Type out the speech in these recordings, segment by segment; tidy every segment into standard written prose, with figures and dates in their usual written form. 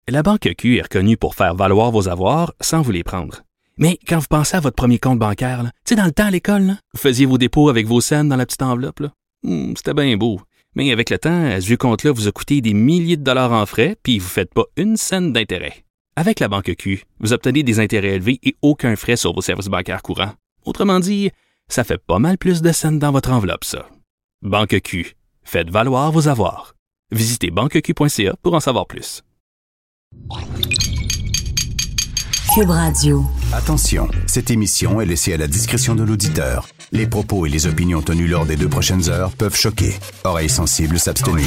La Banque Q est reconnue pour faire valoir vos avoirs sans vous les prendre. Mais quand vous pensez à votre premier compte bancaire, tu sais, dans le temps à l'école, là, vous faisiez vos dépôts avec vos scènes dans la petite enveloppe. Là. C'était bien beau. Mais avec le temps, ce vieux compte-là vous a coûté des milliers de dollars en frais, puis vous ne faites pas une scène d'intérêt. Avec la Banque Q, vous obtenez des intérêts élevés et aucun frais sur vos services bancaires courants. Autrement dit, ça fait pas mal plus de scènes dans votre enveloppe, ça. Banque Q. Faites valoir vos avoirs. Visitez banqueq.ca pour en savoir plus. Cube Radio. Attention, cette émission est laissée à la discrétion de l'auditeur. Les propos et les opinions tenues lors des 2 prochaines heures peuvent choquer. Oreilles sensibles s'abstenir.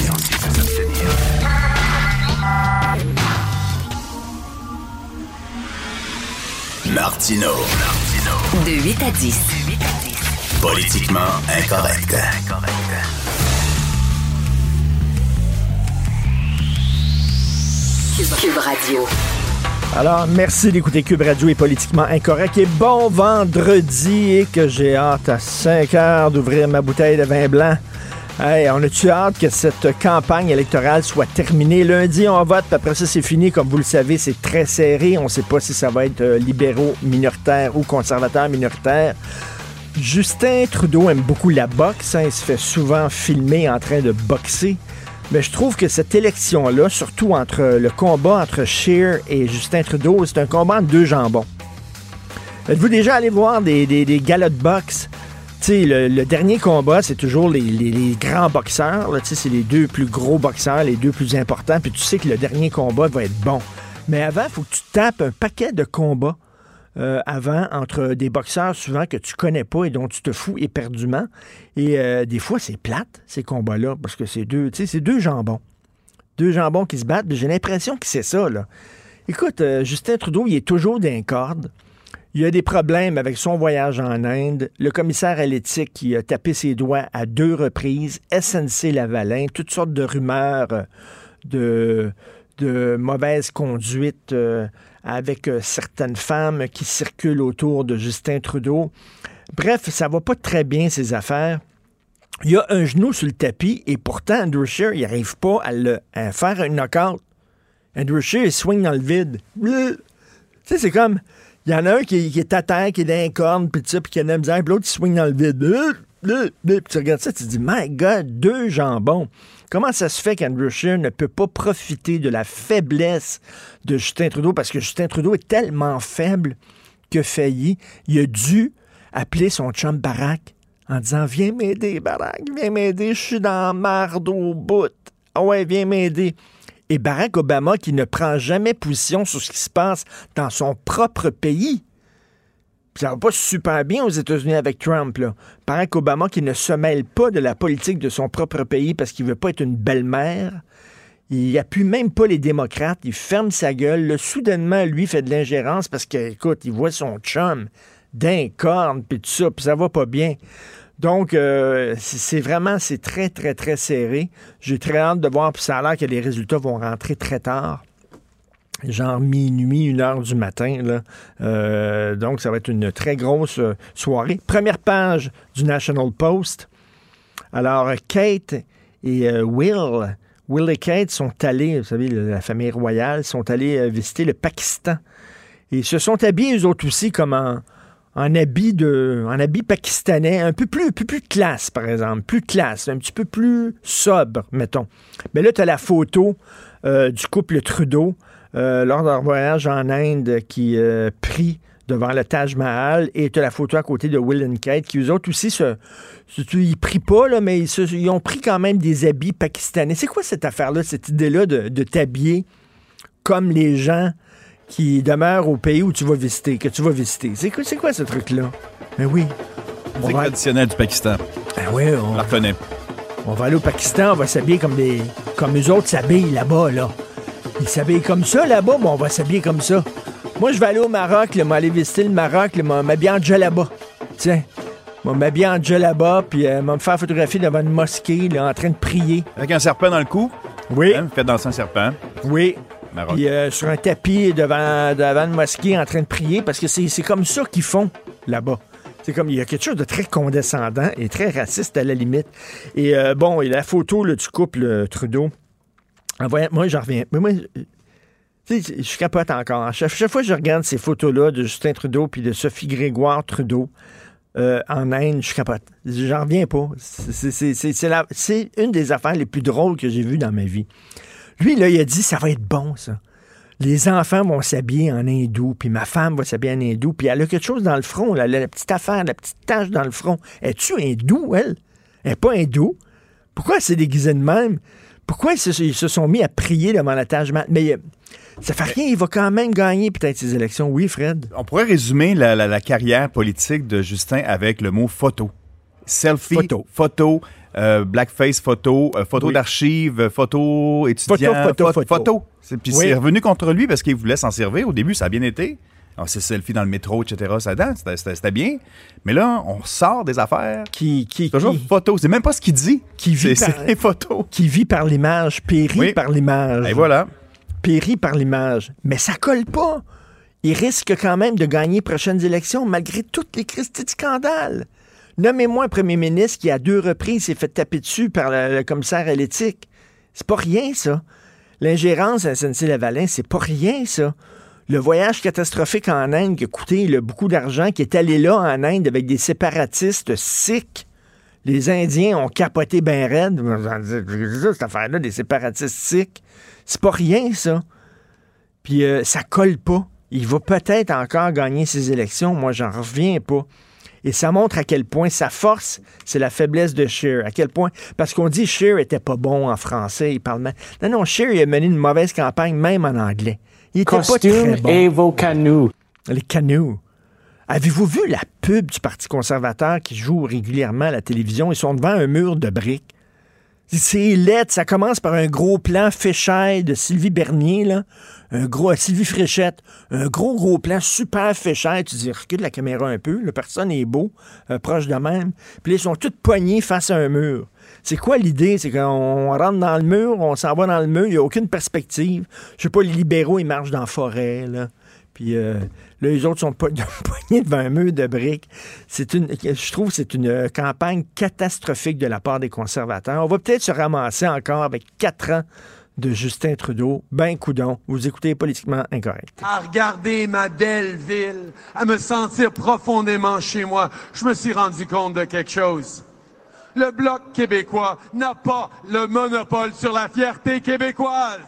Martino. De 8 à 10. Politiquement incorrect. Cube Radio. Alors, merci d'écouter Cube Radio et Politiquement Incorrect. Et bon vendredi et que j'ai hâte à 5 heures d'ouvrir ma bouteille de vin blanc. Hey, on a-tu hâte que cette campagne électorale soit terminée? Lundi, on vote, puis après ça, c'est fini. Comme vous le savez, c'est très serré. On ne sait pas si ça va être libéraux minoritaires ou conservateurs minoritaires. Justin Trudeau aime beaucoup la boxe. Hein, il se fait souvent filmer en train de boxer. Mais je trouve que cette élection-là, surtout entre le combat entre Scheer et Justin Trudeau, c'est un combat entre 2 jambons. Êtes-vous déjà allé voir des galas de boxe? Tu sais, le dernier combat, c'est toujours les grands boxeurs. Tu sais, c'est les 2 plus gros boxeurs, les 2 plus importants. Puis tu sais que le dernier combat va être bon. Mais avant, il faut que tu tapes un paquet de combats avant entre des boxeurs souvent que tu connais pas et dont tu te fous éperdument. Et des fois, c'est plate, ces combats-là, parce que c'est 2 jambons. 2 jambons qui se battent. J'ai l'impression que c'est ça, là. Écoute, Justin Trudeau, il est toujours d'un corde. Il y a des problèmes avec son voyage en Inde. Le commissaire à l'éthique qui a tapé ses doigts à 2 reprises. SNC-Lavalin, toutes sortes de rumeurs de mauvaise conduite avec certaines femmes qui circulent autour de Justin Trudeau. Bref, ça va pas très bien, ces affaires. Il y a un genou sur le tapis et pourtant, Andrew Scheer, il n'arrive pas à faire un knock-out. Andrew Scheer, il swing dans le vide. Tu sais, c'est comme... Il y en a un qui est à terre, qui est dans un corne, puis qui a de la misère, puis l'autre, il swing dans le vide. Puis tu regardes ça, tu te dis, my God, 2 jambons. Comment ça se fait qu'Andrew Scheer ne peut pas profiter de la faiblesse de Justin Trudeau? Parce que Justin Trudeau est tellement faible qu'il a failli. Il a dû appeler son chum Barack en disant, viens m'aider, Barack, viens m'aider, je suis dans la marde au bout. Ah ouais, viens m'aider. Et Barack Obama, qui ne prend jamais position sur ce qui se passe dans son propre pays. Puis ça va pas super bien aux États-Unis avec Trump, là. Barack Obama, qui ne se mêle pas de la politique de son propre pays parce qu'il veut pas être une belle-mère. Il appuie même pas les démocrates. Il ferme sa gueule. Là, soudainement, lui, fait de l'ingérence parce qu'écoute, il voit son chum d'un corne, puis tout ça, puis ça va pas bien. Donc, c'est très, très, très serré. J'ai très hâte de voir, puis ça a l'air que les résultats vont rentrer très tard. Genre minuit, 1h du matin. Là. Donc, ça va être une très grosse soirée. Première page du National Post. Alors, Kate et Will et Kate sont allés, vous savez, la famille royale, sont allés visiter le Pakistan. Et se sont habillés, eux autres aussi, comme en habit pakistanais, un peu plus classe, par exemple. Plus classe, un petit peu plus sobre, mettons. Mais là, tu as la photo du couple Trudeau lors de leur voyage en Inde qui prit devant le Taj Mahal, et tu as la photo à côté de Will et Kate, qui eux autres aussi, ils prient pas, là, mais ils ont pris quand même des habits pakistanais. C'est quoi cette affaire-là, cette idée-là de t'habiller comme les gens qui demeurent au pays où tu vas visiter, que tu vas visiter? C'est quoi ce truc-là? Ben oui. C'est traditionnel du Pakistan. Ben oui, on la reconnaît. On va aller au Pakistan, on va s'habiller comme eux autres s'habillent là-bas, là. Ils s'habillent comme ça là-bas, mais on va s'habiller comme ça. Moi, je vais aller au Maroc, là, m'aller visiter le Maroc, là, m'habiller en djellaba. Tiens, m'habiller en djellaba, puis me faire photographier devant une mosquée, là, en train de prier. Avec un serpent dans le cou? Oui. Hein, fait danser un serpent. Oui. Maroc. Puis sur un tapis devant une mosquée en train de prier, parce que c'est comme ça qu'ils font là-bas. C'est comme, il y a quelque chose de très condescendant et très raciste à la limite. Et bon, et la photo là, du couple Trudeau. Moi, j'en reviens. Mais moi, Tu sais, je capote encore. Chaque fois que je regarde ces photos-là de Justin Trudeau puis de Sophie Grégoire Trudeau en Inde, je capote. J'en reviens pas. C'est une des affaires les plus drôles que j'ai vues dans ma vie. Lui, là, il a dit, ça va être bon, ça. Les enfants vont s'habiller en hindou, puis ma femme va s'habiller en hindou, puis elle a quelque chose dans le front, là, la petite affaire, la petite tache dans le front. Es-tu hindou, elle? Elle n'est pas hindoue. Pourquoi elle s'est déguisée de même? Pourquoi ils se sont mis à prier devant la Taj Mahal? Mais ça fait rien, il va quand même gagner peut-être ces élections. Oui, Fred? On pourrait résumer la carrière politique de Justin avec le mot photo. Selfie, photo, blackface, photo Oui. d'archives, photo étudiant, photo. Puis Oui. c'est revenu contre lui parce qu'il voulait s'en servir. Au début, ça a bien été. Alors, c'est selfie dans le métro, etc. C'était bien. Mais là, on sort des affaires. Toujours photo. C'est même pas ce qu'il dit. C'est les photos. Qui vit par l'image, périt par l'image. Et voilà. Périt par l'image. Mais ça colle pas. Il risque quand même de gagner les prochaines élections malgré toutes les crises de scandales. Nommez-moi un premier ministre qui, à 2 reprises, s'est fait taper dessus par le commissaire à l'éthique. C'est pas rien, ça. L'ingérence à SNC-Lavalin, c'est pas rien, ça. Le voyage catastrophique en Inde qui a coûté beaucoup d'argent, qui est allé là en Inde avec des séparatistes sikhs. Les Indiens ont capoté ben raide. Cette affaire-là, des séparatistes sikhs. C'est pas rien, ça. Puis ça colle pas. Il va peut-être encore gagner ses élections. Moi, j'en reviens pas. Et ça montre à quel point sa force, c'est la faiblesse de Scheer. À quel point... Parce qu'on dit Scheer était pas bon en français, il parle mal. Non, Scheer, il a mené une mauvaise campagne, même en anglais. Il était pas très bon. Et vos canots. Les canots. Avez-vous vu la pub du Parti conservateur qui joue régulièrement à la télévision? Ils sont devant un mur de briques. C'est laid. Ça commence par un gros plan Féchette de Sylvie Bernier, là. Sylvie Fréchette. Un gros plan super Féchette. Tu dis, recule la caméra un peu. La personne est beau, proche de même. Puis là, ils sont tous poignés face à un mur. C'est quoi l'idée? C'est qu'on rentre dans le mur, on s'en va dans le mur, il n'y a aucune perspective. Je sais pas, les libéraux, ils marchent dans la forêt, là. Puis là, les autres sont poignés devant un mur de briques. Je trouve que c'est une campagne catastrophique de la part des conservateurs. On va peut-être se ramasser encore avec 4 ans de Justin Trudeau. Ben coudon, vous écoutez Politiquement Incorrect. À regarder ma belle ville, à me sentir profondément chez moi, je me suis rendu compte de quelque chose. Le Bloc québécois n'a pas le monopole sur la fierté québécoise.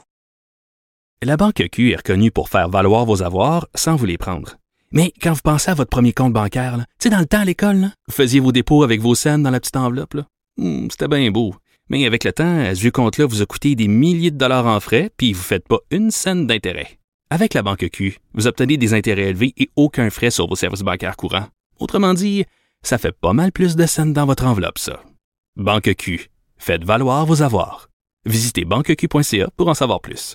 La Banque Q est reconnue pour faire valoir vos avoirs sans vous les prendre. Mais quand vous pensez à votre premier compte bancaire, tu sais, dans le temps à l'école, là, vous faisiez vos dépôts avec vos scènes dans la petite enveloppe. Là. C'était bien beau. Mais avec le temps, ce vieux compte-là vous a coûté des milliers de dollars en frais, puis vous ne faites pas une scène d'intérêt. Avec la Banque Q, vous obtenez des intérêts élevés et aucun frais sur vos services bancaires courants. Autrement dit, ça fait pas mal plus de scènes dans votre enveloppe, ça. Banque Q. Faites valoir vos avoirs. Visitez banqueq.ca pour en savoir plus.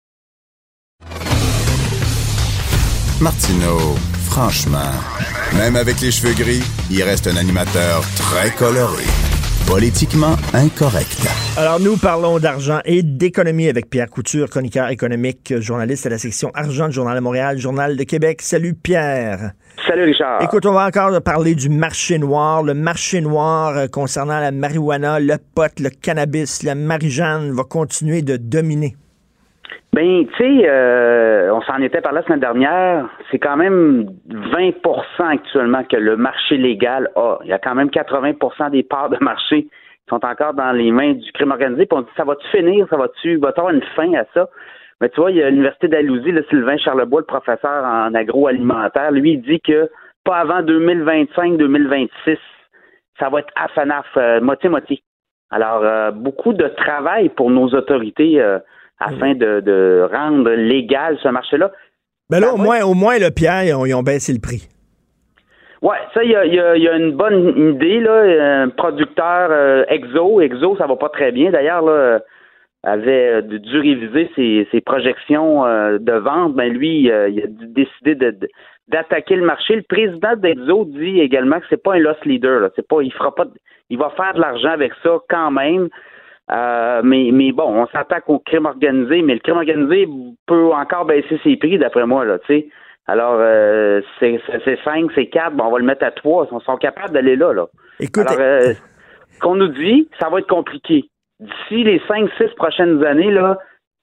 Martineau, franchement, même avec les cheveux gris, il reste un animateur très coloré. Politiquement incorrect. Alors, nous parlons d'argent et d'économie avec Pierre Couture, chroniqueur économique, journaliste à la section Argent du Journal de Montréal, Journal de Québec. Salut, Pierre. Salut, Richard. Écoute, on va encore parler du marché noir. Le marché noir concernant la marijuana, le pot, le cannabis, la marijuana va continuer de dominer. Ben, tu sais, on s'en était parlé la semaine dernière. C'est quand même 20% actuellement que le marché légal a. Il y a quand même 80% des parts de marché qui sont encore dans les mains du crime organisé. Puis on dit, ça va-tu finir? Va-t-il avoir une fin à ça? Mais tu vois, il y a l'Université d'Alousie, là, Sylvain Charlebois, le professeur en agroalimentaire, lui, il dit que pas avant 2025-2026, ça va être half-and-half, moitié-moitié. Alors, beaucoup de travail pour nos autorités afin de rendre légal ce marché-là. Ben là, au moins, le Pierre, ils ont baissé le prix. Ouais, ça, il y a une bonne idée, là. Un producteur Exo, ça va pas très bien. D'ailleurs, là, avait dû réviser ses projections de vente. Ben lui, il a décidé d'attaquer le marché. Le président d'Exo dit également que c'est pas un loss leader, là. Il va faire de l'argent avec ça quand même. Mais bon, on s'attaque au crime organisé, mais le crime organisé peut encore baisser ses prix, d'après moi, là, tu sais. Alors, c'est 5, c'est 4, bon, on va le mettre à 3. Ils sont capables d'aller là. Écoute, alors, qu'on nous dit, ça va être compliqué. D'ici les 5-6 prochaines années, là,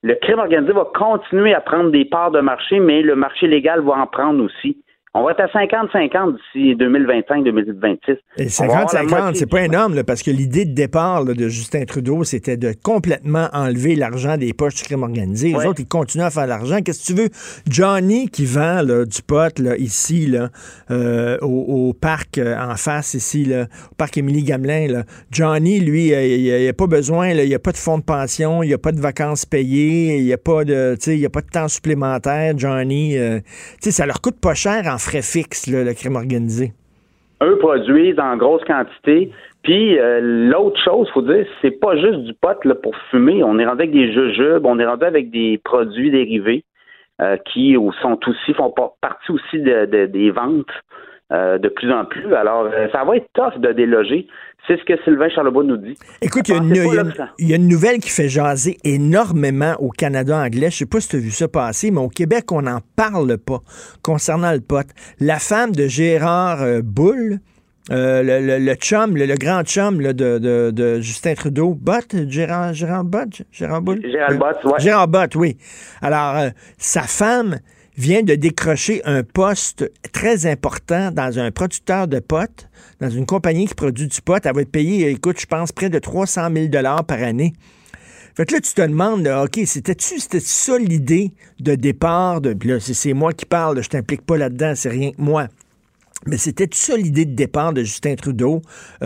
le crime organisé va continuer à prendre des parts de marché, mais le marché légal va en prendre aussi. On va être à 50-50 d'ici 2025-2026. Et 50-50, c'est pas énorme, là, parce que l'idée de départ là, de Justin Trudeau, c'était de complètement enlever l'argent des poches du crime organisé. Les autres, ils continuent à faire l'argent. Qu'est-ce que tu veux? Johnny qui vend là, du pot là, ici, là, au parc en face, ici, là, au parc Émilie-Gamelin, là. Johnny, lui, il n'a pas besoin, là, il n'y a pas de fonds de pension, il n'y a pas de vacances payées, il n'y a pas de temps supplémentaire, Johnny. Ça leur coûte pas cher en frais fixes, là, le crime organisé. Eux produisent en grosse quantité. Puis l'autre chose, faut dire, c'est pas juste du pot là, pour fumer. On est rendu avec des jujubes, on est rendu avec des produits dérivés qui font partie aussi des ventes de plus en plus. Alors, ça va être tough de déloger. C'est ce que Sylvain Charlebois nous dit. Écoute, il y a une nouvelle qui fait jaser énormément au Canada anglais. Je sais pas si tu as vu ça passer, mais au Québec, on n'en parle pas concernant le pot. La femme de Gérard Boulle, le chum, le grand chum là, de Justin Trudeau, Gérard Bott, ouais. Gérard Bott, oui. Alors, sa femme vient de décrocher un poste très important dans un producteur de potes, dans une compagnie qui produit du pot. Elle va être payée, écoute, je pense, près de 300 000 $ par année. Fait que là, tu te demandes, là, OK, c'était ça l'idée de départ? Puis là, c'est moi qui parle, là, je t'implique pas là-dedans, c'est rien que moi. Mais c'était tout ça l'idée de départ de Justin Trudeau,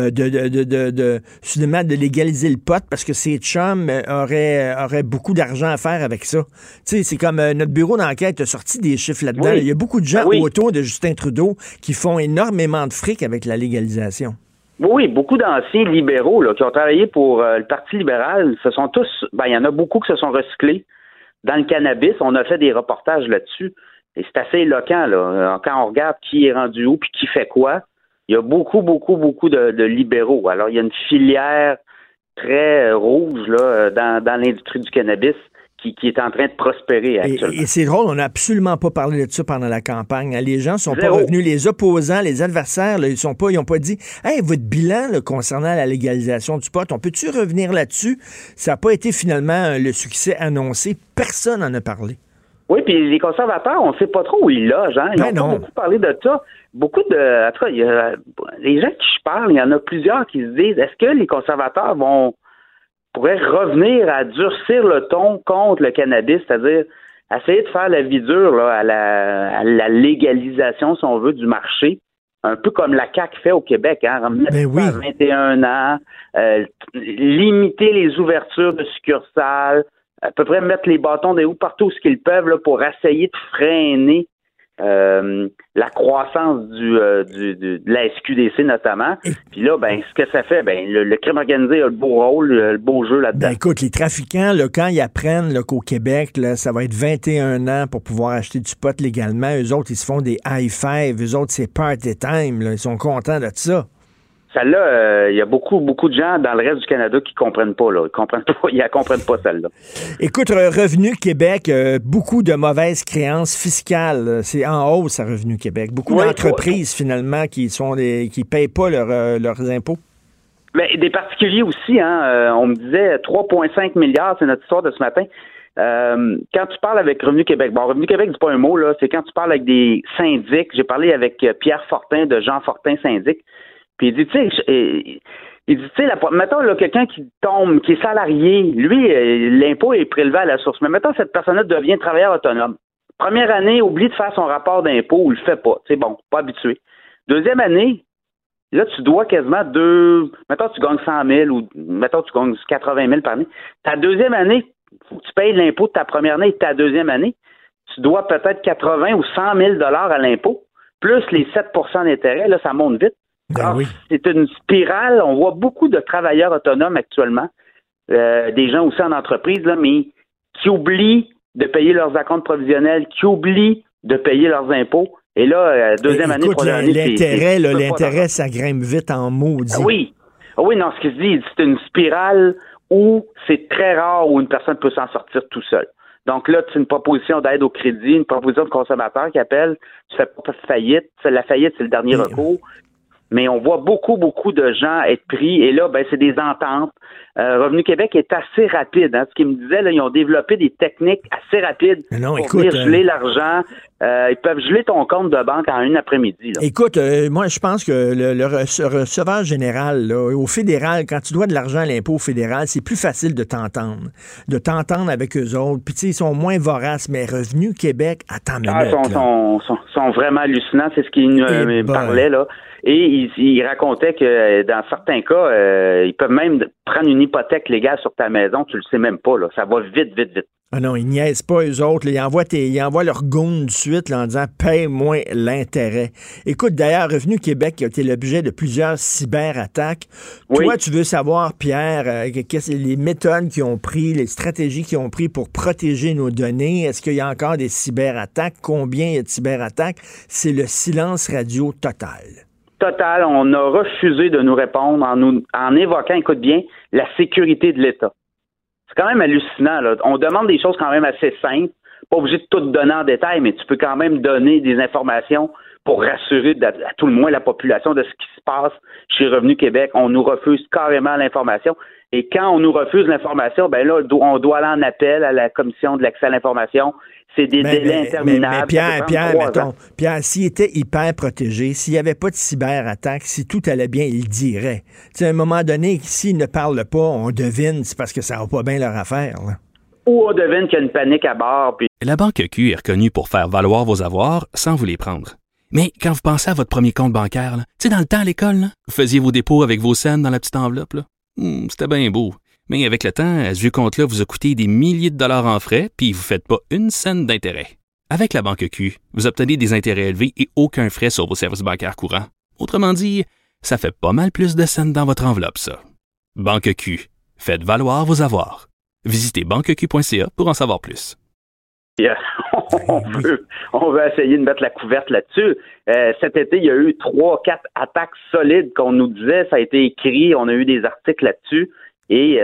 soudainement de légaliser le pot parce que ses chums auraient beaucoup d'argent à faire avec ça. Tu sais, c'est comme notre bureau d'enquête a sorti des chiffres là-dedans. Oui. Il y a beaucoup de gens autour de Justin Trudeau qui font énormément de fric avec la légalisation. Oui, beaucoup d'anciens libéraux là, qui ont travaillé pour le Parti libéral, il y en a beaucoup qui se sont recyclés dans le cannabis. On a fait des reportages là-dessus. Et c'est assez éloquent, là. Quand on regarde qui est rendu où puis qui fait quoi, il y a beaucoup de libéraux. Alors, il y a une filière très rouge là, dans l'industrie du cannabis qui est en train de prospérer actuellement. Et c'est drôle, on n'a absolument pas parlé de ça pendant la campagne. Les gens ne sont pas revenus. Les opposants, les adversaires, là, ils n'ont pas dit « Hey, votre bilan là, concernant la légalisation du pot, on peut-tu revenir là-dessus? » Ça n'a pas été finalement le succès annoncé. Personne n'en a parlé. Oui, puis les conservateurs, on ne sait pas trop où ils logent. Hein? Ils n'ont pas beaucoup parlé de ça. En tout cas, les gens qui je parle, il y en a plusieurs qui se disent, est-ce que les conservateurs pourraient revenir à durcir le ton contre le cannabis, c'est-à-dire essayer de faire la vie dure là, à la légalisation, si on veut, du marché, un peu comme la CAQ fait au Québec, hein, remettre ça à 21 ans, limiter les ouvertures de succursales, à peu près mettre les bâtons des roues partout où ils peuvent là, pour essayer de freiner la croissance de la SQDC notamment. Puis là, ce que ça fait, le crime organisé a le beau rôle, le beau jeu là-dedans. Écoute, les trafiquants, là, quand ils apprennent là, qu'au Québec, là, ça va être 21 ans pour pouvoir acheter du pot légalement, eux autres, ils se font des high-five, eux autres, c'est party time, là, ils sont contents de ça. Celle-là, il y a beaucoup de gens dans le reste du Canada qui comprennent pas, là. Ils ne comprennent pas celle-là. Écoute, Revenu Québec, beaucoup de mauvaises créances fiscales. C'est en hausse à Revenu Québec. Beaucoup d'entreprises, finalement, qui payent pas leurs impôts. Mais des particuliers aussi, hein. On me disait 3,5 milliards, c'est notre histoire de ce matin. Quand tu parles avec Revenu Québec, Revenu Québec, c'est pas un mot, là. C'est quand tu parles avec des syndics. J'ai parlé avec Pierre Fortin de Jean Fortin Syndic. Puis il dit, tu sais, mettons là, quelqu'un qui est salarié, lui, l'impôt est prélevé à la source. Mais mettons, cette personne-là devient travailleur autonome. Première année, oublie de faire son rapport d'impôt ou le fait pas. C'est bon, pas habitué. Deuxième année, là, tu dois quasiment mettons, tu gagnes 100 000 ou mettons, tu gagnes 80 000 par année. Ta deuxième année, faut que tu payes l'impôt de ta première année et de ta deuxième année. Tu dois peut-être 80 ou 100 000 à l'impôt, plus les 7 % d'intérêt. Là, ça monte vite. Alors, c'est une spirale. On voit beaucoup de travailleurs autonomes actuellement, des gens aussi en entreprise, là, mais qui oublient de payer leurs acomptes provisionnels, qui oublient de payer leurs impôts. Et là, deuxième année, troisième année, l'intérêt, ça grimpe vite en maudit. Oui, non, ce qu'il se dit, c'est une spirale où c'est très rare où une personne peut s'en sortir tout seul. Donc là, c'est une proposition d'aide au crédit, une proposition de consommateur qui appelle, tu fais pas faillite. La faillite, c'est le dernier recours. mais on voit beaucoup de gens être pris, et là, ben c'est des ententes. Revenu Québec est assez rapide. Hein. Ce qu'ils me disaient, là, ils ont développé des techniques assez rapides pour venir geler l'argent. Ils peuvent geler ton compte de banque en une après-midi. Là. Écoute, moi, je pense que le receveur général, là, au fédéral, quand tu dois de l'argent à l'impôt fédéral, c'est plus facile de t'entendre avec eux autres. Puis, tu sais, ils sont moins voraces, mais Revenu Québec, attends, sont vraiment hallucinants. C'est ce qu'ils nous parlaient, là. Et il racontait que dans certains cas, ils peuvent même prendre une hypothèque légale sur ta maison, tu le sais même pas, là. Ça va vite. Ah non, ils niaisent pas eux autres. Là. Ils envoient leur goon de suite là, en disant « paye-moi l'intérêt ». Écoute, d'ailleurs, Revenu Québec qui a été l'objet de plusieurs cyberattaques. Oui. Toi, tu veux savoir, Pierre, les méthodes qu'ils ont pris, les stratégies qu'ils ont pris pour protéger nos données. Est-ce qu'il y a encore des cyberattaques? Combien il y a de cyberattaques? C'est le silence radio total. Total, on a refusé de nous répondre en évoquant, écoute bien, la sécurité de l'État. C'est quand même hallucinant, là. On demande des choses quand même assez simples, pas obligé de tout donner en détail, mais tu peux quand même donner des informations pour rassurer à tout le moins la population de ce qui se passe chez Revenu Québec. On nous refuse carrément l'information. Et quand on nous refuse l'information, ben là, on doit aller en appel à la Commission de l'accès à l'information. C'est des délais interminables. Mais Pierre, s'il était hyper protégé, s'il n'y avait pas de cyberattaque, si tout allait bien, il le dirait. Tu sais, à un moment donné, s'ils ne parlent pas, on devine, c'est parce que ça va pas bien leur affaire. Là. Ou on devine qu'il y a une panique à bord. Puis... La Banque Q est reconnue pour faire valoir vos avoirs sans vous les prendre. Mais quand vous pensez à votre premier compte bancaire, tu sais, dans le temps à l'école, là, vous faisiez vos dépôts avec vos scènes dans la petite enveloppe. Là. C'était bien beau. Mais avec le temps, ce vieux compte-là vous a coûté des milliers de dollars en frais, puis vous ne faites pas une scène d'intérêt. Avec la Banque Q, vous obtenez des intérêts élevés et aucun frais sur vos services bancaires courants. Autrement dit, ça fait pas mal plus de scènes dans votre enveloppe, ça. Banque Q, faites valoir vos avoirs. Visitez banqueq.ca pour en savoir plus. On veut essayer de mettre la couverte là-dessus. Cet été, il y a eu 3-4 attaques solides qu'on nous disait. Ça a été écrit, on a eu des articles là-dessus. Et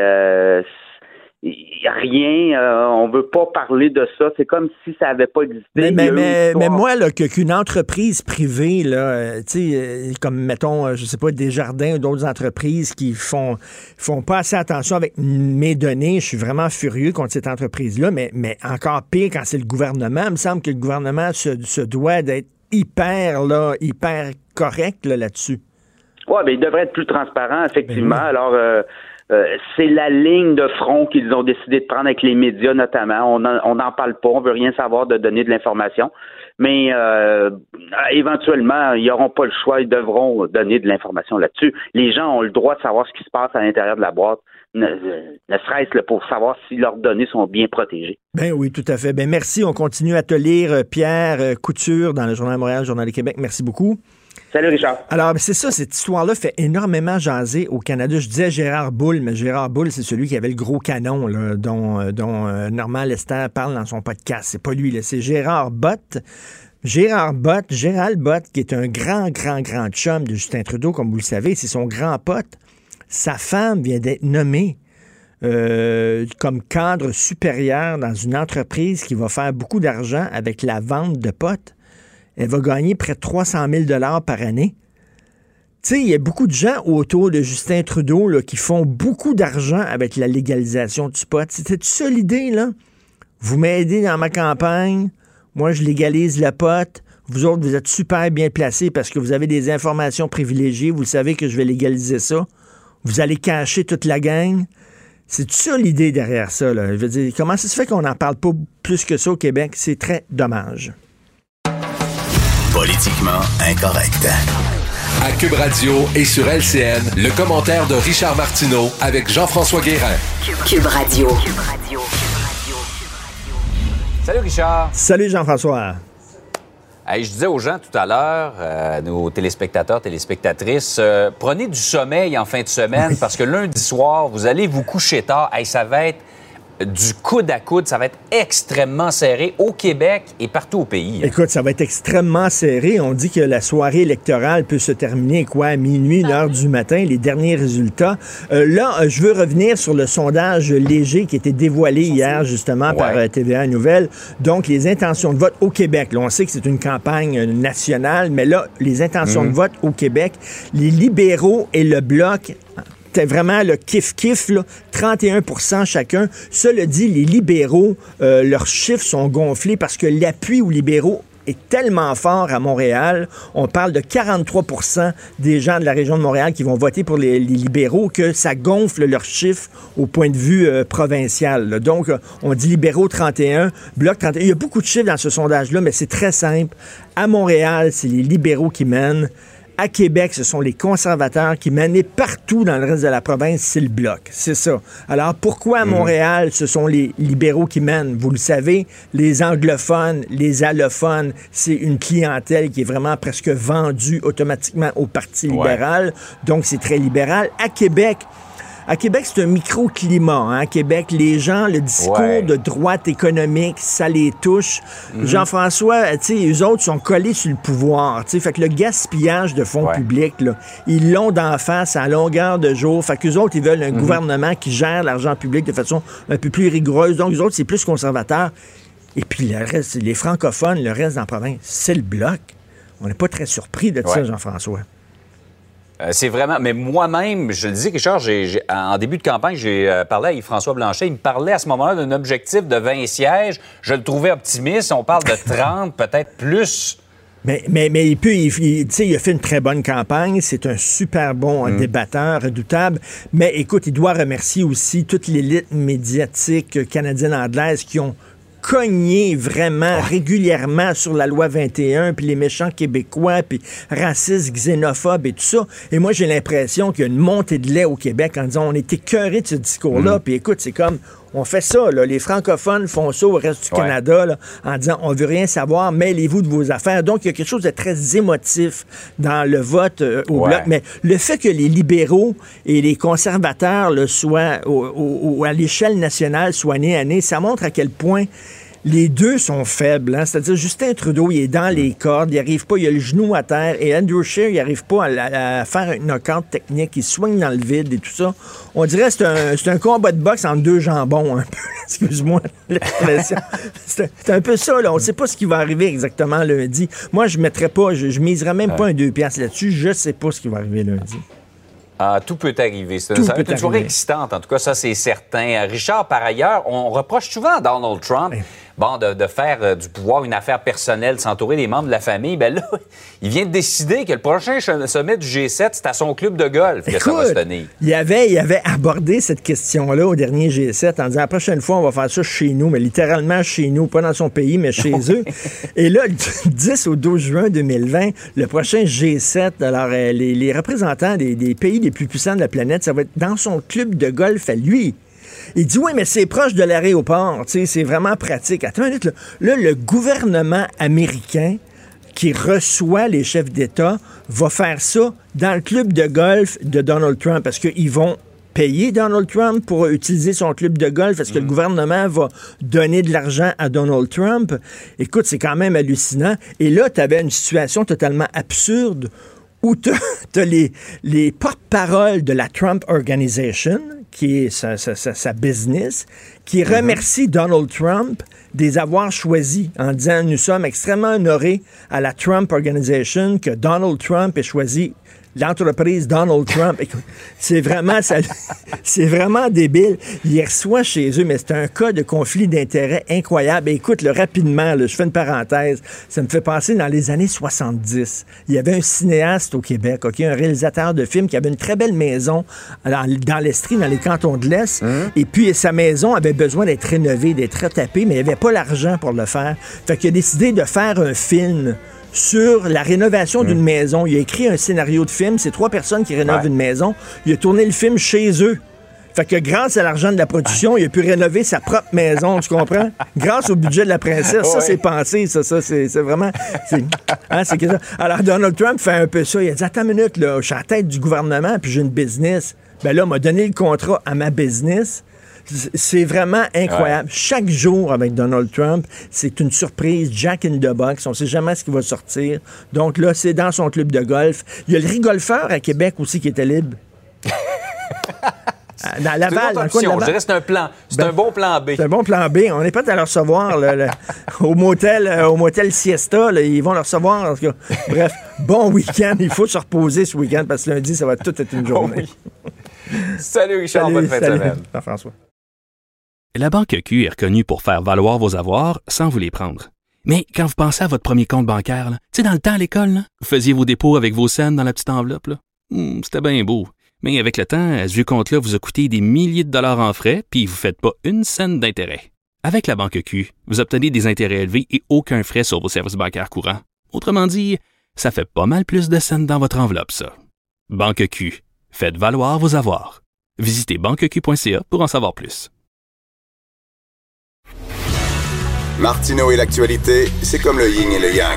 rien, on veut pas parler de ça. C'est comme si ça avait pas existé. Mais moi, là, qu'une entreprise privée, là, tu sais, comme, mettons, je sais pas, Desjardins ou d'autres entreprises qui font pas assez attention avec mes données, je suis vraiment furieux contre cette entreprise-là, mais encore pire quand c'est le gouvernement. Il me semble que le gouvernement se doit d'être hyper correct là-dessus. Oui, mais il devrait être plus transparent, effectivement. Alors, c'est la ligne de front qu'ils ont décidé de prendre avec les médias, notamment. On n'en parle pas, on veut rien savoir de donner de l'information. Mais éventuellement, ils n'auront pas le choix, ils devront donner de l'information là-dessus. Les gens ont le droit de savoir ce qui se passe à l'intérieur de la boîte, ne serait-ce pour savoir si leurs données sont bien protégées. Ben oui, tout à fait. Ben merci, on continue à te lire, Pierre Couture, dans le Journal de Montréal, Journal de Québec. Merci beaucoup. Salut, Richard. Alors, c'est ça, cette histoire-là fait énormément jaser au Canada. Je disais Gérard Boulle, mais Gérard Boulle, c'est celui qui avait le gros canon là, dont Normand Lester parle dans son podcast. C'est pas lui, là, c'est Gérald Bott, qui est un grand chum de Justin Trudeau, comme vous le savez. C'est son grand pote. Sa femme vient d'être nommée comme cadre supérieur dans une entreprise qui va faire beaucoup d'argent avec la vente de potes. Elle va gagner près de 300 000 $ par année. Tu sais, il y a beaucoup de gens autour de Justin Trudeau là, qui font beaucoup d'argent avec la légalisation du pot. C'était ça l'idée, là? Vous m'aidez dans ma campagne, moi je légalise le pot, vous autres, vous êtes super bien placés parce que vous avez des informations privilégiées, vous savez que je vais légaliser ça. Vous allez cacher toute la gang. C'est ça l'idée derrière ça, là. Je veux dire, comment ça se fait qu'on n'en parle pas plus que ça au Québec? C'est très dommage. Politiquement incorrect. À Cube Radio et sur LCN, le commentaire de Richard Martineau avec Jean-François Guérin. Cube Radio. Salut Richard. Salut Jean-François. Hey, je disais aux gens tout à l'heure, nos téléspectateurs, téléspectatrices, prenez du sommeil en fin de semaine parce que lundi soir, vous allez vous coucher tard. Hey, ça va être du coude à coude. Ça va être extrêmement serré au Québec et partout au pays. Écoute, ça va être extrêmement serré. On dit que la soirée électorale peut se terminer, à minuit, 1h du matin, les derniers résultats. Là, je veux revenir sur le sondage léger qui a été dévoilé hier, justement, par TVA Nouvelles. Donc, les intentions de vote au Québec. Là, on sait que c'est une campagne nationale, mais là, les intentions de vote au Québec, les libéraux et le Bloc... C'était vraiment le kiff-kiff, 31% chacun. Cela dit, les libéraux, leurs chiffres sont gonflés parce que l'appui aux libéraux est tellement fort à Montréal. On parle de 43% des gens de la région de Montréal qui vont voter pour les libéraux, que ça gonfle leurs chiffres au point de vue provincial. Là. Donc, on dit libéraux 31, Bloc 31. Il y a beaucoup de chiffres dans ce sondage-là, mais c'est très simple. À Montréal, c'est les libéraux qui mènent. À Québec, ce sont les conservateurs qui mènent, et partout dans le reste de la province, c'est le Bloc. C'est ça. Alors, pourquoi à Montréal, ce sont les libéraux qui mènent? Vous le savez, les anglophones, les allophones, c'est une clientèle qui est vraiment presque vendue automatiquement au Parti libéral. Donc, c'est très libéral. À Québec, c'est un microclimat. À Québec, les gens, le discours de droite économique, ça les touche. Jean-François, tu sais, eux autres sont collés sur le pouvoir. Fait que le gaspillage de fonds publics, là, ils l'ont d'en face à longueur de jour. Fait qu'eux autres, ils veulent un gouvernement qui gère l'argent public de façon un peu plus rigoureuse. Donc, eux autres, c'est plus conservateur. Et puis, le reste, les francophones, le reste dans la province, c'est le Bloc. On n'est pas très surpris de ça, Jean-François. C'est vraiment... Mais moi-même, je le dis, Richard, en début de campagne, j'ai parlé à Yves-François Blanchet. Il me parlait à ce moment-là d'un objectif de 20 sièges. Je le trouvais optimiste. On parle de 30, peut-être plus. Mais il a fait une très bonne campagne. C'est un super bon débatteur, redoutable. Mais écoute, il doit remercier aussi toute l'élite médiatique canadienne-anglaise qui ont cogné vraiment régulièrement sur la loi 21, puis les méchants québécois, puis racistes, xénophobes et tout ça. Et moi, j'ai l'impression qu'il y a une montée de lait au Québec en disant on est écœurés de ce discours-là. Puis écoute, c'est comme, on fait ça, là. Les francophones font ça au reste du Canada, là, en disant on veut rien savoir, mêlez-vous de vos affaires. Donc, il y a quelque chose de très émotif dans le vote au Bloc. Mais le fait que les libéraux et les conservateurs soient à l'échelle nationale, soient nez à nez, ça montre à quel point les deux sont faibles. C'est-à-dire, Justin Trudeau, il est dans les cordes, il n'arrive pas, il a le genou à terre, et Andrew Scheer, il n'arrive pas à faire une knock-out technique, il soigne dans le vide et tout ça. On dirait que c'est un combat de boxe entre deux jambons, un peu. Excuse-moi l'expression. C'est un peu ça, là. On ne sait pas ce qui va arriver exactement lundi. Moi, je mettrais pas, je miserais même pas un 2 piastres là-dessus. Je ne sais pas ce qui va arriver lundi. Tout peut arriver. Ça va être une soirée excitante, en tout cas, ça, c'est certain. Richard, par ailleurs, on reproche souvent à Donald Trump de faire du pouvoir une affaire personnelle, de s'entourer des membres de la famille. Ben là, il vient de décider que le prochain sommet du G7, c'est à son club de golf que ça va se tenir. Il avait abordé cette question-là au dernier G7 en disant la prochaine fois, on va faire ça chez nous, mais littéralement chez nous, pas dans son pays, mais chez eux. Et là, du 10 au 12 juin 2020, le prochain G7, alors les représentants des pays les plus puissants de la planète, ça va être dans son club de golf à lui. Il dit, oui, mais c'est proche de l'aéroport, c'est vraiment pratique. Attends une minute, là, le gouvernement américain qui reçoit les chefs d'État va faire ça dans le club de golf de Donald Trump, parce qu'ils vont payer Donald Trump pour utiliser son club de golf. Est-ce que le gouvernement va donner de l'argent à Donald Trump? Écoute, c'est quand même hallucinant. Et là, tu avais une situation totalement absurde où tu as les porte-paroles de la Trump Organization, qui est sa business, qui remercie Donald Trump de les avoir choisis en disant « Nous sommes extrêmement honorés à la Trump Organization que Donald Trump ait choisi l'entreprise Donald Trump. » C'est vraiment débile. Il reçoit chez eux, mais c'est un cas de conflit d'intérêts incroyable. Et écoute, rapidement, je fais une parenthèse, ça me fait penser dans les années 70. Il y avait un cinéaste au Québec, un réalisateur de films qui avait une très belle maison dans l'Estrie, dans les cantons de l'Est. Et puis, sa maison avait besoin d'être rénovée, d'être retapée, mais il n'y avait pas l'argent pour le faire. Fait qu'il a décidé de faire un film sur la rénovation d'une maison. Il a écrit un scénario de film. C'est 3 personnes qui rénovent une maison. Il a tourné le film chez eux. Fait que grâce à l'argent de la production, il a pu rénover sa propre maison, tu comprends? Grâce au budget de la princesse. Ça, c'est pensé, ça. C'est vraiment... c'est que ça. Alors, Donald Trump fait un peu ça. Il a dit, attends une minute, là, je suis à la tête du gouvernement, puis j'ai une business. Ben là, il m'a donné le contrat à ma business. C'est vraiment incroyable. Ouais. Chaque jour avec Donald Trump, c'est une surprise. Jack in the Box. On ne sait jamais ce qui va sortir. Donc là, c'est dans son club de golf. Il y a le rigolfeur à Québec aussi qui était libre. Dans Laval, dans le coin de Laval. Je dirais que c'est un plan. C'est un bon plan B. C'est un bon plan B. On n'est pas à le recevoir au motel Siesta. Là, ils vont le recevoir. En tout cas. Bref, bon week-end. Il faut se reposer ce week-end parce que lundi, ça va tout être une journée. Oui. Salut Richard, bonne fin de semaine. Jean-François. La Banque Q est reconnue pour faire valoir vos avoirs sans vous les prendre. Mais quand vous pensez à votre premier compte bancaire, tu sais, dans le temps à l'école, là, vous faisiez vos dépôts avec vos scènes dans la petite enveloppe. Là. C'était bien beau. Mais avec le temps, ce vieux compte-là vous a coûté des milliers de dollars en frais, puis vous ne faites pas une scène d'intérêt. Avec la Banque Q, vous obtenez des intérêts élevés et aucun frais sur vos services bancaires courants. Autrement dit, ça fait pas mal plus de scènes dans votre enveloppe, ça. Banque Q. Faites valoir vos avoirs. Visitez banqueq.ca pour en savoir plus. Martineau et l'actualité, c'est comme le yin et le yang.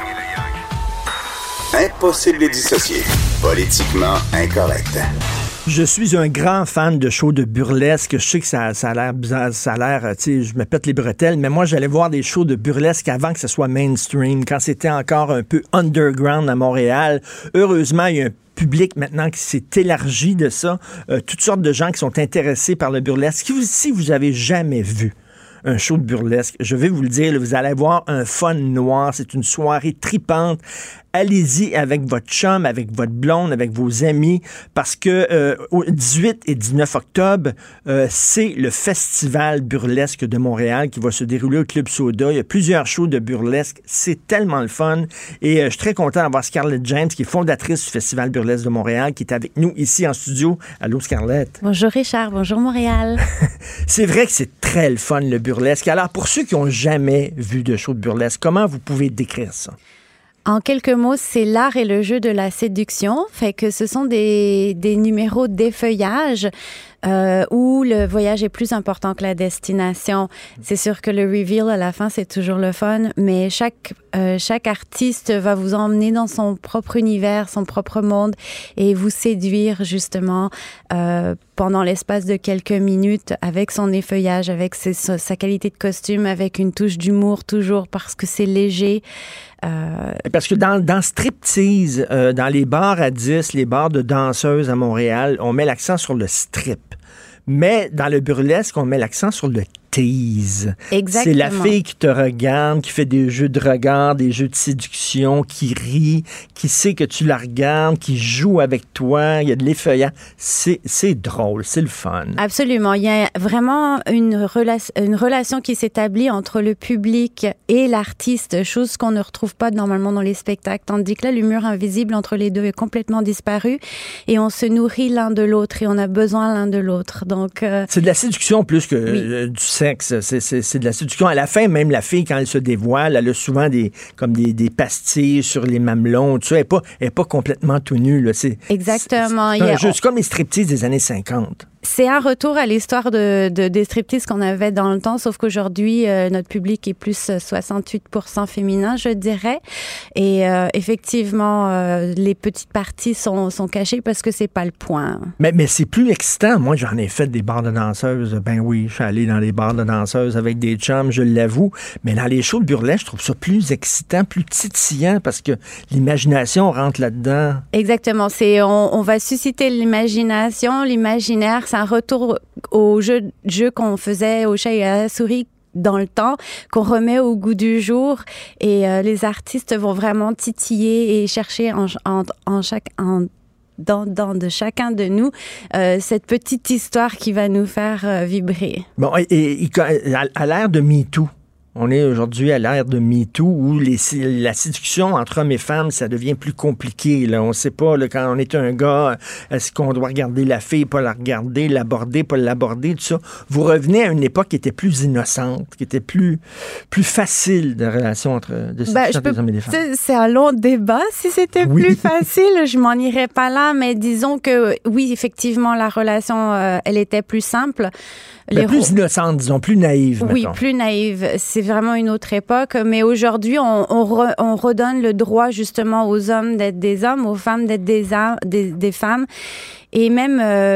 Impossible de les dissocier. Politiquement incorrect. Je suis un grand fan de shows de burlesque. Je sais que ça a l'air bizarre, tu sais, je me pète les bretelles, mais moi, j'allais voir des shows de burlesque avant que ce soit mainstream, quand c'était encore un peu underground à Montréal. Heureusement, il y a un public maintenant qui s'est élargi de ça. Toutes sortes de gens qui sont intéressés par le burlesque. Si vous avez jamais vu un show de burlesque, je vais vous le dire, là, vous allez voir un fun noir. C'est une soirée tripante. Allez-y avec votre chum, avec votre blonde, avec vos amis, parce que au 18 et 19 octobre, c'est le Festival burlesque de Montréal qui va se dérouler au Club Soda. Il y a plusieurs shows de burlesque. C'est tellement le fun. Et je suis très content d'avoir Scarlett James, qui est fondatrice du Festival burlesque de Montréal, qui est avec nous ici en studio. Allô, Scarlett. Bonjour, Richard. Bonjour, Montréal. C'est vrai que c'est très le fun, le burlesque. Alors, pour ceux qui n'ont jamais vu de show de burlesque, comment vous pouvez décrire ça? En quelques mots, c'est l'art et le jeu de la séduction. Fait que ce sont des numéros d'effeuillage où le voyage est plus important que la destination. C'est sûr que le reveal à la fin, c'est toujours le fun, mais chaque artiste va vous emmener dans son propre univers, son propre monde et vous séduire justement pendant l'espace de quelques minutes avec son effeuillage, avec sa qualité de costume, avec une touche d'humour toujours parce que c'est léger. Parce que dans striptease, dans les bars à 10, les bars de danseuses à Montréal, on met l'accent sur le strip. Mais dans le burlesque, on met l'accent sur le tease. Exactement. C'est la fille qui te regarde, qui fait des jeux de regard, des jeux de séduction, qui rit, qui sait que tu la regardes, qui joue avec toi. Il y a de l'effeuillant. C'est drôle, c'est le fun. Absolument. Il y a vraiment une relation qui s'établit entre le public et l'artiste, chose qu'on ne retrouve pas normalement dans les spectacles. Tandis que là, le mur invisible entre les deux est complètement disparu et on se nourrit l'un de l'autre et on a besoin l'un de l'autre. Donc, c'est de la séduction plus que du sexe. C'est de la séduction. À la fin, même la fille, quand elle se dévoile, elle a souvent des pastilles sur les mamelons. Tout ça. Elle n'est pas complètement tout nue. Exactement. C'est comme les striptease des années 50. C'est un retour à l'histoire des striptease qu'on avait dans le temps, sauf qu'aujourd'hui, notre public est plus 68% féminin, je dirais. Et effectivement, les petites parties sont cachées parce que c'est pas le point. Mais c'est plus excitant. Moi, j'en ai fait des bars de danseuses. Ben oui, je suis allé dans les bars de danseuses avec des chums, je l'avoue. Mais dans les shows de burlesque, je trouve ça plus excitant, plus titillant parce que l'imagination rentre là-dedans. Exactement. On va susciter l'imagination, l'imaginaire. C'est un retour au jeu qu'on faisait au chat et à la souris dans le temps, qu'on remet au goût du jour. Et les artistes vont vraiment titiller et chercher dans de chacun de nous cette petite histoire qui va nous faire vibrer. Bon, et à l'ère de MeToo, on est aujourd'hui à l'ère de MeToo où la séduction entre hommes et femmes, ça devient plus compliqué. Là. On ne sait pas, là, quand on est un gars, est-ce qu'on doit regarder la fille, pas la regarder, l'aborder, pas l'aborder, tout ça. Vous revenez à une époque qui était plus innocente, qui était plus facile de relation entre des hommes et des femmes. C'est un long débat. Si c'était plus facile, je m'en irais pas là, mais disons que oui, effectivement, la relation, elle était plus simple. Plus innocente, disons, plus naïve. Oui, mettons. plus naïve. C'est vraiment une autre époque. Mais aujourd'hui, on redonne le droit justement aux hommes d'être des hommes, aux femmes d'être des femmes. Et même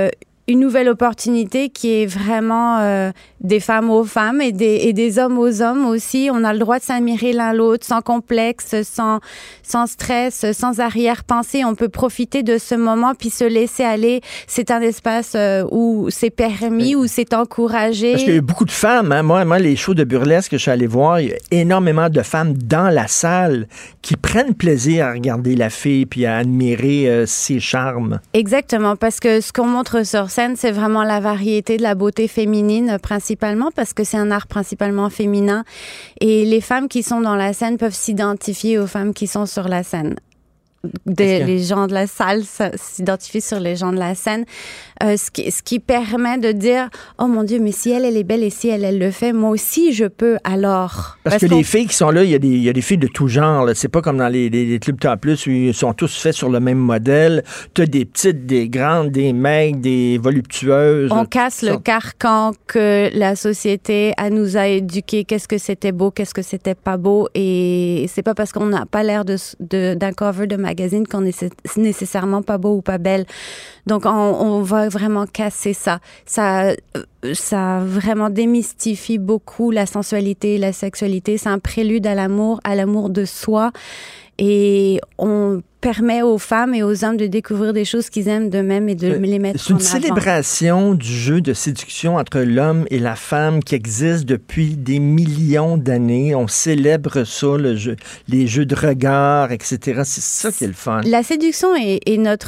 une nouvelle opportunité qui est vraiment des femmes aux femmes et des hommes aux hommes aussi. On a le droit de s'admirer l'un l'autre sans complexe, sans stress, sans arrière-pensée. On peut profiter de ce moment puis se laisser aller. C'est un espace où c'est permis, où c'est encouragé. Parce qu'il y a beaucoup de femmes. Hein? Moi, les shows de burlesque que je suis allé voir, il y a énormément de femmes dans la salle qui prennent plaisir à regarder la fille puis à admirer ses charmes. Exactement, parce que ce qu'on montre sur scène, c'est vraiment la variété de la beauté féminine principalement, parce que c'est un art principalement féminin. Et les femmes qui sont dans la scène peuvent s'identifier aux femmes qui sont sur la scène. Les gens de la salle s'identifient sur les gens de la scène, ce qui permet de dire « Oh mon Dieu, mais si elle est belle et si elle le fait, moi aussi je peux alors. » Parce que les filles qui sont là, il y a des filles de tout genre. Là. C'est pas comme dans les clubs Top Plus où ils sont tous faits sur le même modèle. Tu as des petites, des grandes, des maigres, des voluptueuses. On casse le carcan que la société nous a éduqués. Qu'est-ce que c'était beau, qu'est-ce que c'était pas beau. Et c'est pas parce qu'on n'a pas l'air d'un cover de magazine qu'on est nécessairement pas beau ou pas belle. Donc, on va vraiment casser ça. Ça vraiment démystifie beaucoup la sensualité et la sexualité. C'est un prélude à l'amour de soi. Et on permet aux femmes et aux hommes de découvrir des choses qu'ils aiment d'eux-mêmes et de les mettre en avant. C'est une célébration du jeu de séduction entre l'homme et la femme qui existe depuis des millions d'années. On célèbre ça, les jeux de regard, etc. C'est ça qui est le fun. La séduction est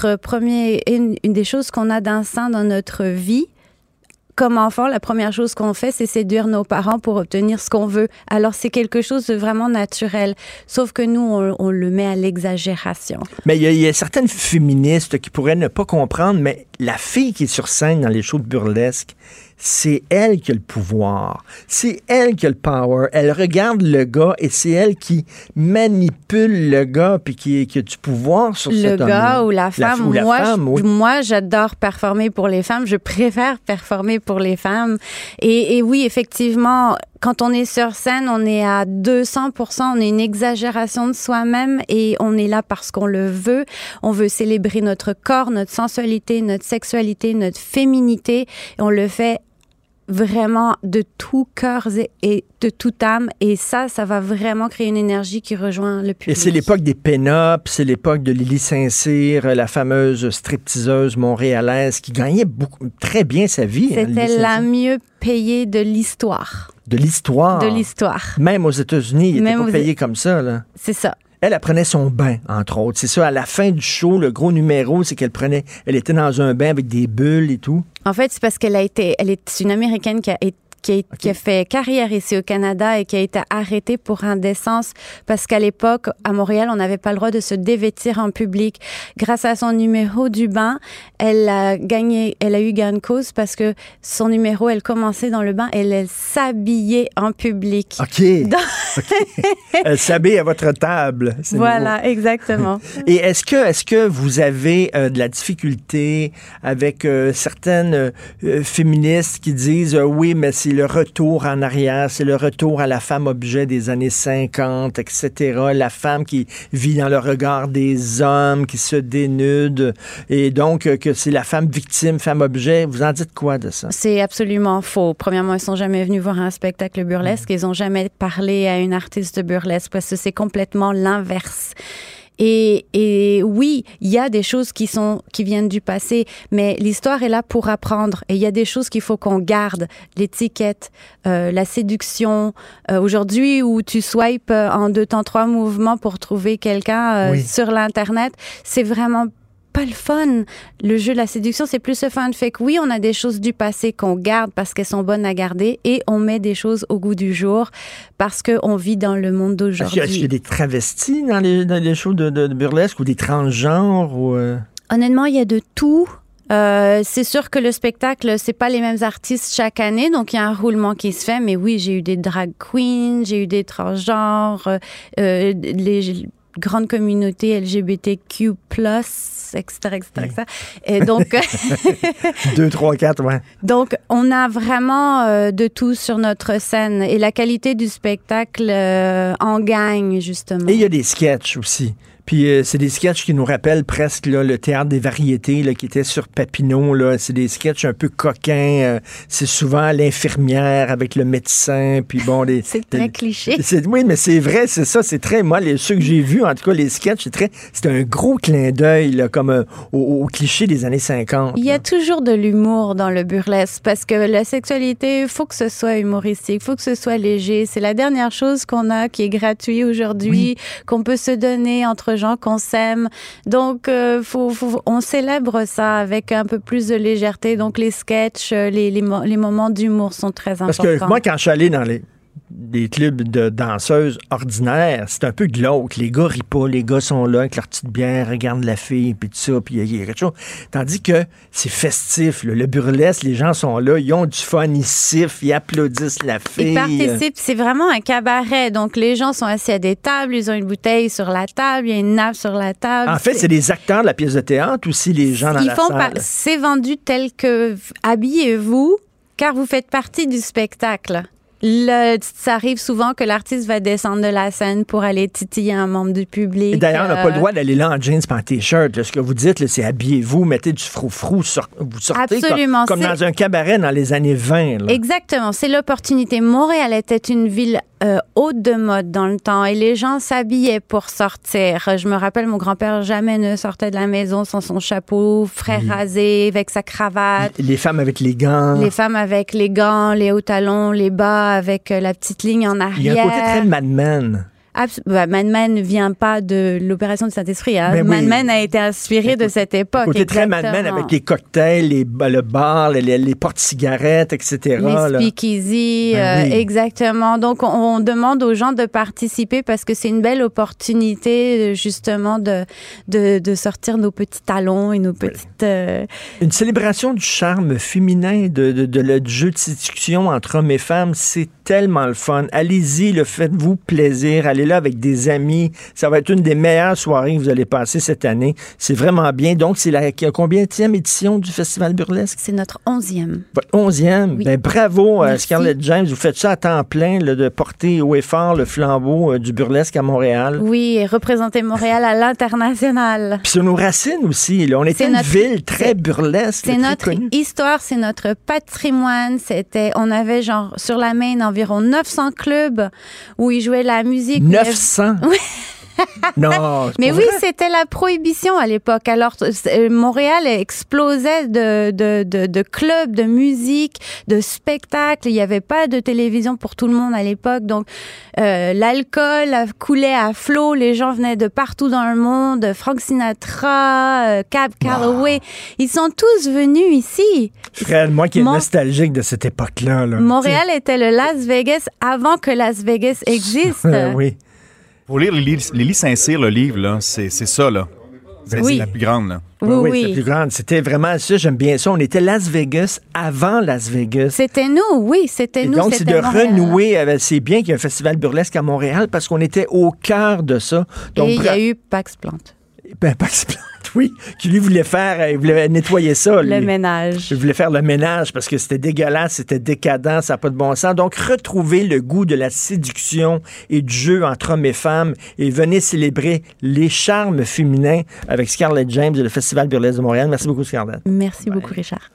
une des choses qu'on a d'instinct dans notre vie. Comme enfant, la première chose qu'on fait, c'est séduire nos parents pour obtenir ce qu'on veut. Alors, c'est quelque chose de vraiment naturel. Sauf que nous, on le met à l'exagération. Mais il y a certaines féministes qui pourraient ne pas comprendre, mais la fille qui est sur scène dans les shows de burlesque, c'est elle qui a le pouvoir. C'est elle qui a le power. Elle regarde le gars et c'est elle qui manipule le gars puis qui a du pouvoir sur cet homme. Le gars ou la femme. Moi, j'adore performer pour les femmes. Je préfère performer pour les femmes. Et oui, effectivement, quand on est sur scène, on est à 200%. On est une exagération de soi-même et on est là parce qu'on le veut. On veut célébrer notre corps, notre sensualité, notre sexualité, notre féminité. Et on le fait vraiment de tout cœur et de toute âme. Et ça va vraiment créer une énergie qui rejoint le public. Et c'est l'époque des pin-ups, c'est l'époque de Lily Saint-Cyr, la fameuse stripteaseuse montréalaise qui gagnait très bien sa vie. C'était la mieux payée de l'histoire. De l'histoire? De l'histoire. Même aux États-Unis, il n'était pas payé comme ça, là. C'est ça. Elle prenait son bain, entre autres. C'est ça, à la fin du show, le gros numéro, c'est elle était dans un bain avec des bulles et tout. En fait, c'est parce elle est une Américaine qui a fait carrière ici au Canada et qui a été arrêtée pour indécence parce qu'à l'époque, à Montréal, on n'avait pas le droit de se dévêtir en public. Grâce à son numéro du bain, elle a eu gain de cause parce que son numéro, elle commençait dans le bain et elle s'habillait en public. OK. Elle s'habille à votre table. Voilà, nouveau. Exactement. Et est-ce que vous avez de la difficulté avec certaines féministes qui disent oui, mais c'est le retour en arrière, c'est le retour à la femme objet des années 50, etc. La femme qui vit dans le regard des hommes, qui se dénude, et donc que c'est la femme victime, femme objet. Vous en dites quoi de ça? C'est absolument faux. Premièrement, ils sont jamais venus voir un spectacle burlesque. Ils ont jamais parlé à une artiste burlesque parce que c'est complètement l'inverse. Et oui, il y a des choses qui viennent du passé, mais l'histoire est là pour apprendre. Et il y a des choses qu'il faut qu'on garde. L'étiquette, la séduction. Aujourd'hui, où tu swipes en 2 temps 3 mouvements pour trouver quelqu'un sur l'Internet, c'est vraiment pas le fun. Le jeu de la séduction, c'est plus le fun. Fait que oui, on a des choses du passé qu'on garde parce qu'elles sont bonnes à garder et on met des choses au goût du jour parce qu'on vit dans le monde d'aujourd'hui. Est-ce qu'il y a des travestis dans les shows de burlesque ou des transgenres? Honnêtement, il y a de tout. C'est sûr que le spectacle, c'est pas les mêmes artistes chaque année, donc il y a un roulement qui se fait. Mais oui, j'ai eu des drag queens, j'ai eu des transgenres, les grandes communautés LGBTQ+, etc. Et donc 2, 3, 4, ouais. Donc, on a vraiment de tout sur notre scène et la qualité du spectacle en gagne, justement. Et il y a des sketchs aussi. Puis c'est des sketchs qui nous rappellent presque là, le théâtre des variétés là, qui était sur Papineau. Là. C'est des sketchs un peu coquins. C'est souvent l'infirmière avec le médecin. Puis bon, c'est très cliché. Oui, mais c'est vrai, c'est ça. C'est très... Moi, ceux que j'ai vus, en tout cas, les sketchs, c'est un gros clin d'œil là, comme au cliché des années 50. Il y a toujours de l'humour dans le burlesque parce que la sexualité, il faut que ce soit humoristique, il faut que ce soit léger. C'est la dernière chose qu'on a qui est gratuit aujourd'hui, qu'on peut se donner entre gens qu'on s'aime. Donc, on célèbre ça avec un peu plus de légèreté. Donc, les sketchs, les moments d'humour sont très importants. Parce que moi, quand je suis allé dans des clubs de danseuses ordinaires, c'est un peu glauque. Les gars rient pas, les gars sont là avec leur petite bière, regardent la fille, puis tout ça, puis il y a quelque chose. Tandis que c'est festif. Là. Le burlesque, les gens sont là, ils ont du fun, ils sifflent, ils applaudissent la fille. Ils participent, c'est vraiment un cabaret. Donc, les gens sont assis à des tables, ils ont une bouteille sur la table, il y a une nappe sur la table. En fait, c'est des acteurs de la pièce de théâtre aussi, les gens dans la salle. C'est vendu tel que habillez-vous, car vous faites partie du spectacle. Ça arrive souvent que l'artiste va descendre de la scène pour aller titiller un membre du public. Et d'ailleurs, on n'a pas le droit d'aller là en jeans et en t-shirt. Là. Ce que vous dites, là, c'est habillez-vous, mettez du froufrou, vous sortez Absolument. Comme dans un cabaret dans les années 20. Là. Exactement, c'est l'opportunité. Montréal était une ville haute de mode dans le temps et les gens s'habillaient pour sortir. Je me rappelle, mon grand-père jamais ne sortait de la maison sans son chapeau frais rasé, avec sa cravate. Les femmes avec les gants. Les femmes avec les gants, les hauts talons, les bas avec la petite ligne en arrière. Il y a un côté très Mad Men. Mad Men ne vient pas de l'opération du Saint-Esprit. Hein? Mad Men a été inspiré de cette époque. Côté très Mad Men avec les cocktails, le bar, les portes-cigarettes, etc. Les speakeasy, exactement. Donc, on demande aux gens de participer parce que c'est une belle opportunité, justement, de sortir nos petits talons et nos petites... Une célébration du charme féminin, du jeu de séduction entre hommes et femmes, c'est tellement le fun. Allez-y, faites-vous plaisir. Allez là avec des amis. Ça va être une des meilleures soirées que vous allez passer cette année. C'est vraiment bien. Donc, c'est la combienième édition du Festival Burlesque? C'est notre 11e. Votre 11e? Oui. Ben, bravo, Merci. Scarlett James. Vous faites ça à temps plein, là, de porter haut et fort le flambeau du burlesque à Montréal. Oui, et représenter Montréal à l'international. Puis sur nos racines aussi. Là. On était une ville très burlesque. C'est notre histoire, c'est notre patrimoine. On avait genre sur la Maine environ 900 clubs où ils jouaient la musique. 900? Oui. Non, mais oui, c'était la prohibition à l'époque. Alors, Montréal explosait de clubs, de musique, de spectacles. Il n'y avait pas de télévision pour tout le monde à l'époque. Donc, l'alcool coulait à flot. Les gens venaient de partout dans le monde. Frank Sinatra, Cab Calloway. Ils sont tous venus ici. Fred, moi qui est nostalgique de cette époque-là. Là, Montréal était le Las Vegas avant que Las Vegas existe. Oui. Pour lire Lily Saint-Cyr, le livre, là, c'est ça, là. C'est la plus grande, là. Oui, c'est la plus grande. C'était vraiment ça, j'aime bien ça. On était Las Vegas avant Las Vegas. C'était nous, oui, c'était nous. Donc, c'est de renouer. C'est bien qu'il y ait un festival burlesque à Montréal parce qu'on était au cœur de ça. Donc, et il y a eu Pax Plante. Pax Plante, oui, qui lui voulait nettoyer ça. Le ménage. Il voulait faire le ménage parce que c'était dégueulasse, c'était décadent, ça n'a pas de bon sens. Donc, retrouvez le goût de la séduction et du jeu entre hommes et femmes et venez célébrer les charmes féminins avec Scarlett James et le Festival Burlesque de Montréal. Merci beaucoup, Scarlett. Merci beaucoup, Richard.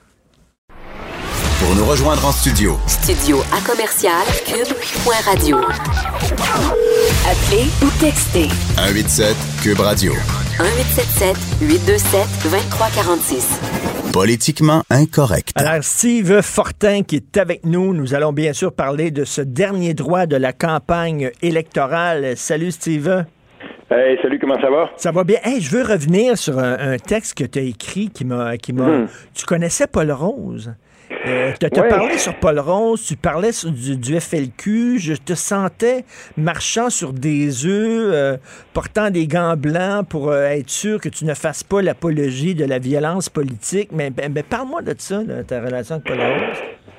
Pour nous rejoindre en studio. Studio à commercial cube.radio. Appelez ou textez. 187 Cube Radio. 1877-827-2346. Politiquement incorrect. Alors, Steve Fortin qui est avec nous. Nous allons bien sûr parler de ce dernier droit de la campagne électorale. Salut, Steve. Hey, salut, comment ça va? Ça va bien. Hey, je veux revenir sur un texte que tu as écrit qui m'a... Tu connaissais Paul Rose? Tu as parlé sur Paul Rose, tu parlais du FLQ, je te sentais marchant sur des œufs, portant des gants blancs pour être sûr que tu ne fasses pas l'apologie de la violence politique. Mais parle-moi de ça, de ta relation avec Paul Rose.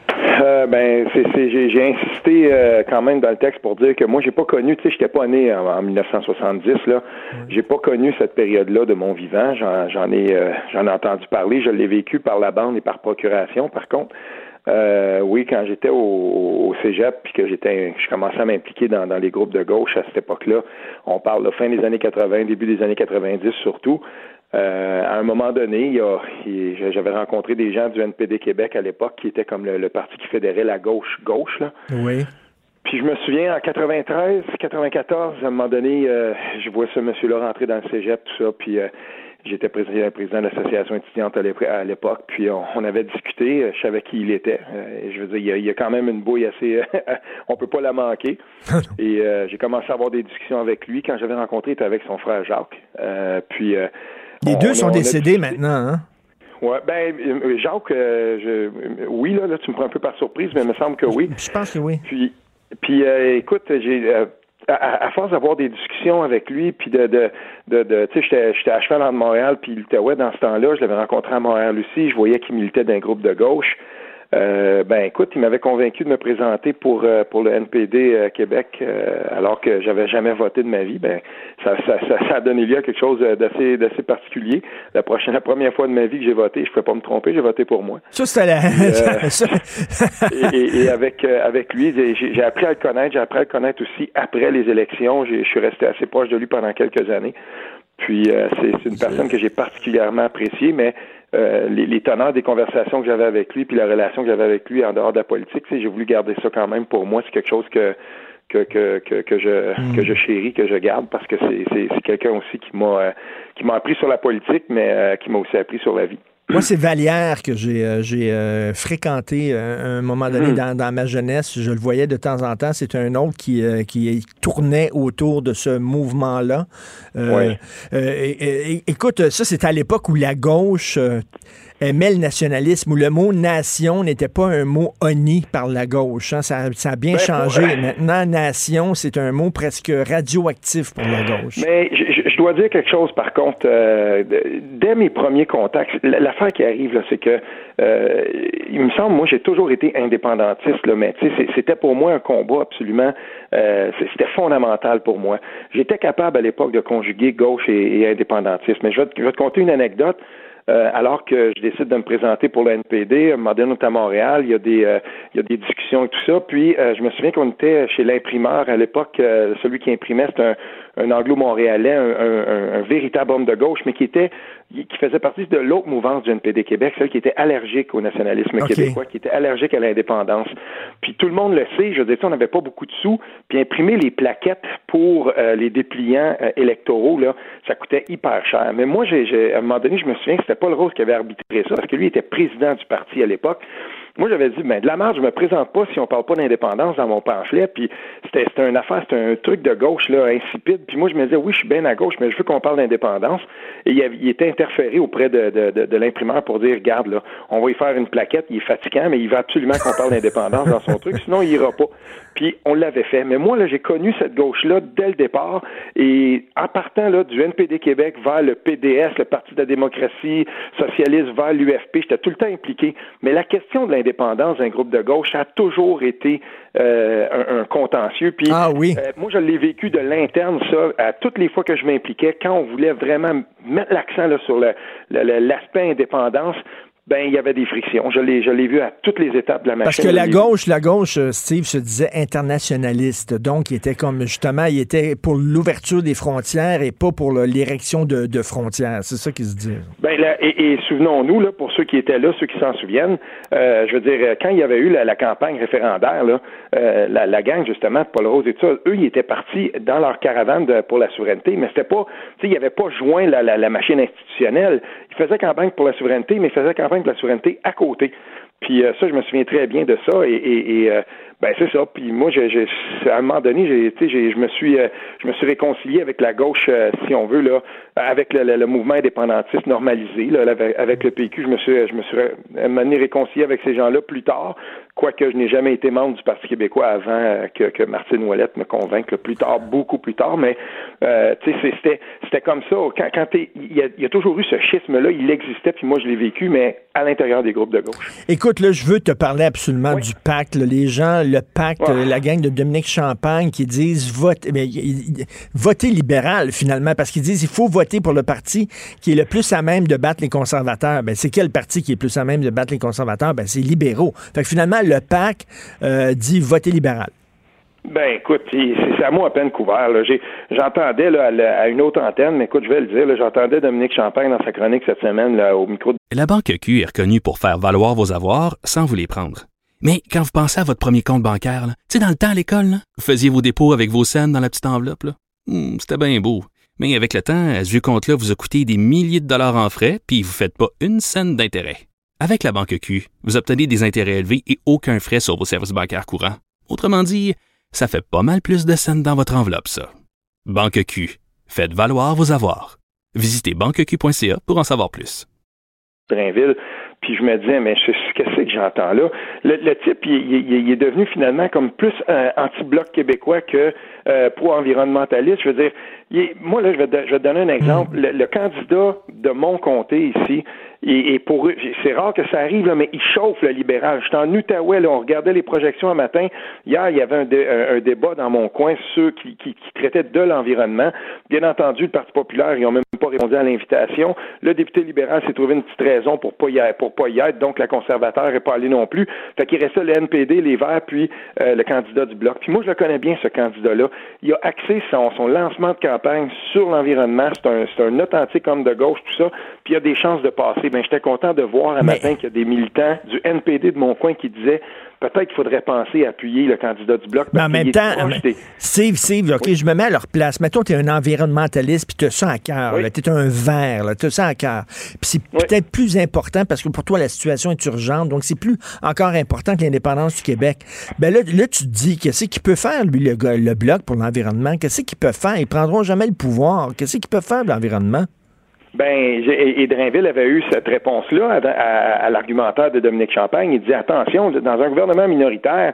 J'ai insisté quand même dans le texte pour dire que moi, j'ai pas connu, tu sais, j'étais pas né en 1970, là. J'ai pas connu cette période-là de mon vivant. J'en ai entendu parler. Je l'ai vécu par la bande et par procuration, par contre. Oui, quand j'étais au cégep, puis que je commençais à m'impliquer dans les groupes de gauche à cette époque-là, on parle de fin des années 80, début des années 90 surtout. À un moment donné, j'avais rencontré des gens du NPD Québec à l'époque qui étaient comme le parti qui fédérait la gauche là. Oui. Puis je me souviens, en 93, 94, à un moment donné, je vois ce monsieur-là rentrer dans le cégep, tout ça, puis j'étais président de l'association étudiante à l'époque, puis on avait discuté, je savais qui il était. Je veux dire, il y a quand même une bouille assez... on peut pas la manquer. Et j'ai commencé à avoir des discussions avec lui. Quand j'avais rencontré, il était avec son frère Jacques. Puis... Les deux sont décédés maintenant, hein? Ouais, Jacques, oui, là, tu me prends un peu par surprise, mais il me semble que oui. Je pense que oui. Puis écoute, j'ai... À force d'avoir des discussions avec lui, puis tu sais, j'étais à cheval entre Montréal puis l'Outaouais dans ce temps-là, je l'avais rencontré à Montréal aussi, je voyais qu'il militait d'un groupe de gauche. Écoute, il m'avait convaincu de me présenter pour le NPD Québec, alors que j'avais jamais voté de ma vie. Ça a donné lieu à quelque chose d'assez particulier. La première fois de ma vie que j'ai voté, je ne pouvais pas me tromper, j'ai voté pour moi. Ça, c'était et avec lui, j'ai appris à le connaître. J'ai appris à le connaître aussi après les élections. Je suis resté assez proche de lui pendant quelques années. Puis c'est une personne que j'ai particulièrement appréciée, mais les teneurs des conversations que j'avais avec lui, puis la relation que j'avais avec lui en dehors de la politique, j'ai voulu garder ça quand même pour moi. C'est quelque chose que je chéris, que je garde, parce que c'est quelqu'un aussi qui m'a appris sur la politique, mais qui m'a aussi appris sur la vie. Moi, c'est Vallière que j'ai fréquenté un moment donné dans ma jeunesse. Je le voyais de temps en temps. C'est un autre qui tournait autour de ce mouvement-là. Écoute, ça, c'était à l'époque où la gauche aimait le nationalisme, où le mot « nation » n'était pas un mot honni par la gauche. Hein. Ça a bien changé. Maintenant, « nation », c'est un mot presque radioactif pour la gauche. Mais je dois dire quelque chose, par contre. Dès mes premiers contacts, l'affaire qui arrive, là, c'est que il me semble, moi, j'ai toujours été indépendantiste, là, mais c'était pour moi un combat absolument... c'était fondamental pour moi. J'étais capable à l'époque de conjuguer gauche et indépendantisme. Mais je vais te conter une anecdote. Alors que je décide de me présenter pour le NPD, à un moment donné, à Montréal, il y a des discussions et tout ça. Puis, je me souviens qu'on était chez l'imprimeur à l'époque. Celui qui imprimait, c'était un anglo-montréalais, un véritable homme de gauche, mais qui faisait partie de l'autre mouvance du NPD Québec, celle qui était allergique au nationalisme québécois, qui était allergique à l'indépendance. Puis tout le monde le sait, je veux dire, on n'avait pas beaucoup de sous, puis imprimer les plaquettes pour les dépliants électoraux, là, ça coûtait hyper cher. Mais moi, à un moment donné, je me souviens que c'était Paul Rose qui avait arbitré ça, parce que lui était président du parti à l'époque. Moi, j'avais dit, de la merde, je me présente pas si on parle pas d'indépendance dans mon pamphlet, puis c'était une affaire, c'était un truc de gauche, là, insipide, puis moi, je me disais, oui, je suis bien à gauche, mais je veux qu'on parle d'indépendance, et il était interféré auprès de l'imprimeur pour dire, regarde, là, on va y faire une plaquette, il est fatigant, mais il veut absolument qu'on parle d'indépendance dans son truc, sinon il ira pas. Puis on l'avait fait. Mais moi, là, j'ai connu cette gauche-là dès le départ, et en partant là du NPD Québec vers le PDS, le Parti de la démocratie socialiste, vers l'UFP, j'étais tout le temps impliqué. Mais la question de l'indépendance d'un groupe de gauche, ça a toujours été un contentieux. Puis moi, je l'ai vécu de l'interne, ça, à toutes les fois que je m'impliquais, quand on voulait vraiment mettre l'accent là, sur l'aspect indépendance. Il y avait des frictions. Je l'ai vu à toutes les étapes de la machine. Parce que la gauche, Steve, se disait internationaliste. Donc, il était pour l'ouverture des frontières et pas pour l'érection de frontières. C'est ça qu'il se dit. Et souvenons-nous, là, pour ceux qui étaient là, ceux qui s'en souviennent, je veux dire, quand il y avait eu la campagne référendaire, là, la gang, justement, Paul Rose et tout ça, eux, ils étaient partis dans leur caravane pour la souveraineté, mais c'était pas, tu sais, ils n'avaient pas joint la machine institutionnelle. Ils faisaient campagne pour la souveraineté, mais ils faisaient campagne pour la souveraineté à côté. Puis ça, je me souviens très bien de ça. Et c'est ça. Puis moi, à un moment donné, je me suis réconcilié avec la gauche, si on veut, là, avec le mouvement indépendantiste normalisé, là, avec le PQ. Je me suis à un moment donné réconcilié avec ces gens-là plus tard, quoique je n'ai jamais été membre du Parti québécois avant que Martine Ouellette me convainque, là, plus tard, beaucoup plus tard. Mais c'était comme ça. Quand il y a toujours eu ce schisme-là, il existait, puis moi je l'ai vécu, mais à l'intérieur des groupes de gauche. Écoute, là, je veux te parler absolument du pacte. Là. Les gens, le pacte, la gang de Dominique Champagne qui disent votez libéral finalement, parce qu'ils disent il faut voter pour le parti qui est le plus à même de battre les conservateurs. Ben, c'est quel parti qui est plus à même de battre les conservateurs? Ben, c'est libéraux. Fait que finalement, le PAC dit votez libéral. Ben, écoute, c'est à moi à peine couvert. Là. J'entendais là, à une autre antenne, mais écoute, je vais le dire, là, j'entendais Dominique Champagne dans sa chronique cette semaine là, au micro. La Banque Q est reconnue pour faire valoir vos avoirs sans vous les prendre. Mais quand vous pensez à votre premier compte bancaire, tu sais, dans le temps à l'école, là, vous faisiez vos dépôts avec vos scènes dans la petite enveloppe. Là. C'était bien beau. Mais avec le temps, ce vieux compte-là vous a coûté des milliers de dollars en frais, puis vous ne faites pas une scène d'intérêt. Avec la Banque Q, vous obtenez des intérêts élevés et aucun frais sur vos services bancaires courants. Autrement dit, ça fait pas mal plus de scènes dans votre enveloppe, ça. Banque Q. Faites valoir vos avoirs. Visitez banqueq.ca pour en savoir plus. Drainville, puis je me disais, mais qu'est-ce que j'entends là? Le type, il est devenu finalement comme plus anti-bloc québécois que pro-environnementaliste. Je veux dire, moi, là, je vais te donner un exemple. Le candidat de mon comté ici, et pour eux, c'est rare que ça arrive, là, mais il chauffe le libéral. J'étais en Outaouais, là, on regardait les projections un matin. Hier, il y avait un débat dans mon coin, ceux qui traitaient de l'environnement. Bien entendu, le Parti populaire, ils n'ont même pas répondu à l'invitation. Le député libéral s'est trouvé une petite raison pour pas y être, donc la conservateur n'est pas allée non plus. Fait qu'il restait le NPD, les Verts, puis le candidat du Bloc. Puis moi, je le connais bien, ce candidat-là. Il a axé son lancement de campagne sur l'environnement. C'est un authentique homme de gauche, tout ça. Puis il a des chances de passer. Ben, j'étais content de voir un matin qu'il y a des militants du NPD de mon coin qui disaient peut-être qu'il faudrait penser à appuyer le candidat du Bloc. Mais en même temps, Steve, OK, je me mets à leur place. Mettons, tu es un environnementaliste, puis tu as ça à cœur. Tu es un vert, tu as ça à cœur. Puis c'est peut-être plus important parce que pour toi, la situation est urgente. Donc, c'est plus encore important que l'indépendance du Québec. Ben là, tu te dis, qu'est-ce qu'il peut faire, lui, le Bloc pour l'environnement? Qu'est-ce qu'il peut faire? Ils prendront jamais le pouvoir. Qu'est-ce qu'il peut faire, l'environnement? Ben, et Drainville avait eu cette réponse-là à l'argumentaire de Dominique Champagne. Il dit, attention, dans un gouvernement minoritaire,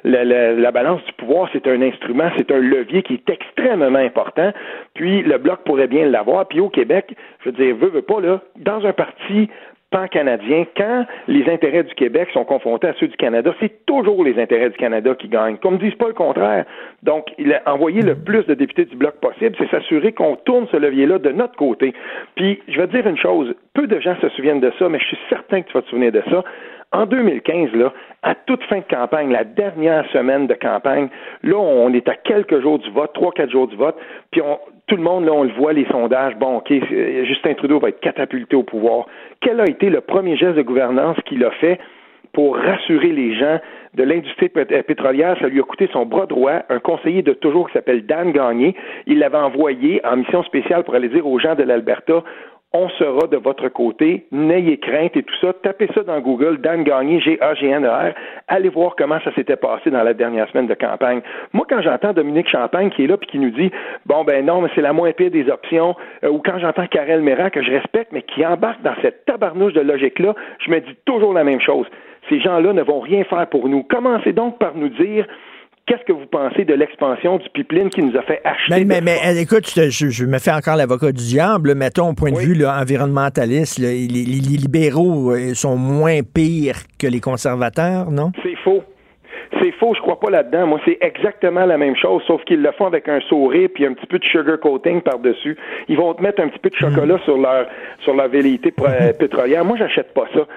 la balance du pouvoir, c'est un instrument, c'est un levier qui est extrêmement important. Puis, le Bloc pourrait bien l'avoir. Puis, au Québec, je veux dire, veut pas, là, dans un parti pan-canadien, quand les intérêts du Québec sont confrontés à ceux du Canada, c'est toujours les intérêts du Canada qui gagnent. Qu'on ne dise pas le contraire. Donc, il a envoyé le plus de députés du Bloc possible, c'est s'assurer qu'on tourne ce levier-là de notre côté. Puis, je vais te dire une chose, peu de gens se souviennent de ça, mais je suis certain que tu vas te souvenir de ça. En 2015, là, à toute fin de campagne, la dernière semaine de campagne, là, on est à quelques jours du vote, 3-4 jours du vote, puis tout le monde, là, on le voit, les sondages, bon, OK, Justin Trudeau va être catapulté au pouvoir. Quel a été le premier geste de gouvernance qu'il a fait pour rassurer les gens de l'industrie pétrolière? Ça lui a coûté son bras droit, un conseiller de toujours qui s'appelle Dan Gagné. Il l'avait envoyé en mission spéciale pour aller dire aux gens de l'Alberta, on sera de votre côté, n'ayez crainte et tout ça. Tapez ça dans Google, Dan Gagné, Gagner. Allez voir comment ça s'était passé dans la dernière semaine de campagne. Moi, quand j'entends Dominique Champagne qui est là puis qui nous dit, bon, ben non, mais c'est la moins pire des options, ou quand j'entends Karel Méran, que je respecte, mais qui embarque dans cette tabarnouche de logique-là, je me dis toujours la même chose. Ces gens-là ne vont rien faire pour nous. Commencez donc par nous dire qu'est-ce que vous pensez de l'expansion du pipeline qui nous a fait acheter? Mais écoute, je me fais encore l'avocat du diable. Mettons, au point de vue là, environnementaliste, là, les libéraux sont moins pires que les conservateurs, non? C'est faux. C'est faux, je crois pas là-dedans. Moi, c'est exactement la même chose, sauf qu'ils le font avec un sourire puis un petit peu de sugar coating par-dessus. Ils vont te mettre un petit peu de chocolat sur leur velléité pétrolière. Moi, j'achète pas ça.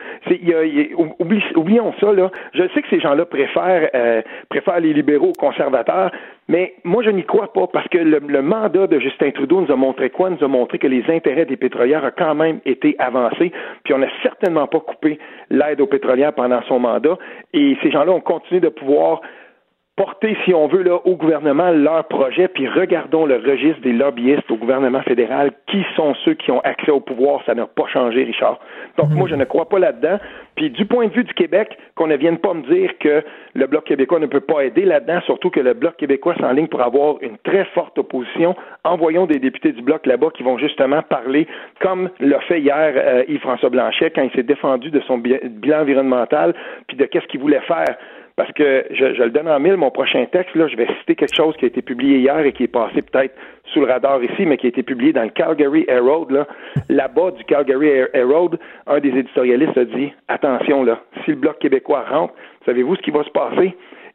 Oublions ça, là. Je sais que ces gens-là préfèrent les libéraux aux conservateurs, mais moi, je n'y crois pas parce que le mandat de Justin Trudeau nous a montré quoi? Nous a montré que les intérêts des pétrolières ont quand même été avancés, puis on n'a certainement pas coupé l'aide aux pétrolières pendant son mandat, et ces gens-là ont continué de pouvoir porter, si on veut, là, au gouvernement leur projet, puis regardons le registre des lobbyistes au gouvernement fédéral. Qui sont ceux qui ont accès au pouvoir? Ça n'a pas changé, Richard. Donc, moi, je ne crois pas là-dedans. Puis, du point de vue du Québec, qu'on ne vienne pas me dire que le Bloc québécois ne peut pas aider là-dedans, surtout que le Bloc québécois s'enligne pour avoir une très forte opposition. Envoyons des députés du Bloc là-bas qui vont justement parler, comme l'a fait hier Yves-François Blanchet, quand il s'est défendu de son bilan environnemental, puis de qu'est-ce qu'il voulait faire. Parce que je le donne en mille, mon prochain texte, là, je vais citer quelque chose qui a été publié hier et qui est passé peut-être sous le radar ici, mais qui a été publié dans le Calgary Herald. Là-bas, du Calgary Herald, un des éditorialistes a dit, attention, là, si le Bloc québécois rentre, savez-vous ce qui va se passer?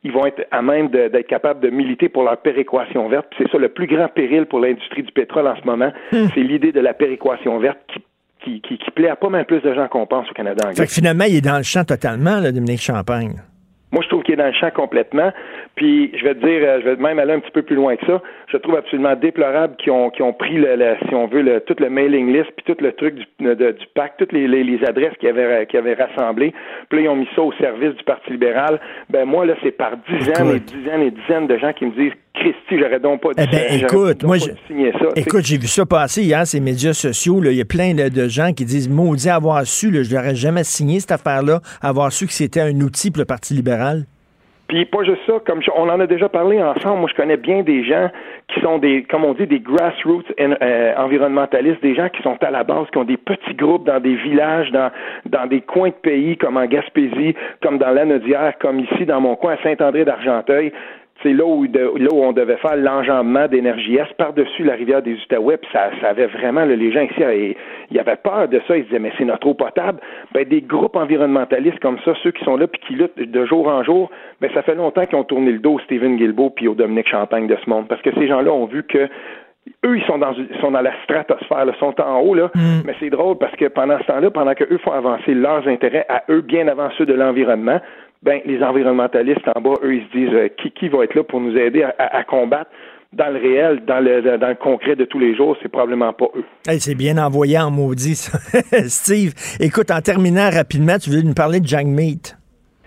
ils vont être à même d'être capables de militer pour leur péréquation verte. Puis c'est ça le plus grand péril pour l'industrie du pétrole en ce moment, c'est l'idée de la péréquation verte qui plaît à pas mal plus de gens qu'on pense au Canada anglais. Fait que finalement, il est dans le champ totalement, là, Dominique Champagne. Moi, je trouve qu'il est dans le champ complètement. Puis, je vais te dire, je vais même aller un petit peu plus loin que ça. Je trouve absolument déplorable qu'ils ont pris, si on veut, tout le mailing list, puis tout le truc du PAC, toutes les adresses qu'ils avaient rassemblées. Puis là, ils ont mis ça au service du Parti libéral. Ben moi, là, c'est par dizaines et dizaines et dizaines de gens qui me disent Christy, j'aurais donc pas dû signer ça. Écoute, j'ai vu ça passer hier, ces médias sociaux. Il y a plein de gens qui disent maudit avoir su, là, je n'aurais jamais signé cette affaire-là, avoir su que c'était un outil pour le Parti libéral. Puis pas juste ça, on en a déjà parlé ensemble, moi je connais bien des gens qui sont comme on dit, des grassroots environnementalistes, des gens qui sont à la base, qui ont des petits groupes dans des villages, dans des coins de pays, comme en Gaspésie, comme dans l'Anaudière, comme ici dans mon coin à Saint-André-d'Argenteuil. C'est là où on devait faire l'enjambement d'Énergie-Est par-dessus la rivière des Outaouais, puis ça avait vraiment, les gens ici, ils avaient peur de ça, ils disaient, mais c'est notre eau potable. Ben, des groupes environnementalistes comme ça, ceux qui sont là puis qui luttent de jour en jour, ben, ça fait longtemps qu'ils ont tourné le dos au Stephen Guilbeault puis au Dominique Champagne de ce monde, parce que ces gens-là ont vu que eux, ils sont dans la stratosphère, ils sont en haut, là, mais c'est drôle parce que pendant ce temps-là, pendant qu'eux font avancer leurs intérêts à eux bien avant ceux de l'environnement, ben, les environnementalistes en bas, eux, ils se disent qui va être là pour nous aider à combattre dans le réel, dans le concret de tous les jours, c'est probablement pas eux. Hey, c'est bien envoyé en maudit, ça. Steve, écoute, en terminant rapidement, tu veux nous parler de Jagmeet?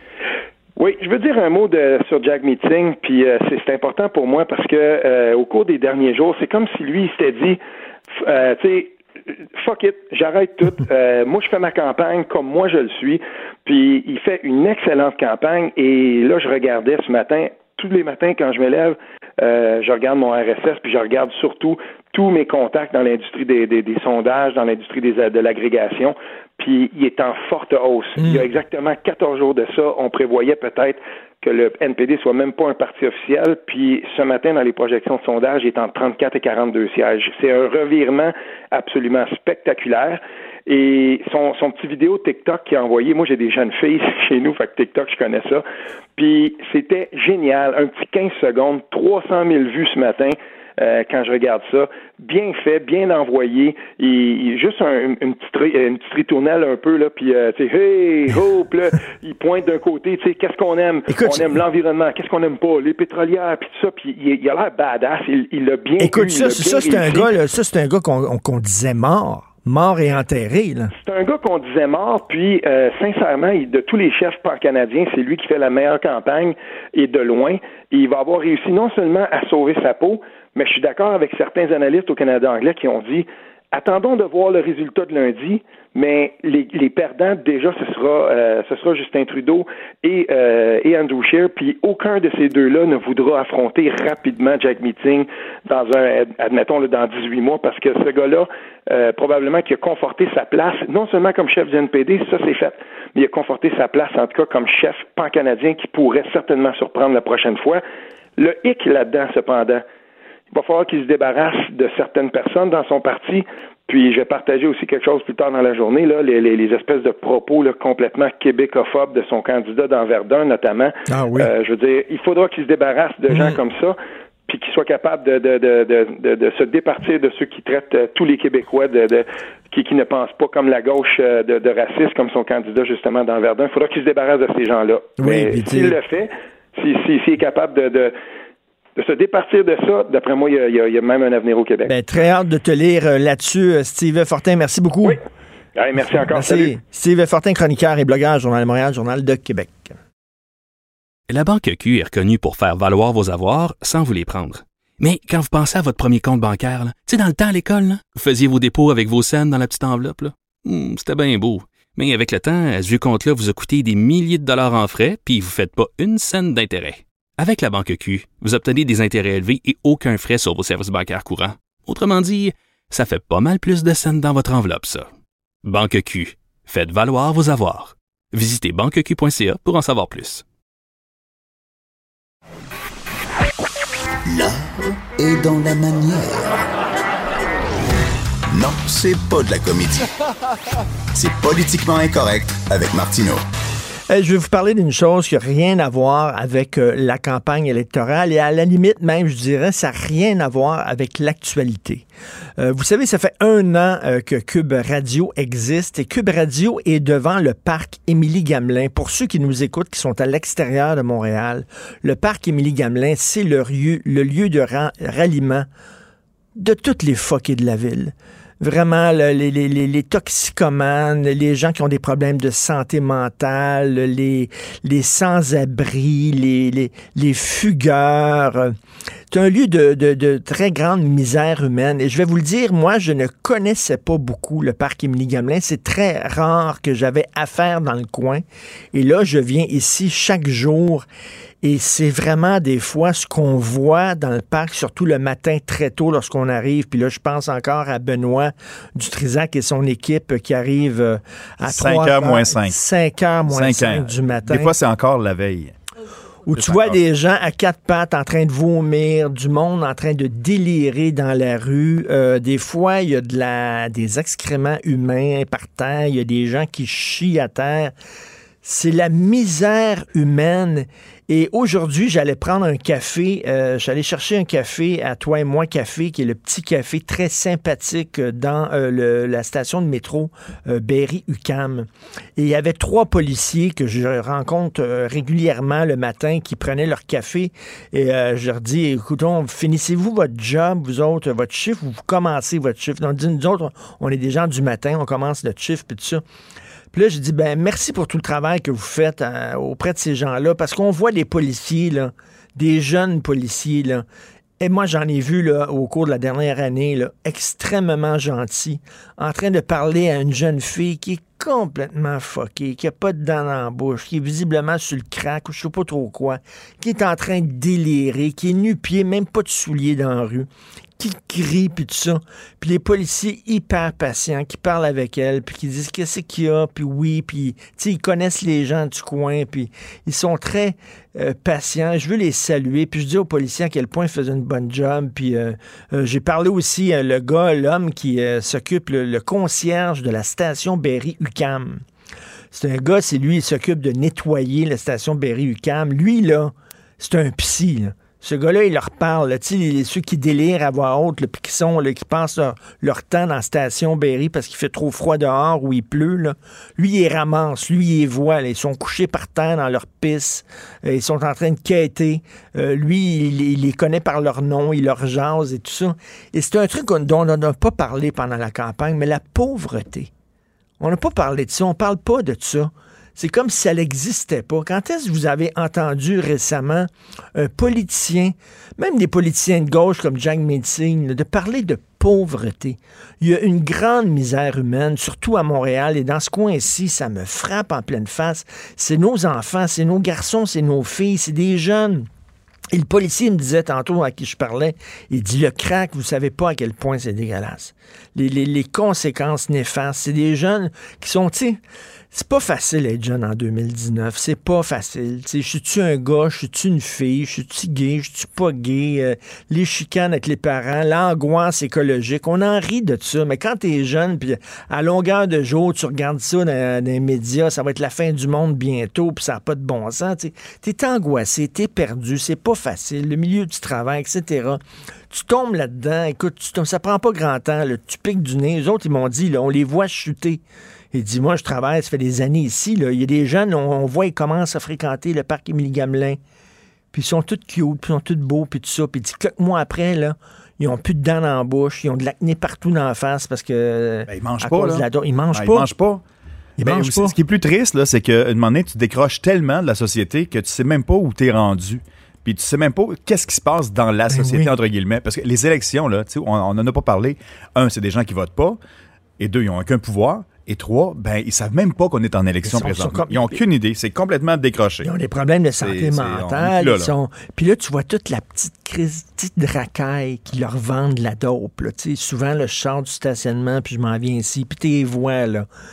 Oui, je veux dire un mot sur Jagmeet, puis c'est important pour moi parce que au cours des derniers jours, c'est comme si lui, il s'était dit, tu sais, fuck it, j'arrête tout. Moi, je fais ma campagne comme moi je le suis. Puis, il fait une excellente campagne. Et là, je regardais ce matin, tous les matins quand je me lève, je regarde mon RSS, puis je regarde surtout tous mes contacts dans l'industrie des sondages, dans l'industrie de l'agrégation. Puis, il est en forte hausse. Il y a exactement 14 jours de ça, on prévoyait peut-être que le NPD soit même pas un parti officiel, puis ce matin, dans les projections de sondage, il est entre 34 et 42 sièges. C'est un revirement absolument spectaculaire. Et son petit vidéo TikTok qu'il a envoyé, moi j'ai des jeunes filles chez nous, fait que TikTok, je connais ça, puis c'était génial, un petit 15 secondes, 300 000 vues ce matin, quand je regarde ça, bien fait, bien envoyé, et juste une petite ritournelle un peu, là, puis tu sais, hey, hop, là, il pointe d'un côté, tu sais, qu'est-ce qu'on aime? Écoute, on aime l'environnement, qu'est-ce qu'on aime pas? Les pétrolières, puis tout ça, puis il a l'air badass, il l'a bien Écoute, ça, c'est un gars qu'on disait mort et enterré, là. C'est un gars qu'on disait mort, puis sincèrement, de tous les chefs pan-canadiens, c'est lui qui fait la meilleure campagne, et de loin, et il va avoir réussi non seulement à sauver sa peau, mais je suis d'accord avec certains analystes au Canada anglais qui ont dit attendons de voir le résultat de lundi, mais les perdants, déjà, ce sera Justin Trudeau et Andrew Scheer, puis aucun de ces deux-là ne voudra affronter rapidement Jagmeet admettons, dans 18 mois, parce que ce gars-là, probablement qui a conforté sa place, non seulement comme chef du NPD, ça c'est fait, mais il a conforté sa place, en tout cas, comme chef pan-canadien qui pourrait certainement surprendre la prochaine fois. Le hic là-dedans, cependant, il va falloir qu'il se débarrasse de certaines personnes dans son parti. Puis je vais partager aussi quelque chose plus tard dans la journée, là, les espèces de propos là, complètement québécophobes de son candidat dans Verdun, notamment. Ah oui. Je veux dire, il faudra qu'il se débarrasse de gens comme ça, puis qu'il soit capable de se départir de ceux qui traitent tous les Québécois qui ne pensent pas comme la gauche de racistes, comme son candidat justement dans Verdun. Il faudra qu'il se débarrasse de ces gens-là. Oui, mais s'il le fait, s'il est capable de se départir de ça, d'après moi, il y a même un avenir au Québec. Ben, très hâte de te lire là-dessus, Steve Fortin. Merci beaucoup. Oui. Allez, merci encore. Merci. Salut. Steve Fortin, chroniqueur et blogueur, Journal de Montréal, Journal de Québec. La Banque Q est reconnue pour faire valoir vos avoirs sans vous les prendre. Mais quand vous pensez à votre premier compte bancaire, tu sais, dans le temps à l'école, là, vous faisiez vos dépôts avec vos scènes dans la petite enveloppe. C'était bien beau. Mais avec le temps, ce vieux compte-là vous a coûté des milliers de dollars en frais, puis vous ne faites pas une scène d'intérêt. Avec la Banque Q, vous obtenez des intérêts élevés et aucun frais sur vos services bancaires courants. Autrement dit, ça fait pas mal plus de scènes dans votre enveloppe, ça. Banque Q, faites valoir vos avoirs. Visitez banqueq.ca pour en savoir plus. L'art est dans la manière. Non, c'est pas de la comédie. C'est Politiquement incorrect avec Martineau. Je vais vous parler d'une chose qui n'a rien à voir avec la campagne électorale et à la limite même, je dirais, ça n'a rien à voir avec l'actualité. Vous savez, ça fait 1 an que Cube Radio existe et Cube Radio est devant le parc Émilie-Gamelin. Pour ceux qui nous écoutent, qui sont à l'extérieur de Montréal, le parc Émilie-Gamelin, c'est le lieu de ralliement de toutes les fuckés de la ville. Vraiment, les toxicomanes, les gens qui ont des problèmes de santé mentale, les sans-abri, les fugueurs. C'est un lieu de très grande misère humaine. Et je vais vous le dire, moi, je ne connaissais pas beaucoup le parc Émilie-Gamelin. C'est très rare que j'avais affaire dans le coin. Et là, je viens ici chaque jour. Et c'est vraiment des fois ce qu'on voit dans le parc, surtout le matin très tôt lorsqu'on arrive. Puis là, je pense encore à Benoît Dutrisac et son équipe qui arrivent à 5h moins 5. 5h moins 5 du matin. Des fois, c'est encore la veille. Où tu vois des gens à 4 pattes en train de vomir, du monde en train de délirer dans la rue. Des fois, il y a des excréments humains par terre. Il y a des gens qui chient à terre. C'est la misère humaine. Et aujourd'hui, j'allais prendre un café. J'allais chercher un café à Toi et Moi Café, qui est le petit café très sympathique dans la station de métro Berry-UQAM. Et il y avait 3 policiers que je rencontre régulièrement le matin qui prenaient leur café. Et je leur dis, écoutons, finissez-vous votre job, vous autres, votre chiffre, ou vous commencez votre chiffre? Donc, nous autres, on est des gens du matin, on commence notre chiffre, puis tout ça. Puis là, je dis, merci pour tout le travail que vous faites auprès de ces gens-là, parce qu'on voit les policiers, là, des jeunes policiers, là, et moi, j'en ai vu là, au cours de la dernière année, là, extrêmement gentils, en train de parler à une jeune fille qui est complètement fuckée, qui n'a pas de dents dans la bouche, qui est visiblement sur le crack ou je sais pas trop quoi, qui est en train de délirer, qui est nu-pied, même pas de souliers dans la rue, qui crie, puis tout ça. Puis les policiers hyper patients qui parlent avec elle, puis qui disent qu'est-ce qu'il y a, puis oui, puis tu sais, ils connaissent les gens du coin, puis ils sont très patients. Je veux les saluer, puis je dis aux policiers à quel point ils faisaient une bonne job, puis j'ai parlé aussi l'homme qui s'occupe, le concierge de la station Berry-UQAM. C'est un gars, c'est lui, il s'occupe de nettoyer la station Berry-UQAM. Lui, là, c'est un psy, là. Ce gars-là, il leur parle, tu sais, ceux qui délirent à voix haute, puis qui passent leur temps dans la station Berry parce qu'il fait trop froid dehors ou il pleut, là. Lui, il les ramasse, lui, il les voit, là. Ils sont couchés par terre dans leur pisse, ils sont en train de quêter. Lui, il les connaît par leur nom, il leur jase et tout ça. Et c'est un truc dont on n'a pas parlé pendant la campagne, mais la pauvreté. On n'a pas parlé de ça, on ne parle pas de ça. C'est comme si ça n'existait pas. Quand est-ce que vous avez entendu récemment un politicien, même des politiciens de gauche comme Jack Metzing, de parler de pauvreté? Il y a une grande misère humaine, surtout à Montréal, et dans ce coin-ci, ça me frappe en pleine face. C'est nos enfants, c'est nos garçons, c'est nos filles, c'est des jeunes. Et le policier me disait tantôt à qui je parlais, il dit le crack, vous savez pas à quel point c'est dégueulasse. Les conséquences néfastes, c'est des jeunes qui sont, tu sais, c'est pas facile d'être jeune en 2019, c'est pas facile. Tu sais, je suis-tu un gars, je suis-tu une fille, je suis-tu gay, je suis pas gay, les chicanes avec les parents, l'angoisse écologique, on en rit de ça, mais quand t'es jeune, puis à longueur de jour, tu regardes ça dans les médias, ça va être la fin du monde bientôt, puis ça n'a pas de bon sens, tu sais, t'es angoissé, t'es perdu, c'est pas facile, le milieu du travail, etc. Tu tombes là-dedans, écoute, ça prend pas grand temps, là, tu piques du nez. Les autres, ils m'ont dit, là, on les voit chuter. Il dit, moi, je travaille, ça fait des années ici, là. Il y a des jeunes, on voit, ils commencent à fréquenter le parc Émilie-Gamelin. Puis ils sont tous cute, puis ils sont tous beaux, puis tout ça. Puis il dit, quelques mois après, là, ils ont plus de dents dans la bouche, ils ont de l'acné partout dans la face parce que... ils mangent pas, là. Ils mangent pas. Ils mangent pas. Ce qui est plus triste, là, c'est qu'à un moment donné, tu décroches tellement de la société que tu sais même pas où t'es rendu. Puis tu sais même pas qu'est-ce qui se passe dans la société, entre guillemets. Parce que les élections, là, on en a pas parlé. 1, c'est des gens qui votent pas. Et 2, ils n'ont aucun pouvoir. Et 3, ils savent même pas qu'on est en élection présentement. Ils n'ont aucune idée. C'est complètement décroché. Ils ont des problèmes de santé mentale. Puis là, tu vois toute la petite racaille qui leur vendent la dope. Là. Souvent, là, je sors du stationnement, puis je m'en viens ici. Puis tes voix, là.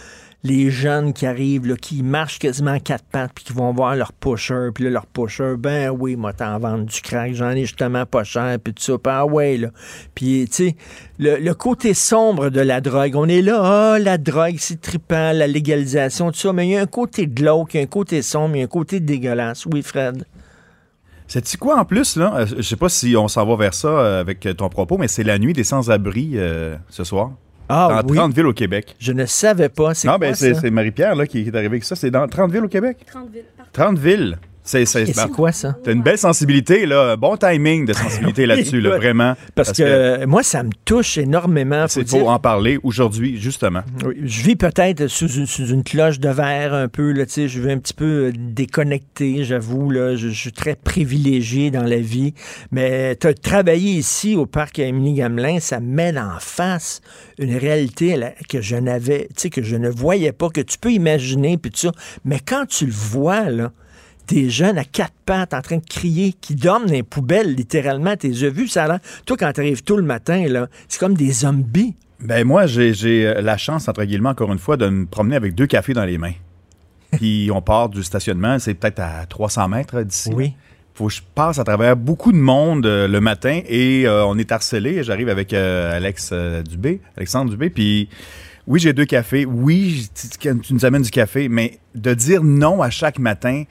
les jeunes qui arrivent, là, qui marchent quasiment à quatre pattes, puis qui vont voir leur pusher, puis là, leur pusher, ben oui, moi, t'en vendre du crack, j'en ai justement pas cher, puis tout ça, puis ah ouais, là. Puis, tu sais, le côté sombre de la drogue, on est là, la drogue, c'est trippant, la légalisation, tout ça, mais il y a un côté glauque, il y a un côté sombre, il y a un côté dégueulasse. Oui, Fred? Sais-tu quoi, en plus, là? Je sais pas si on s'en va vers ça avec ton propos, mais c'est la nuit des sans-abri ce soir. Dans 30 villes au Québec. Je ne savais pas. C'est quoi, ça? C'est Marie-Pierre là, qui est arrivée avec ça. C'est dans 30 villes au Québec? 30 villes. 30 villes. C'est quoi ça? T'as une belle sensibilité, là. Bon timing de sensibilité là-dessus, là, vraiment. Parce que moi, ça me touche énormément. Il faut en parler aujourd'hui, justement. Oui, je vis peut-être sous une cloche de verre un peu, là, tu sais, je vais un petit peu déconnecté, j'avoue, là. Je suis très privilégié dans la vie. Mais tu as travaillé ici au parc Émilie-Gamelin, ça met en face une réalité que je n'avais, tu sais, que je ne voyais pas, que tu peux imaginer, puis tout ça. Mais quand tu le vois, là, des jeunes à quatre pattes en train de crier, qui dorment dans les poubelles, littéralement. T'es vu, ça a l'air. Toi, quand t'arrives tôt le matin, là, c'est comme des zombies. Ben moi, j'ai la chance, entre guillemets, encore une fois, de me promener avec 2 cafés dans les mains. Puis on part du stationnement, c'est peut-être à 300 mètres d'ici. Oui. Faut que je passe à travers beaucoup de monde le matin et on est harcelé. J'arrive avec Alexandre Dubé, puis... Oui, j'ai 2 cafés. Oui, tu nous amènes du café, mais de dire non à chaque matin...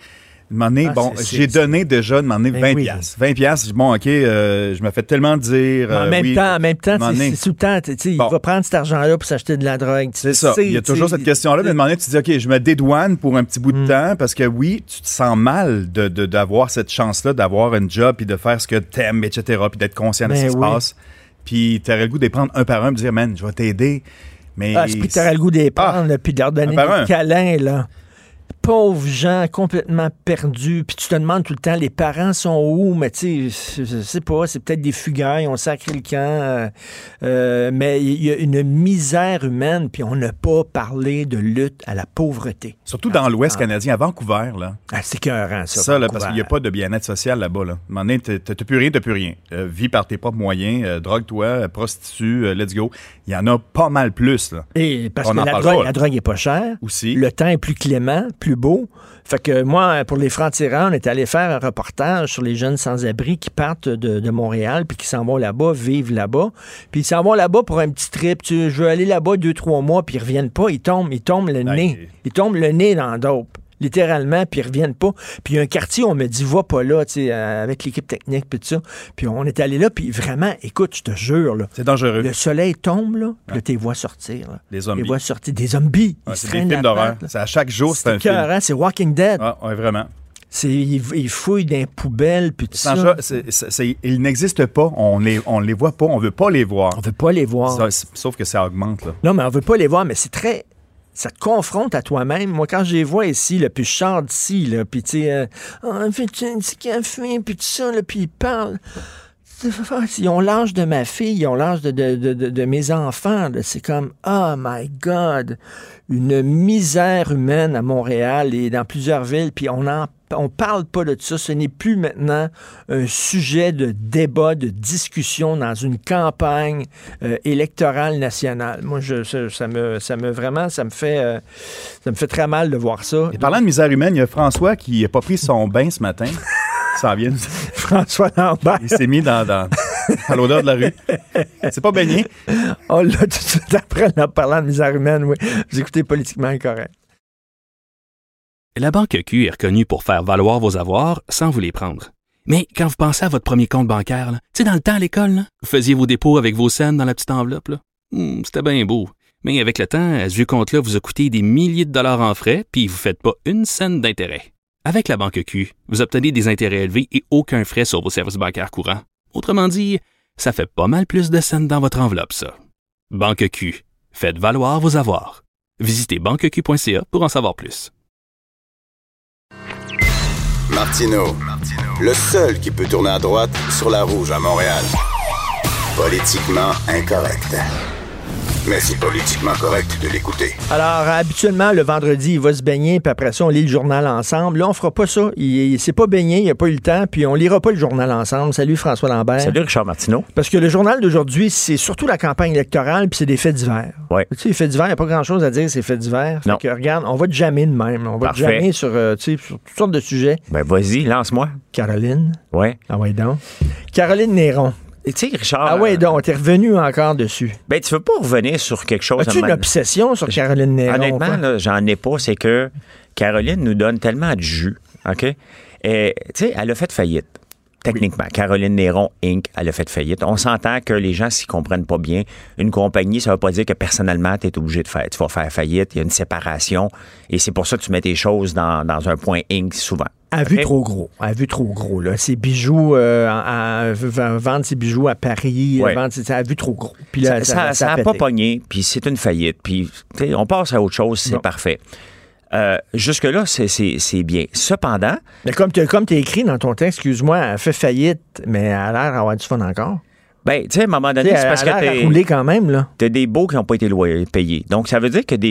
j'ai donné déjà de m'en donner 20 piastres. 20 piastres, bon, OK, je me fais tellement dire... en même temps, c'est tout le temps, tu sais, il va prendre cet argent-là pour s'acheter de la drogue. C'est ça, il y a toujours cette question-là, mais de demander, tu te dis, OK, je me dédouane pour un petit bout de temps, parce que oui, tu te sens mal d'avoir cette chance-là, d'avoir un job, puis de faire ce que t'aimes, etc., puis d'être conscient de ce qui se passe. Puis t'aurais le goût de les prendre un par un, et de dire, man, je vais t'aider. Mais puis t'aurais le goût de les prendre, puis de leur donner des câlins, là. Pauvres gens complètement perdus, puis tu te demandes tout le temps, les parents sont où? Mais tu sais, je sais pas, c'est peut-être des fugailles, on sacré le camp, mais il y a une misère humaine, puis on n'a pas parlé de lutte à la pauvreté. Surtout dans l'Ouest canadien, à Vancouver, là. C'est écœurant, ça. Ça, là, parce qu'il n'y a pas de bien-être social là-bas, là. À un moment donné, t'as plus rien. Vis par tes propres moyens, drogue-toi, prostitue, let's go. Il y en a pas mal plus, là. Et parce que la drogue est pas chère. Aussi. Le temps est plus clément, plus beau. Fait que moi, pour les Francs-Tireurs, on est allé faire un reportage sur les jeunes sans-abri qui partent de Montréal puis qui s'en vont là-bas, vivent là-bas. Puis ils s'en vont là-bas pour un petit trip. Je veux aller là-bas 2-3 mois, puis ils reviennent pas. Ils tombent le nez. Ils tombent le nez dans le dope. Littéralement, puis ils reviennent pas. Puis il y a un quartier, on me dit, va pas là, tu sais, avec l'équipe technique, puis tout ça. Puis on est allé là, puis vraiment, écoute, je te jure, là. C'est dangereux. Le soleil tombe, là, puis là, t'es vois sortir, là. Des zombies. T'es vois sortir des zombies. Ouais, c'est des films d'horreur. C'est à chaque jour, c'est un film. C'est Walking Dead. Ouais, vraiment. Ils fouillent dans les poubelles, puis tout ça. Ils n'existent pas. On les voit pas. On veut pas les voir. On veut pas les voir. Sauf que ça augmente, là. Non, mais on veut pas les voir, mais c'est très... Ça te confronte à toi-même. Moi, quand je les vois ici, là, puis je sors d'ici, là, puis tu sais, fais-tu un petit café, puis tout ça, là, puis ils parlent. Ils ont l'âge de ma fille, ils ont l'âge de mes enfants. Là. C'est comme, oh my God, une misère humaine à Montréal et dans plusieurs villes, puis on parle pas de ça. Ce n'est plus maintenant un sujet de débat, de discussion dans une campagne électorale nationale. Moi, ça me fait très mal de voir ça. Et parlant de misère humaine, il y a François qui n'a pas pris son bain ce matin. Ça vient. François Lambert. Il s'est mis à l'odeur de la rue. C'est pas baigné. Oh là, tout de suite après, en parlant de misère humaine, oui. Vous écoutez Politiquement Incorrect. La Banque Q est reconnue pour faire valoir vos avoirs sans vous les prendre. Mais quand vous pensez à votre premier compte bancaire, tu sais, dans le temps à l'école, là, vous faisiez vos dépôts avec vos scènes dans la petite enveloppe. Là. C'était bien beau. Mais avec le temps, ce vieux compte-là vous a coûté des milliers de dollars en frais, puis vous ne faites pas une scène d'intérêt. Avec la Banque Q, vous obtenez des intérêts élevés et aucun frais sur vos services bancaires courants. Autrement dit, ça fait pas mal plus de scènes dans votre enveloppe, ça. Banque Q. Faites valoir vos avoirs. Visitez banqueq.ca pour en savoir plus. Martineau, le seul qui peut tourner à droite sur la rouge à Montréal. Politiquement incorrect. Mais c'est politiquement correct de l'écouter. Alors, habituellement, le vendredi, il va se baigner, puis après ça, on lit le journal ensemble. Là, on fera pas ça. Il s'est pas baigné, il n'a pas eu le temps, puis on lira pas le journal ensemble. Salut, François Lambert. Salut, Richard Martineau. Parce que le journal d'aujourd'hui, c'est surtout la campagne électorale, puis c'est des faits divers. Oui. Tu sais, les faits divers, il n'y a pas grand-chose à dire, c'est faits divers. Non. Fait que, regarde, on va te jammer de même. On va te jammer sur toutes sortes de sujets. Ben, vas-y, lance-moi. Caroline. Oui. Ah ouais, donc. Caroline Néron. Tu sais, Richard... Ah ouais, donc, t'es revenu encore dessus. Ben, tu veux pas revenir sur quelque chose... As-tu une obsession sur Caroline Néron? Honnêtement, là, j'en ai pas. C'est que Caroline nous donne tellement de jus, OK? Et, tu sais, elle a fait faillite. Techniquement, Caroline Néron, Inc., elle a fait faillite. On s'entend que les gens s'y comprennent pas bien. Une compagnie, ça veut pas dire que personnellement, tu es obligé de faire. Tu vas faire faillite, il y a une séparation. Et c'est pour ça que tu mets tes choses dans un point Inc. souvent. Elle a vu trop gros. Elle a vu trop gros. Là. Ses bijoux, vendre ses bijoux à Paris, ouais. Elle a vu trop gros. Puis là, ça n'a pas pogné, puis c'est une faillite. Puis on passe à autre chose, c'est parfait. Jusque-là, c'est bien. Cependant... Mais comme tu as écrit dans ton texte, excuse-moi, elle fait faillite, mais elle a l'air d'avoir du fun encore. Ben, tu sais, à un moment donné, c'est parce que t'as roulé quand même, là. T'as des baux qui n'ont pas été payés. Donc, ça veut dire que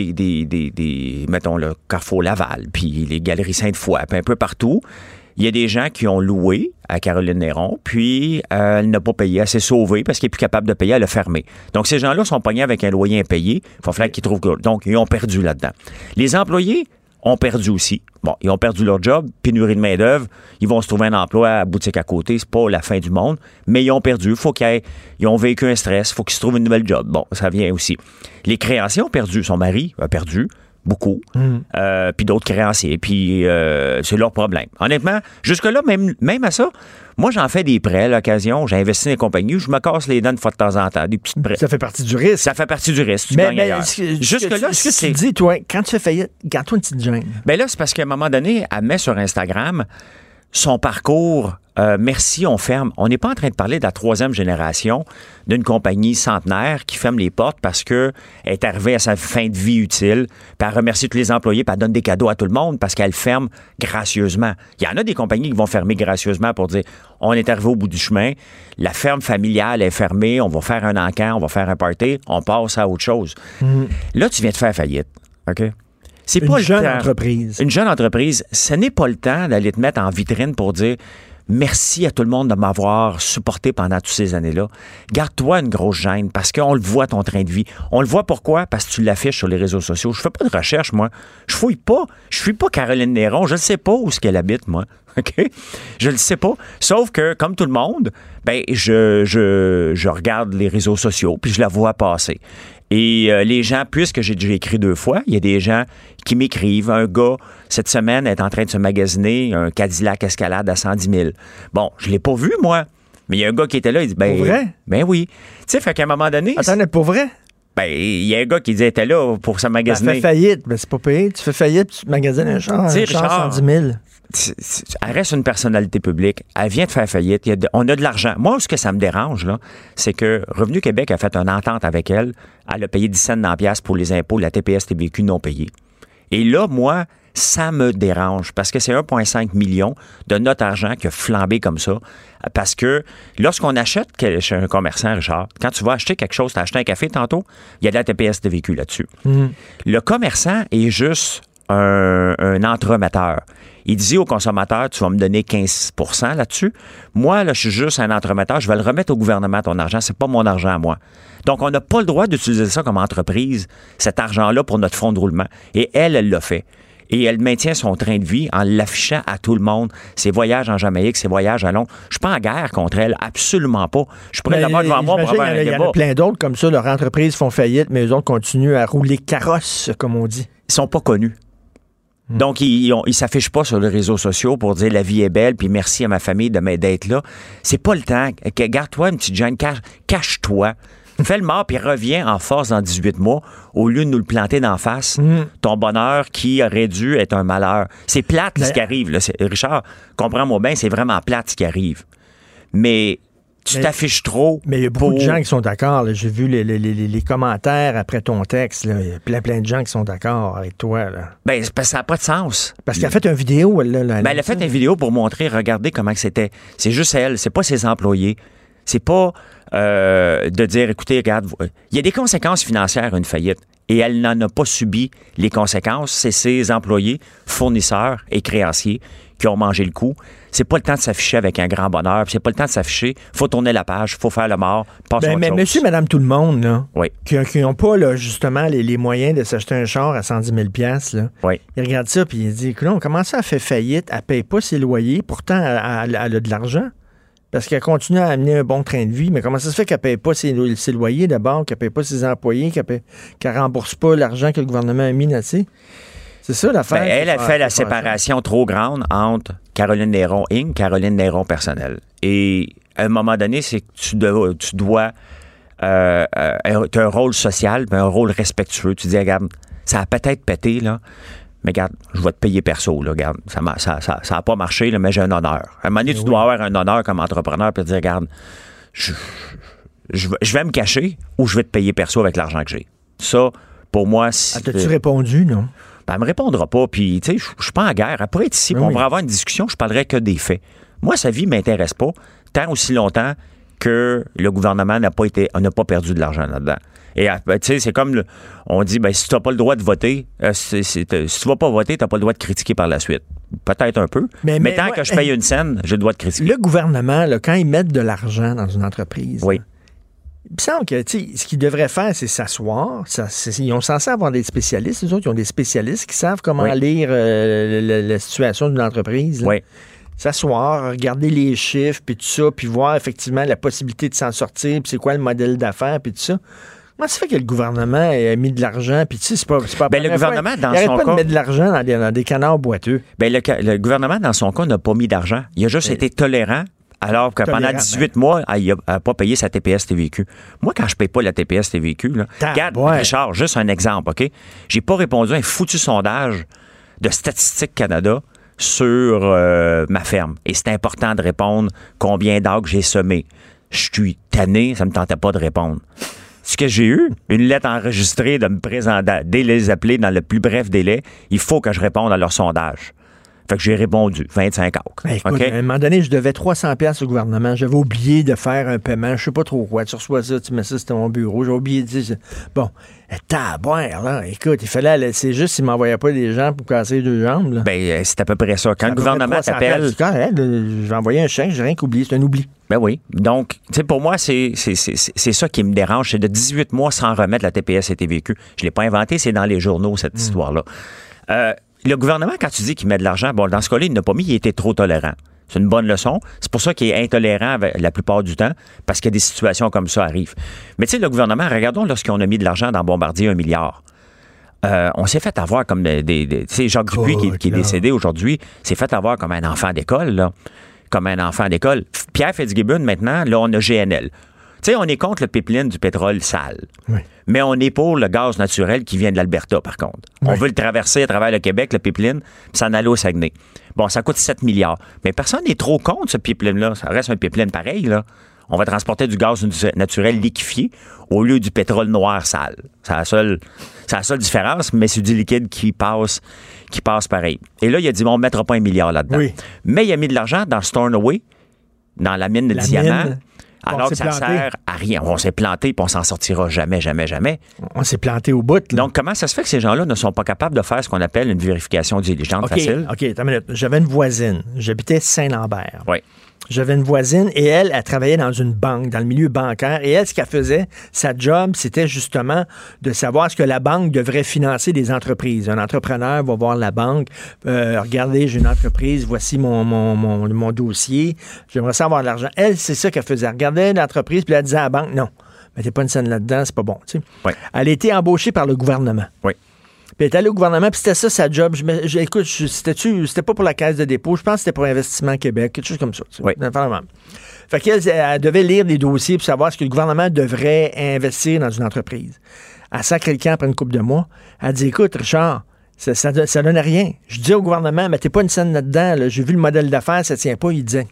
mettons, le Carrefour Laval, puis les Galeries Sainte-Foy, puis un peu partout, il y a des gens qui ont loué à Caroline Néron, puis elle n'a pas payé. Elle s'est sauvée parce qu'elle n'est plus capable de payer, elle a fermé. Donc, ces gens-là sont pognés avec un loyer impayé. Il va falloir qu'ils trouvent... Donc, ils ont perdu là-dedans. Les employés ont perdu aussi. Bon, ils ont perdu leur job, pénurie de main-d'œuvre, ils vont se trouver un emploi à la boutique à côté, c'est pas la fin du monde, mais ils ont perdu. Ils ont vécu un stress, il faut qu'ils se trouvent une nouvelle job. Bon, ça vient aussi. Les créanciers ont perdu. Son mari a perdu beaucoup, puis d'autres créanciers, puis c'est leur problème. Honnêtement, jusque-là, même à ça, moi, j'en fais des prêts à l'occasion, j'ai investi dans les compagnies, je me casse les dents une fois de temps en temps, des petites prêts. Ça fait partie du risque. Ça fait partie du risque, tu mais gagnes ailleurs. Jusque-là, ce que tu dis, toi, quand tu fais faillite, garde-toi une petite gêne. Ben là, c'est parce qu'à un moment donné, elle met sur Instagram son parcours. Merci, on ferme. On n'est pas en train de parler de la 3e génération d'une compagnie centenaire qui ferme les portes parce qu'elle est arrivée à sa fin de vie utile, puis elle remercie tous les employés, puis elle donne des cadeaux à tout le monde parce qu'elle ferme gracieusement. Il y en a des compagnies qui vont fermer gracieusement pour dire on est arrivé au bout du chemin, la ferme familiale est fermée, on va faire un encan, on va faire un party, on passe à autre chose. Là, tu viens de faire faillite, OK? C'est pas une jeune entreprise. Une jeune entreprise. Ce n'est pas le temps d'aller te mettre en vitrine pour dire merci à tout le monde de m'avoir supporté pendant toutes ces années-là. Garde-toi une grosse gêne parce qu'on le voit, ton train de vie. On le voit pourquoi? Parce que tu l'affiches sur les réseaux sociaux. Je fais pas de recherche, moi. Je fouille pas. Je suis pas Caroline Néron. Je ne sais pas où est-ce qu'elle habite, moi. OK? Je le sais pas. Sauf que, comme tout le monde, ben, je regarde les réseaux sociaux puis je la vois passer. Et les gens, puisque j'ai déjà écrit 2 fois, il y a des gens qui m'écrivent. Un gars, cette semaine, est en train de se magasiner un Cadillac Escalade à 110 000. Bon, je l'ai pas vu, moi. Mais il y a un gars qui était là, il dit, ben... Pour vrai? Ben oui. Tu sais, fait qu'à un moment donné... Attends, pour vrai? Ben, il y a un gars qui disait, était là pour se magasiner. Ben, fais faillite. Ben, c'est pas payé. Tu fais faillite, tu te magasines un char, Richard, 110 000. Elle reste une personnalité publique. Elle vient de faire faillite. On a de l'argent. Moi, ce que ça me dérange, là, c'est que Revenu Québec a fait une entente avec elle. Elle a payé 10 cents dans la pièce pour les impôts, la TPS, TVQ non payés. Et là, moi, ça me dérange parce que c'est 1,5 million de notre argent qui a flambé comme ça. Parce que lorsqu'on achète chez un commerçant, Richard, quand tu vas acheter quelque chose, tu as acheté un café tantôt, il y a de la TPS, TVQ là-dessus. Le commerçant est juste un entremetteur. Il dit au consommateur, tu vas me donner 15 % là-dessus. Moi, là, je suis juste un entremetteur. Je vais le remettre au gouvernement, ton argent. C'est pas mon argent à moi. Donc, on n'a pas le droit d'utiliser ça comme entreprise, cet argent-là, pour notre fonds de roulement. Et elle l'a fait. Et elle maintient son train de vie en l'affichant à tout le monde. Ses voyages en Jamaïque, ses voyages à Londres. Je suis pas en guerre contre elle, absolument pas. Je pourrais l'avoir devant moi pour avoir un débat. Il y en a plein d'autres comme ça. Leurs entreprises font faillite, mais eux autres continuent à rouler carrosse, comme on dit. Ils sont pas connus. Donc, ils s'affichent pas sur les réseaux sociaux pour dire la vie est belle, puis merci à ma famille d'être là. C'est pas le temps. Garde-toi une petite gêne, cache-toi. Fais le mort, puis reviens en force dans 18 mois, au lieu de nous le planter d'en face. Ton bonheur qui aurait dû être un malheur. C'est plate ce qui arrive. Là. Richard, comprends-moi bien, c'est vraiment plate ce qui arrive. Mais... Tu t'affiches trop. Mais il y a beaucoup de gens qui sont d'accord. Là. J'ai vu les commentaires après ton texte. Là. Il y a plein de gens qui sont d'accord avec toi. Là. Ben, parce que ça n'a pas de sens. Parce qu'elle a fait une vidéo. Elle a fait une vidéo pour montrer, regardez comment que c'était. C'est juste elle. C'est pas ses employés. C'est pas de dire, écoutez, regarde, il y a des conséquences financières à une faillite. Et elle n'en a pas subi les conséquences. C'est ses employés, fournisseurs et créanciers qui ont mangé le coup. C'est pas le temps de s'afficher avec un grand bonheur. C'est pas le temps de s'afficher. Faut tourner la page. Faut faire le mort. Mais monsieur, madame, tout le monde, là, oui. qui n'ont pas, là, justement, les moyens de s'acheter un char à 110 000 $, là, oui. Ils regardent ça puis ils disent, comment ça, elle fait faillite? Elle paye pas ses loyers. Pourtant, elle a de l'argent. Parce qu'elle continue à amener un bon train de vie. Mais comment ça se fait qu'elle ne paye pas ses loyers d'abord, qu'elle ne paye pas ses employés, qu'elle ne rembourse pas l'argent que le gouvernement a mis là-dessus? C'est ça l'affaire. Elle a fait la séparation trop grande entre Caroline Néron Inc., Caroline Néron personnelle. Et à un moment donné, c'est que tu dois tu as un rôle social, un rôle respectueux. Tu dis, regarde, ça a peut-être pété, là. Mais regarde, je vais te payer perso, là, regarde, ça n'a pas marché, là, mais j'ai un honneur. À un moment donné, tu dois avoir un honneur comme entrepreneur puis te dire, regarde, je vais me cacher ou je vais te payer perso avec l'argent que j'ai. Ça, pour moi... T'as-tu répondu, non? Ben, elle me répondra pas, puis, tu sais, je suis pas en guerre. Elle pourrait être ici, on va avoir une discussion, je parlerai que des faits. Moi, sa vie m'intéresse pas, tant aussi longtemps que le gouvernement n'a pas perdu de l'argent là-dedans. Et tu sais, c'est comme on dit, ben si tu n'as pas le droit de voter, si tu vas pas voter, tu n'as pas le droit de critiquer par la suite. Peut-être un peu. Mais tant que je paye une scène, j'ai le droit de critiquer. Le gouvernement, là, quand ils mettent de l'argent dans une entreprise, oui. Là, il me semble que ce qu'ils devraient faire, c'est s'asseoir. Ils ont censé avoir des spécialistes. Les autres, ils ont des spécialistes qui savent comment lire la situation d'une entreprise. Là. Oui. S'asseoir, regarder les chiffres, puis tout ça, puis voir effectivement la possibilité de s'en sortir, puis c'est quoi le modèle d'affaires, puis tout ça. Comment ça fait que le gouvernement a mis de l'argent, puis tu sais, c'est pas le gouvernement, dans son cas... Il n'arrête pas de mettre de l'argent dans des canards boiteux. Ben, le gouvernement, dans son cas, n'a pas mis d'argent. Il a juste été tolérant, alors que pendant 18 mois, il n'a pas payé sa TPS-TVQ. Moi, quand je ne paye pas la TPS-TVQ, là, regarde, Richard, juste un exemple, OK? J'ai pas répondu à un foutu sondage de Statistique Canada sur ma ferme. Et c'est important de répondre combien d'arbres j'ai semé. Je suis tanné, ça ne me tentait pas de répondre. Ce que j'ai eu, une lettre enregistrée de me présenter, dès les appeler dans le plus bref délai, il faut que je réponde à leur sondage. Fait que j'ai répondu, 25 acres. Ben, écoute, à un moment donné, je devais 300 $ au gouvernement. J'avais oublié de faire un paiement. Je sais pas trop quoi. Tu reçois ça, tu mets ça sur ton bureau. J'ai oublié de dire... Bon, taboire, là. Écoute, il fallait... C'est juste s'il m'envoyait pas des gens pour casser les deux jambes. Là. Ben, c'est à peu près ça. Quand le gouvernement t'appelle... J'ai envoyé un chèque, j'ai rien qu'oublié. C'est un oubli. Ben oui. Donc, tu sais, pour moi, c'est ça qui me dérange. C'est de 18 mois sans remettre la TPS et TVQ. Je l'ai pas inventé, c'est dans les journaux, cette histoire-là. Le gouvernement, quand tu dis qu'il met de l'argent, bon, dans ce cas-là, il n'a pas mis, il était trop tolérant. C'est une bonne leçon. C'est pour ça qu'il est intolérant la plupart du temps, parce que des situations comme ça arrivent. Mais tu sais, le gouvernement, regardons lorsqu'on a mis de l'argent dans Bombardier, 1 milliard. On s'est fait avoir comme tu sais, Jacques Dupuis, qui est décédé aujourd'hui, s'est fait avoir comme un enfant d'école, là. Comme un enfant d'école. Pierre Fitzgibbon, maintenant, là, on a GNL. Tu sais, on est contre le pipeline du pétrole sale. Oui. Mais on est pour le gaz naturel qui vient de l'Alberta, par contre. Oui. On veut le traverser à travers le Québec, le pipeline, puis s'en aller au Saguenay. Bon, ça coûte 7 milliards. Mais personne n'est trop contre ce pipeline-là. Ça reste un pipeline pareil, là. On va transporter du gaz naturel liquéfié au lieu du pétrole noir sale. C'est la seule différence, mais c'est du liquide qui passe pareil. Et là, il a dit, on ne mettra pas 1 milliard là-dedans. Oui. Mais il a mis de l'argent dans Stornoway, dans la mine de diamants. Alors que ça sert à rien. On s'est planté puis on s'en sortira jamais, jamais, jamais. On s'est planté au bout. Là. Donc, comment ça se fait que ces gens-là ne sont pas capables de faire ce qu'on appelle une vérification diligente facile? OK, attends une minute. J'avais une voisine. J'habitais Saint-Lambert. Oui. J'avais une voisine et elle travaillait dans une banque, dans le milieu bancaire. Et elle, ce qu'elle faisait, sa job, c'était justement de savoir ce que la banque devrait financer des entreprises. Un entrepreneur va voir la banque, regardez, j'ai une entreprise, voici mon dossier, j'aimerais savoir de l'argent. Elle, c'est ça qu'elle faisait. Elle regardait l'entreprise, puis elle disait à la banque, non, mettez pas une scène là-dedans, c'est pas bon. Tu sais. Oui. Elle a été embauchée par le gouvernement. Oui. Puis elle est allée au gouvernement, puis c'était ça sa job. Écoute, c'était pas pour la Caisse de dépôt, je pense que c'était pour Investissement Québec, quelque chose comme ça. Oui. Fait qu'elle elle devait lire des dossiers pour savoir ce que le gouvernement devrait investir dans une entreprise. Elle sacre le camp après une couple de mois. Elle dit, écoute, Richard, ça donne rien. Je dis au gouvernement, mettez pas une scène là-dedans. Là. J'ai vu le modèle d'affaires, ça tient pas. Il disait,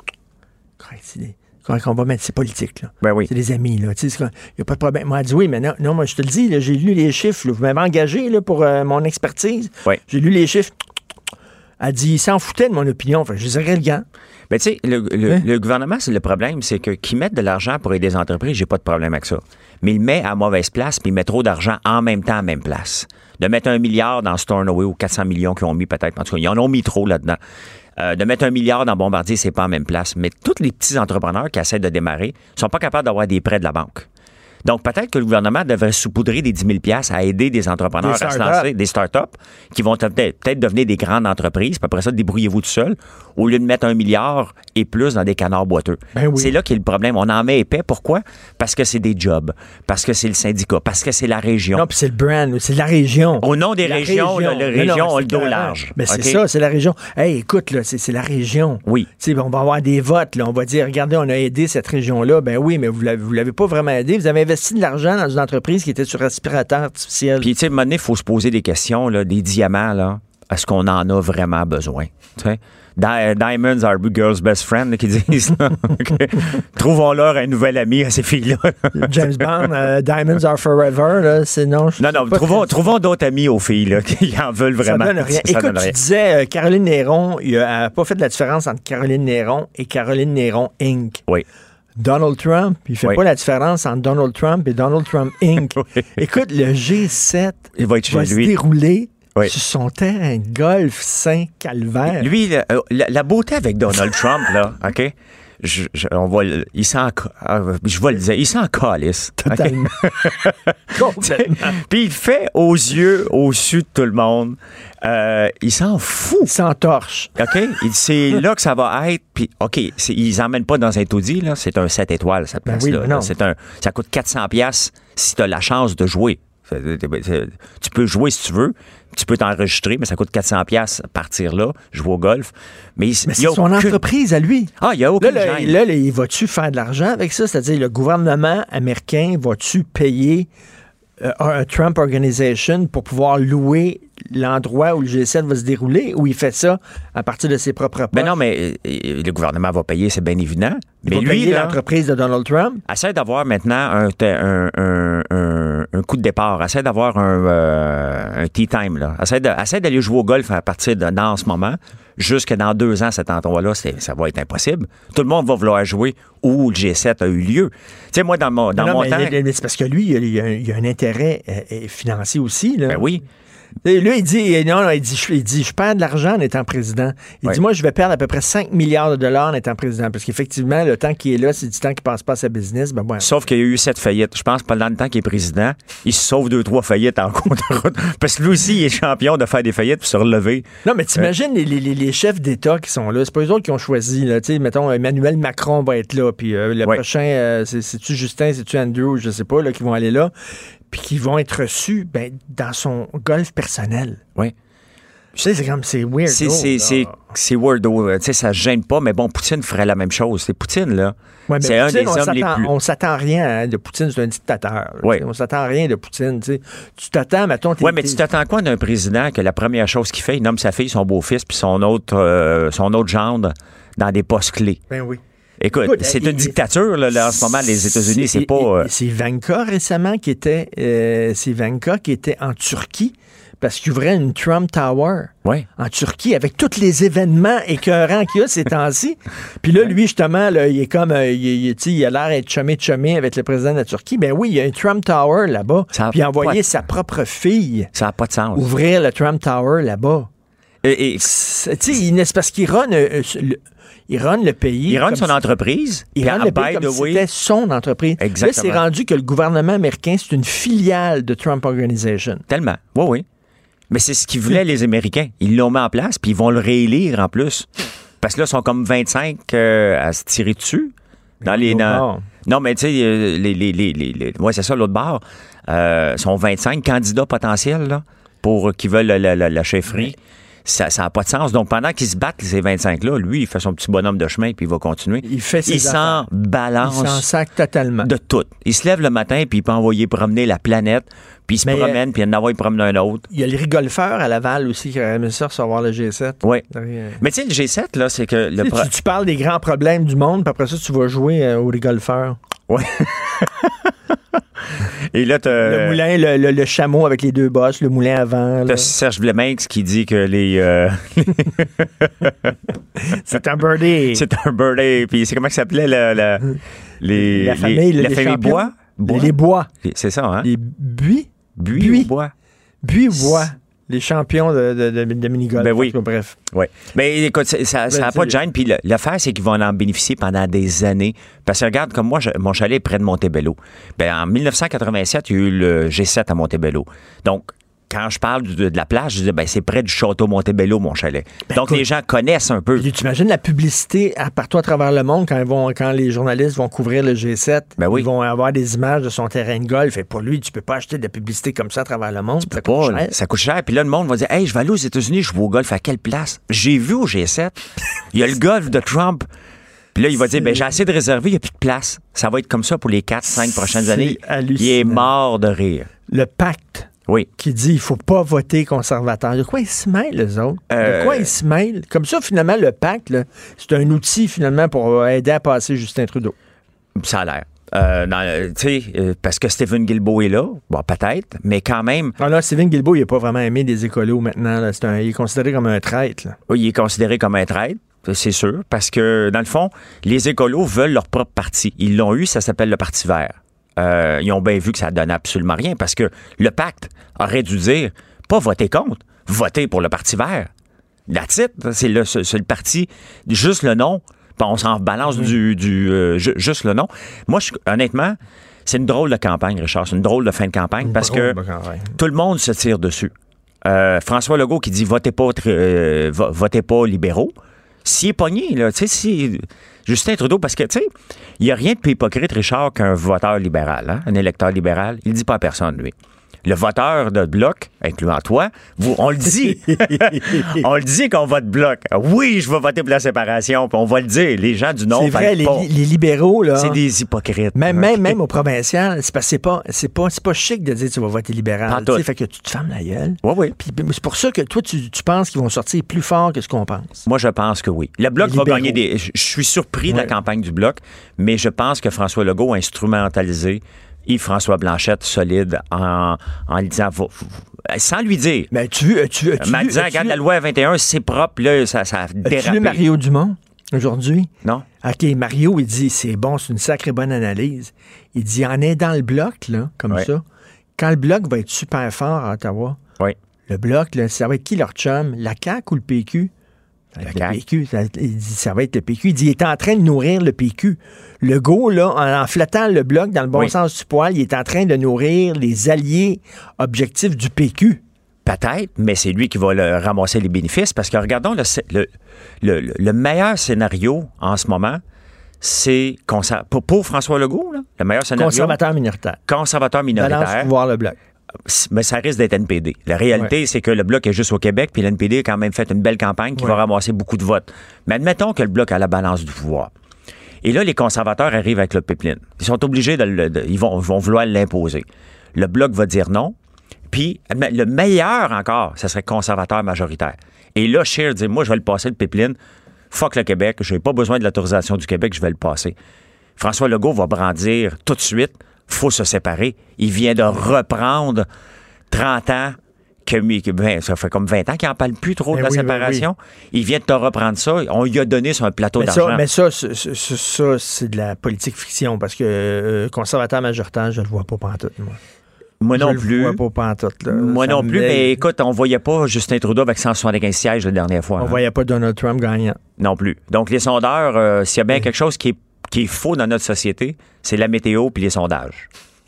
qu'on va mettre, c'est politique, là. Ben oui. C'est des amis, là. Il n'y a pas de problème. Moi, elle dit oui, mais non, moi, je te le dis, là, j'ai lu les chiffres. Là. Vous m'avez engagé là, pour mon expertise. Oui. J'ai lu les chiffres. Elle dit, il s'en foutait de mon opinion. Fait que je dirais le gant. Ben, tu sais, le gouvernement, c'est le problème, c'est que qu'ils mettent de l'argent pour aider les entreprises, j'ai pas de problème avec ça. Mais il met à mauvaise place, puis il met trop d'argent en même temps à même place. De mettre 1 milliard dans Stornoway ou 400 millions qu'ils ont mis peut-être, en tout cas, ils en ont mis trop là-dedans. De mettre 1 milliard dans Bombardier, c'est pas en même place. Mais tous les petits entrepreneurs qui essaient de démarrer sont pas capables d'avoir des prêts de la banque. Donc, peut-être que le gouvernement devrait saupoudrer des 10 000 $ à aider des entrepreneurs à se lancer, des start-up qui vont peut-être devenir des grandes entreprises, puis après ça, débrouillez-vous tout seul, au lieu de mettre 1 milliard et plus dans des canards boiteux. Ben oui. C'est là qu'est le problème. On en met épais. Pourquoi? Parce que c'est des jobs, parce que c'est le syndicat, parce que c'est la région. Non, puis c'est le brand, c'est la région. Au nom des régions, les régions ont le dos large. Mais c'est ça, c'est la région. Hey, écoute, là, c'est la région. Oui. Tu sais, on va avoir des votes, là. On va dire, regardez, on a aidé cette région-là. Ben oui, mais vous l'avez pas vraiment aidé. Vous avez investi de l'argent dans une entreprise qui était sur respirateur artificiel. Puis, tu sais, à un moment donné, il faut se poser des questions, là, des diamants, là. Est-ce qu'on en a vraiment besoin? Tu sais? Diamonds are a girl's best friend, là, qui disent. Là. Okay. Trouvons-leur un nouvel ami à ces filles-là. James Bond, Diamonds are forever, là, c'est non. Trouvons d'autres amis aux filles là, qui en veulent vraiment. Ça donne rien. Écoute, tu disais, Caroline Néron, il n'a pas fait de la différence entre Caroline Néron et Caroline Néron Inc. Oui. Donald Trump, il fait pas la différence entre Donald Trump et Donald Trump Inc. Oui. Écoute, le G7 va se dérouler sur son terrain de golf Saint-Calvaire. Lui, la beauté avec Donald Trump, là, OK? Je vais le dire, il s'en calisse. Totalement. Okay? Puis il fait aux yeux, au su de tout le monde. Il s'en fout. Il s'entorche. OK? C'est là que ça va être. Puis, OK, ils n'emmènent pas dans un taudis, là. C'est un 7 étoiles, cette place-là. Oui, ça coûte 400$ si tu as la chance de jouer. Tu peux jouer si tu veux. Tu peux t'enregistrer, mais ça coûte 400$ partir là, jouer au golf. Mais c'est son entreprise à lui. Ah, il n'y a aucune gêne. Là, il va-tu faire de l'argent avec ça? C'est-à-dire, le gouvernement américain va-tu payer un Trump Organization pour pouvoir louer l'endroit où le G7 va se dérouler, ou il fait ça à partir de ses propres poches? Ben non, mais le gouvernement va payer, c'est bien évident. Il va payer l'entreprise de Donald Trump. Essaie d'avoir maintenant un coup de départ. Essaie d'avoir un tea time. Là. Essaie d'aller jouer au golf à partir de dans ce moment. Jusque dans 2 ans, cet endroit-là, ça va être impossible. Tout le monde va vouloir jouer où le G7 a eu lieu. Tu sais, moi, dans mon temps... Mais c'est parce que lui, il y a un intérêt financier aussi. Là. Ben oui. Lui, il dit, je perds de l'argent en étant président. Il dit, moi, je vais perdre à peu près 5 milliards de dollars en étant président. Parce qu'effectivement, le temps qu'il est là, c'est du temps qu'il ne pense pas à sa business. Ben, ouais. Sauf qu'il y a eu 7 faillites. Je pense que pendant le temps qu'il est président, il se sauve 2-3 faillites en compte de route. Parce que lui aussi, il est champion de faire des faillites puis se relever. Non, mais t'imagines les chefs d'État qui sont là. C'est pas eux autres qui ont choisi. Là. Mettons, Emmanuel Macron va être là. Puis le prochain, c'est-tu Justin, c'est-tu Andrew, je sais pas, là, qui vont aller là. Puis qui vont être reçus dans son golf personnel. Oui. Tu sais, c'est weird. C'est weirdo. Tu sais, ça ne gêne pas, mais bon, Poutine ferait la même chose. C'est Poutine, là. Ouais, mais c'est Poutine, un des hommes les plus... On s'attend rien de Poutine, c'est un dictateur. Oui. On s'attend rien de Poutine. Tu t'attends, mettons... Oui, mais tu t'attends quoi d'un président que la première chose qu'il fait, il nomme sa fille, son beau-fils, puis son autre gendre dans des postes clés? Ben oui. Écoute, c'est une dictature, là, en ce moment, les États-Unis, c'est pas... C'est Ivanka récemment qui était en Turquie parce qu'il ouvrait une Trump Tower en Turquie avec tous les événements écœurants qu'il y a ces temps-ci. Puis là, lui, justement, là, il est comme... il a l'air d'être chumé avec le président de la Turquie. Ben oui, il y a un Trump Tower là-bas. Puis il a envoyé sa propre fille ça n'a pas de sens. Ouvrir le Trump Tower là-bas. C'est parce qu'il run... Il run le pays. Il run son entreprise. Il run le pays comme c'était son entreprise. Exactement. Là, c'est rendu que le gouvernement américain, c'est une filiale de Trump Organization. Tellement. Oui. Mais c'est ce qu'ils voulaient, les Américains. Ils l'ont mis en place, puis ils vont le réélire en plus. Parce que là, ils sont comme 25 à se tirer dessus. Non, mais tu sais, c'est ça, l'autre bord. Sont 25 candidats potentiels là, qui veulent la chefferie. Ça n'a pas de sens. Donc, pendant qu'ils se battent, ces 25-là, lui, il fait son petit bonhomme de chemin puis il va continuer. Il s'en balance. Il s'en sac totalement. De tout. Il se lève le matin puis il peut envoyer promener la planète puis il se promène puis il en envoie promener un autre. Il y a les rigolfeurs à Laval aussi qui aiment ça recevoir le G7. Oui. Mais tu sais, le G7, là, c'est que... Tu parles des grands problèmes du monde puis après ça, tu vas jouer aux rigolfeurs. Oui. Et là, le moulin, le chameau avec les deux bosses, le moulin avant. T'as Serge Vleminx qui dit que c'est un birdie. C'est un birdie. Puis c'est comment ça s'appelait la famille Bois? Les bois. C'est ça, hein? Les buis? Buis ou bois? Buis ou bois? Les champions de mini-golf. Ben oui. Bref. Oui. Mais écoute, ça n'a pas de gêne. Puis l'affaire, c'est qu'ils vont en bénéficier pendant des années. Parce que regarde, comme moi, mon chalet est près de Montebello. Ben, en 1987, il y a eu le G7 à Montebello. Donc, quand je parle de la plage, je dis, c'est près du château Montebello, mon chalet. Donc, écoute, les gens connaissent un peu. Tu imagines la publicité partout à travers le monde quand les journalistes vont couvrir le G7. Ils vont avoir des images de son terrain de golf. Et pour lui, tu peux pas acheter de la publicité comme ça à travers le monde. Ça coûte cher. Ça coûte cher. Puis là, le monde va dire, hey, je vais aller aux États-Unis, je vais au golf à quelle place? J'ai vu au G7, il y a le golf de Trump. Puis là, il va dire, j'ai assez de réservé, il n'y a plus de place. Ça va être comme ça pour les 4-5 prochaines années. Hallucinant. Il est mort de rire. Le pacte. Oui. Qui dit il ne faut pas voter conservateur. De quoi ils se mêlent, les autres? De quoi ils se mêlent? Comme ça, finalement, le pacte, là, c'est un outil, finalement, pour aider à passer Justin Trudeau. Ça a l'air. Parce que Stephen Guilbeault est là, peut-être, mais quand même... Alors là, Stephen Guilbeault, il n'a pas vraiment aimé des écolos maintenant. Là. Il est considéré comme un traître. Là. Oui, il est considéré comme un traître, c'est sûr, parce que, dans le fond, les écolos veulent leur propre parti. Ils l'ont eu, ça s'appelle le Parti vert. Ils ont bien vu que ça ne donne absolument rien parce que le pacte aurait dû dire pas voter contre, voter pour le Parti vert. That's it. C'est le parti, juste le nom. On s'en balance juste le nom. Moi, honnêtement, c'est une drôle de campagne, Richard. C'est une drôle de fin de campagne parce que tout le monde se tire dessus. François Legault qui dit votez pas libéraux. S'il est pogné, là, tu sais, Justin Trudeau, parce que, tu sais, il n'y a rien de plus hypocrite, Richard, qu'un voteur libéral, hein, un électeur libéral. Il ne dit pas à personne, lui. Le voteur de Bloc, incluant toi, on le dit. On le dit qu'on vote Bloc. Oui, je vais voter pour la séparation, puis on va le dire. Les gens du Nord, c'est vrai, les libéraux, là. C'est des hypocrites. Même au provincial, c'est parce que c'est pas chic de dire que tu vas voter libéral. Fait que tu te fermes la gueule. Oui. Puis c'est pour ça que toi, tu penses qu'ils vont sortir plus fort que ce qu'on pense. Moi, je pense que oui. Le Bloc va gagner des... Je suis surpris de la campagne du Bloc, mais je pense que François Legault a instrumentalisé Yves-François Blanchette solide en lui disant sans lui dire. Mais tu disant, regarde, la loi 21, c'est propre, là, ça a dérapé. As-tu lu Mario Dumont aujourd'hui? Non. OK, Mario, il dit, c'est bon, c'est une sacrée bonne analyse. Il dit, en aidant le Bloc, là, comme ça, quand le Bloc va être super fort à Ottawa, le Bloc, là, ça va être qui leur chum? La CAQ ou le PQ? Le PQ, il dit, ça va être le PQ. Il dit, il est en train de nourrir le PQ. Legault, là, en flattant le Bloc dans le bon sens du poil, il est en train de nourrir les alliés objectifs du PQ. Peut-être, mais c'est lui qui va ramasser les bénéfices, parce que regardons le meilleur scénario en ce moment, c'est pour François Legault, là, le meilleur scénario... Conservateur minoritaire. Balance pouvoir le Bloc. Mais ça risque d'être NPD. La réalité, c'est que le Bloc est juste au Québec, puis l'NPD a quand même fait une belle campagne qui va ramasser beaucoup de votes. Mais admettons que le Bloc a la balance du pouvoir. Et là, les conservateurs arrivent avec le pipeline. Ils sont obligés ils vont vouloir l'imposer. Le Bloc va dire non. Puis, le meilleur encore, ça serait conservateur majoritaire. Et là, Scheer dit, moi, je vais le passer, le pipeline. Fuck le Québec. Je n'ai pas besoin de l'autorisation du Québec, je vais le passer. François Legault va brandir tout de suite. Faut se séparer. Il vient de reprendre 30 ans, ça fait comme 20 ans qu'il n'en parle plus trop de la séparation. Il vient de te reprendre ça. On lui a donné sur un plateau d'argent. Mais ça, c'est de la politique fiction, parce que conservateur majoritaire, je ne le vois pas pantoute, moi. Moi non plus. Je le vois pas pantoute, là. Moi non plus, mais écoute, on voyait pas Justin Trudeau avec 175 sièges la dernière fois. On voyait pas Donald Trump gagnant. Non plus. Donc, les sondeurs, s'il y a bien quelque chose qui est faux dans notre société, c'est la météo puis les sondages.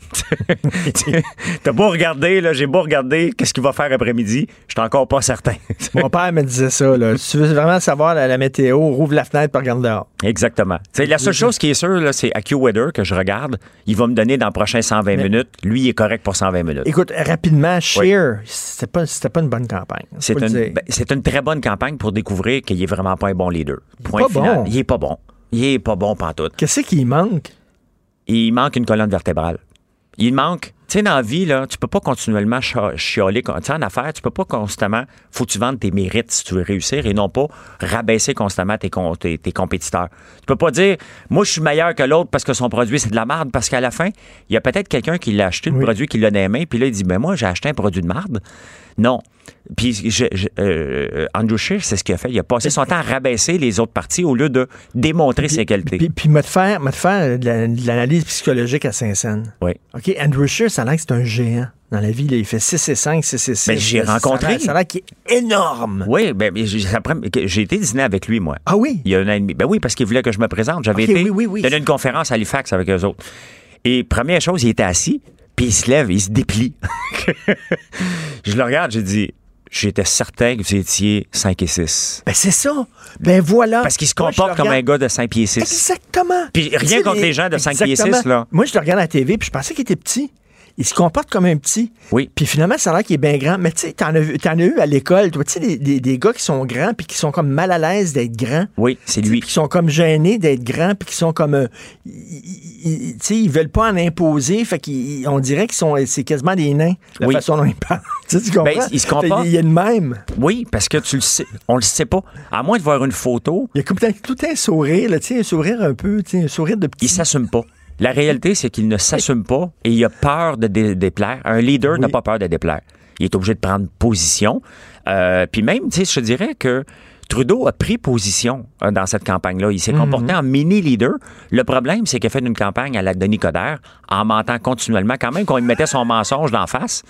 T'as beau regarder, là, j'ai beau regarder qu'est-ce qu'il va faire après-midi, je suis encore pas certain. Mon père me disait ça, là. Si tu veux vraiment savoir la météo, rouvre la fenêtre et regarde dehors. Exactement. T'sais, la seule chose qui est sûre, là, c'est AccuWeather que je regarde. Il va me donner dans les prochains 120 minutes. Lui, il est correct pour 120 minutes. Écoute, rapidement, Scheer, c'était pas une bonne campagne. C'est une très bonne campagne pour découvrir qu'il est vraiment pas un bon leader. Point final. Bon. Il est pas bon. Il est pas bon pantoute. Qu'est-ce qu'il manque? Il manque une colonne vertébrale. Il manque, tu Tu sais, dans la vie, là, tu peux pas continuellement chialer. Tu sais, en affaires, tu peux pas constamment... Faut que tu vendes tes mérites si tu veux réussir et non pas rabaisser constamment tes compétiteurs. Tu peux pas dire, moi, je suis meilleur que l'autre parce que son produit, c'est de la merde, parce qu'à la fin, il y a peut-être quelqu'un qui l'a acheté, le produit, qui l'a dans les mains, puis là, il dit, ben moi, j'ai acheté un produit de merde. Non. Puis Andrew Scheer, c'est ce qu'il a fait. Il a passé son temps à rabaisser les autres parties au lieu de démontrer ses qualités. Puis m'a te faire de l'analyse psychologique à Saint-Saëns. Oui. OK, Andrew Scheer, ça a l'air que c'est un géant. Dans la vie, là, il fait 6'5", 6'6". Ben, j'ai rencontré. Ça a l'air qu'il est énorme. Oui, ben, j'ai été dîner avec lui, moi. Ah oui? Il y a un an et demi. Ben oui, parce qu'il voulait que je me présente. J'avais été donner une conférence à Halifax avec eux autres. Et première chose, il était assis, puis il se lève, il se déplie. Je le regarde, j'ai dit... J'étais certain que vous étiez 5 et 6. Ben c'est ça. Ben voilà. Parce qu'il se comporte comme un gars de 5 pieds 6. Exactement. Puis rien contre les gens de 5 pieds 6, là. Moi, je le regarde à la TV, puis je pensais qu'il était petit. Il se comporte comme un petit. Oui. Puis finalement, ça a l'air qu'il est bien grand. Mais tu sais, t'en as eu à l'école, toi, tu sais, des gars qui sont grands puis qui sont comme mal à l'aise d'être grands. Oui, c'est lui. Qui sont comme gênés d'être grands puis qui sont comme... tu sais, ils veulent pas en imposer. Fait qu'on dirait c'est quasiment des nains, la façon dont ils parlent. Tu comprends? Ben, il se comporte. Il y a une même. Oui, parce que tu le sais. On le sait pas. À moins de voir une photo. Il y a comme tout un sourire, là, tu sais, un sourire un peu, tu sais, un sourire de petit. Il s'assume pas. La réalité, c'est qu'il ne s'assume pas et il a peur de déplaire. Un leader n'a pas peur de déplaire. Il est obligé de prendre position. Puis même, tu sais, je te dirais que Trudeau a pris position dans cette campagne-là. Il s'est comporté en mini-leader. Le problème, c'est qu'il a fait une campagne à la Denis Coderre en mentant continuellement. Quand même qu'on lui mettait son mensonge d'en face.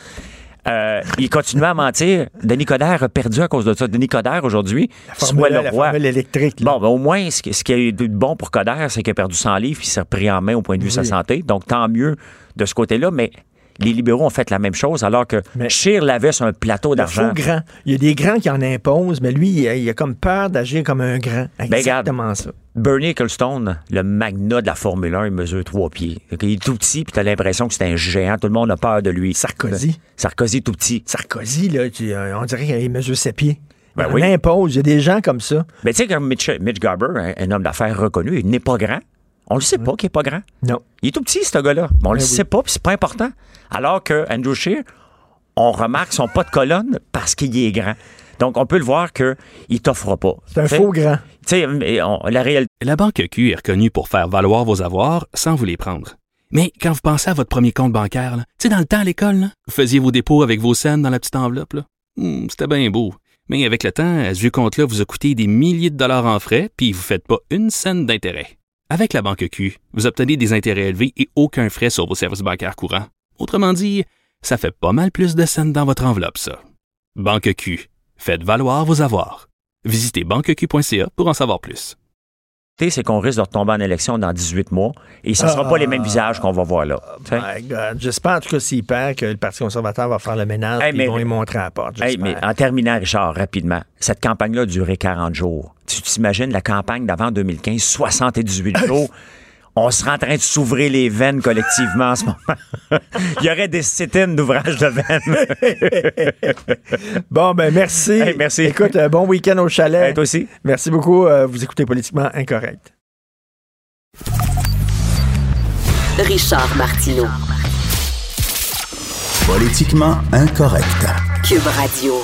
Il continuait à mentir. Denis Coderre a perdu à cause de ça. Denis Coderre, aujourd'hui, soit le roi. La électrique. Bon, ben, au moins, ce qui a eu de bon pour Coderre, c'est qu'il a perdu 100 livres, puis il s'est repris en main au point de vue de sa santé. Donc, tant mieux de ce côté-là. Mais les libéraux ont fait la même chose, alors que Scheer l'avait sur un plateau d'argent. Il faut grand. Il y a des grands qui en imposent, mais lui, il a comme peur d'agir comme un grand. Exactement ça. Bernie Ecclestone, le magnat de la Formule 1, il mesure 3 pieds. Il est tout petit, puis t'as l'impression que c'est un géant. Tout le monde a peur de lui. Sarkozy tout petit. Sarkozy, là, on dirait qu'il mesure 7 pieds. Ben on impose. Il y a des gens comme ça. Mais tu sais, comme Mitch Garber, un homme d'affaires reconnu, il n'est pas grand. On le sait pas qu'il est pas grand. Non. Il est tout petit, ce gars-là. Mais on le sait pas, puis c'est pas important. Alors que Andrew Scheer, on remarque son pas de colonne parce qu'il est grand. Donc, on peut le voir qu'il t'offre pas. C'est un faux grand. Tu sais, la réalité... La Banque Q est reconnue pour faire valoir vos avoirs sans vous les prendre. Mais quand vous pensez à votre premier compte bancaire, tu sais, dans le temps à l'école, là, vous faisiez vos dépôts avec vos scènes dans la petite enveloppe. C'était bien beau. Mais avec le temps, à ce vieux compte-là vous a coûté des milliers de dollars en frais, puis vous ne faites pas une scène d'intérêt. Avec la Banque Q, vous obtenez des intérêts élevés et aucun frais sur vos services bancaires courants. Autrement dit, ça fait pas mal plus de scènes dans votre enveloppe, ça. Banque Q. Faites valoir vos avoirs. Visitez banqueq.ca pour en savoir plus. C'est qu'on risque de retomber en élection dans 18 mois et ce ne sera pas les mêmes visages qu'on va voir là. My God. J'espère en tout cas s'il perd que le Parti conservateur va faire le ménage et ils vont y montrer à la porte. Mais en terminant, Richard, rapidement, cette campagne-là a duré 40 jours. Tu t'imagines la campagne d'avant 2015, 78 jours. On serait en train de s'ouvrir les veines collectivement en ce moment. Il y aurait des sit-ins d'ouvrage de veines. Bon, ben merci. Hey, merci. Écoute, bon week-end au chalet. Hey, toi aussi. Merci beaucoup. Vous écoutez Politiquement Incorrect. Richard Martineau. Politiquement Incorrect. Cube Radio.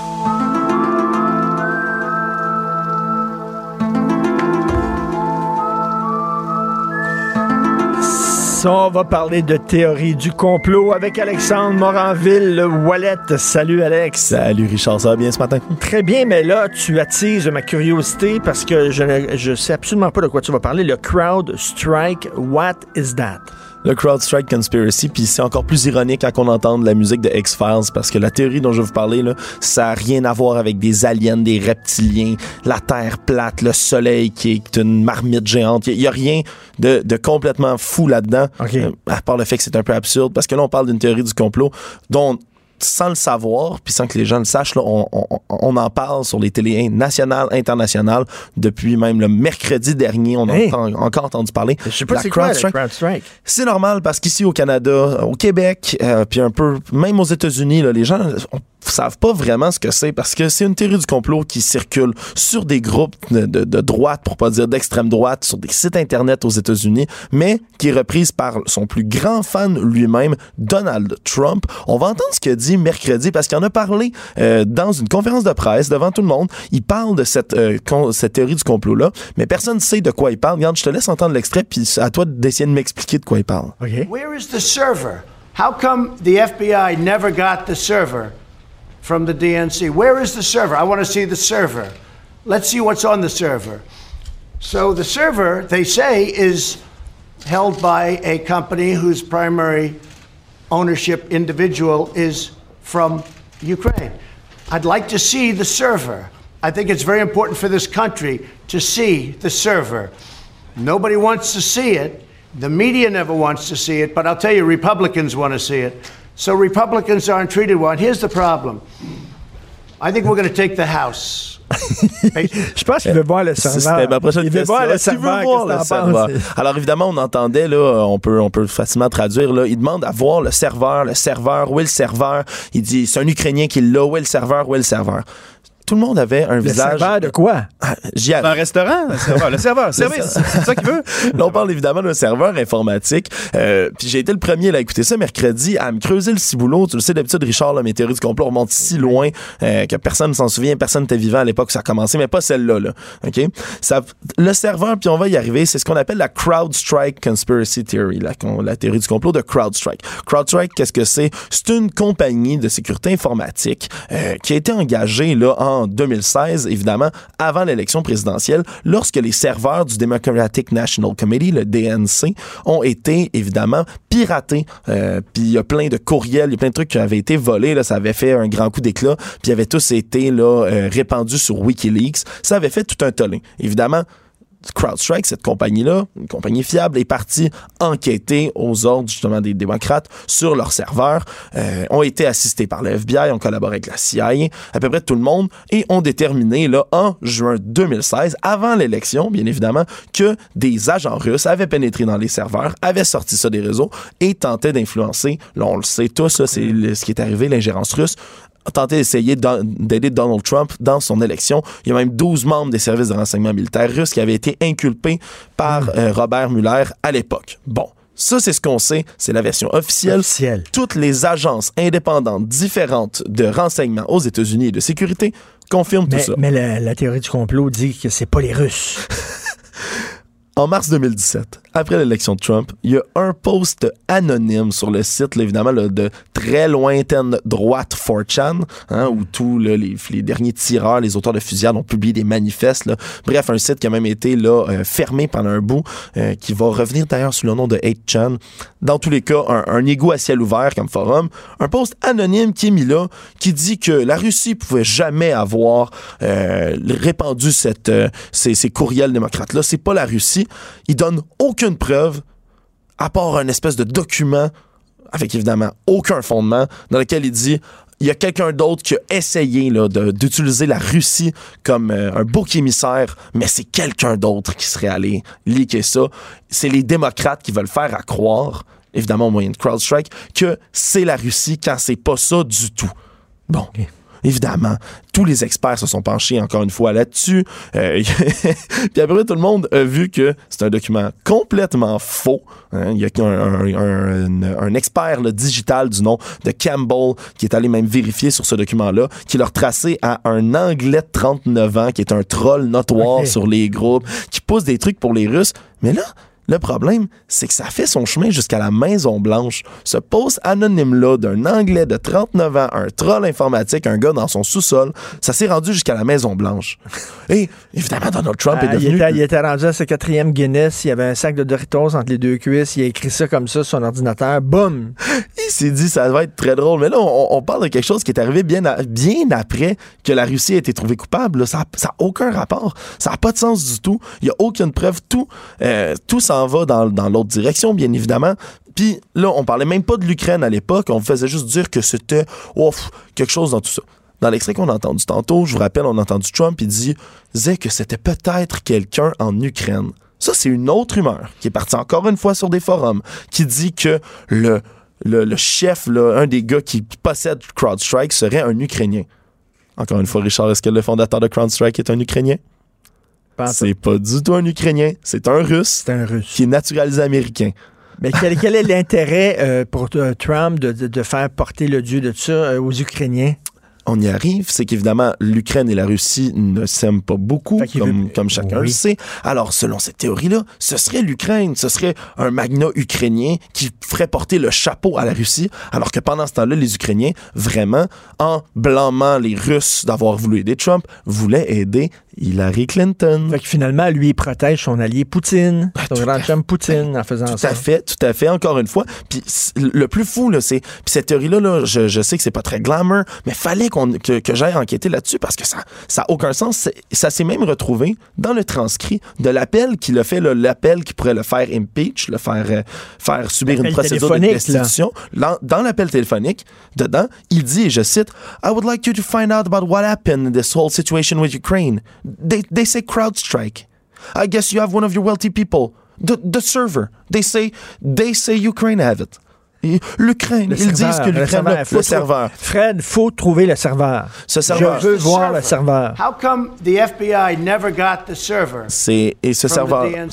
On va parler de théorie du complot avec Alexandre Moranville-Wallet. Salut Alex. Salut Richard, ça va bien ce matin? Très bien, mais là, tu attises ma curiosité parce que je sais absolument pas de quoi tu vas parler. Le CrowdStrike, what is that? Le CrowdStrike Conspiracy, puis c'est encore plus ironique quand on entend de la musique de X-Files, parce que la théorie dont je vais vous parler, là, ça n'a rien à voir avec des aliens, des reptiliens, la Terre plate, le soleil qui est une marmite géante. Il n'y a rien de complètement fou là-dedans, okay. À part le fait que c'est un peu absurde, parce que là, on parle d'une théorie du complot dont sans le savoir, puis sans que les gens le sachent, là, on en parle sur les télés nationales, internationales, depuis même le mercredi dernier, on a encore entendu parler. Je sais pas c'est quoi, le CrowdStrike. C'est normal, parce qu'ici au Canada, au Québec, puis un peu, même aux États-Unis, là, les gens savent pas vraiment ce que c'est, parce que c'est une théorie du complot qui circule sur des groupes de droite, pour pas dire d'extrême droite, sur des sites internet aux États-Unis, mais qui est reprise par son plus grand fan lui-même, Donald Trump. On va entendre ce qu'il a dit mercredi, parce qu'il en a parlé dans une conférence de presse devant tout le monde. Il parle de cette théorie du complot-là, mais personne ne sait de quoi il parle. Regarde, je te laisse entendre l'extrait, puis à toi d'essayer de m'expliquer de quoi il parle. Okay. Where is the server? How come the FBI never got the server from the DNC? Where is the server? I want to see the server. Let's see what's on the server. So the server, they say, is held by a company whose primary ownership individual is from Ukraine. I'd like to see the server. I think it's very important for this country to see the server. Nobody wants to see it. The media never wants to see it, but I'll tell you, Republicans want to see it. So Republicans aren't treated well. And here's the problem. I think we're going to take the House. Je pense qu'il veut voir le serveur. C'était ma prochaine question. Est-ce qu'il veut voir le serveur? Alors évidemment, on entendait, là, on peut facilement traduire, là, il demande à voir le serveur, où est le serveur? Il dit, c'est un Ukrainien qui l'a, où est le serveur? Tout le monde avait un visage... Le serveur de quoi? C'est un restaurant, le serveur, service, c'est ça qu'il veut. Là, on parle évidemment d'un serveur informatique. Puis j'ai été le premier à écouter ça mercredi, à me creuser le ciboulot. Tu le sais, d'habitude, Richard, là, mes théories du complot remontent si loin que personne ne s'en souvient, personne n'était vivant à l'époque où ça a commencé, mais pas celle-là. Là. OK? Le serveur, puis on va y arriver, c'est ce qu'on appelle la CrowdStrike Conspiracy Theory, la théorie du complot de CrowdStrike. CrowdStrike, qu'est-ce que c'est? C'est une compagnie de sécurité informatique qui a été engagée là, en 2016, évidemment, avant l'élection présidentielle, lorsque les serveurs du Democratic National Committee, le DNC, ont été, évidemment, piratés. Puis il y a plein de courriels, il y a plein de trucs qui avaient été volés. Là, ça avait fait un grand coup d'éclat. Puis ils avaient tous été là, répandus sur Wikileaks. Ça avait fait tout un tollé. Évidemment, CrowdStrike, cette compagnie-là, une compagnie fiable, est partie enquêter aux ordres justement des démocrates sur leurs serveurs, ont été assistés par le FBI, ont collaboré avec la CIA, à peu près tout le monde, et ont déterminé là, en juin 2016, avant l'élection, bien évidemment, que des agents russes avaient pénétré dans les serveurs, avaient sorti ça des réseaux et tentaient d'influencer, là on le sait tous, là, c'est ce qui est arrivé, l'ingérence russe, a tenté d'essayer d'aider Donald Trump dans son élection. Il y a même 12 membres des services de renseignement militaire russes qui avaient été inculpés par Robert Mueller à l'époque. Bon. Ça, c'est ce qu'on sait. C'est la version officielle. Toutes les agences indépendantes différentes de renseignement aux États-Unis et de sécurité confirment tout ça. Mais la théorie du complot dit que c'est pas les Russes. En mars 2017, après l'élection de Trump, il y a un post anonyme sur le site, là, évidemment, là, de très lointaine droite 4chan, où tous là, les derniers tireurs, les auteurs de fusillades ont publié des manifestes. Là. Bref, un site qui a même été là, fermé pendant un bout, qui va revenir d'ailleurs sous le nom de 8chan. Dans tous les cas, un égout à ciel ouvert comme forum. Un post anonyme qui est mis là, qui dit que la Russie pouvait jamais avoir répandu ces courriels démocrates-là. C'est pas la Russie. Il donne aucune preuve, à part un espèce de document, avec évidemment aucun fondement, dans lequel il dit il y a quelqu'un d'autre qui a essayé là, d'utiliser la Russie comme un bouc émissaire, mais c'est quelqu'un d'autre qui serait allé leaker ça. C'est les démocrates qui veulent faire à croire, évidemment au moyen de CrowdStrike, que c'est la Russie quand c'est pas ça du tout. Bon. Okay. Évidemment, tous les experts se sont penchés encore une fois là-dessus. Puis après, tout le monde a vu que c'est un document complètement faux. Il y a un expert là, digital du nom de Campbell qui est allé même vérifier sur ce document-là, qui l'a retracé à un Anglais de 39 ans qui est un troll notoire sur les groupes, qui pousse des trucs pour les Russes. Mais là, le problème, c'est que ça fait son chemin jusqu'à la Maison-Blanche. Ce post anonyme-là d'un Anglais de 39 ans, un troll informatique, un gars dans son sous-sol, ça s'est rendu jusqu'à la Maison-Blanche. Et évidemment, Donald Trump est devenu... Il était rendu à sa 4e Guinness, il y avait un sac de Doritos entre les deux cuisses, il a écrit ça comme ça sur son ordinateur, boum! Il s'est dit, ça va être très drôle. Mais là, on parle de quelque chose qui est arrivé bien après que la Russie a été trouvée coupable. Là. Ça n'a aucun rapport. Ça n'a pas de sens du tout. Il n'y a aucune preuve. Tout s'en va dans l'autre direction, bien évidemment. Puis là, on parlait même pas de l'Ukraine à l'époque, on faisait juste dire que c'était quelque chose dans tout ça. Dans l'extrait qu'on a entendu tantôt, je vous rappelle, on a entendu Trump, il disait que c'était peut-être quelqu'un en Ukraine. Ça, c'est une autre rumeur qui est partie encore une fois sur des forums, qui dit que le chef, là, un des gars qui possède CrowdStrike serait un Ukrainien. Encore une fois, Richard, est-ce que le fondateur de CrowdStrike est un Ukrainien? C'est pas du tout un Ukrainien, c'est un Russe. C'est un Russe. Qui est naturalisé américain. Mais quel est l'intérêt pour Trump de faire porter le dieu de tout ça aux Ukrainiens? On y arrive, c'est qu'évidemment, l'Ukraine et la Russie ne s'aiment pas beaucoup, comme chacun le sait. Alors, selon cette théorie-là, ce serait l'Ukraine, ce serait un magnat ukrainien qui ferait porter le chapeau à la Russie, alors que pendant ce temps-là, les Ukrainiens, vraiment, en blâmant les Russes d'avoir voulu aider Trump, voulaient aider Hillary Clinton. Fait que finalement, lui, il protège son allié Poutine, son grand chum Poutine, en faisant ça. Tout à fait, encore une fois. Puis le plus fou, là, c'est... Puis cette théorie-là, là, je sais que c'est pas très glamour, mais fallait que j'aille enquêter là-dessus parce que ça a aucun sens. Ça s'est même retrouvé dans le transcrit de l'appel qu'il a fait, là, l'appel qui pourrait le faire impeach, le faire subir une procédure de destitution. Dans l'appel téléphonique, dedans, il dit, et je cite, « I would like you to find out about what happened in this whole situation with Ukraine. They say CrowdStrike. I guess you have one of your wealthy people. The server. They say Ukraine have it. » L'Ukraine, ils disent que l'Ukraine a le serveur. Fred, faut trouver le serveur. Ce serveur. Je veux voir le serveur. How come the FBI never got the server? Et ce serveur-là.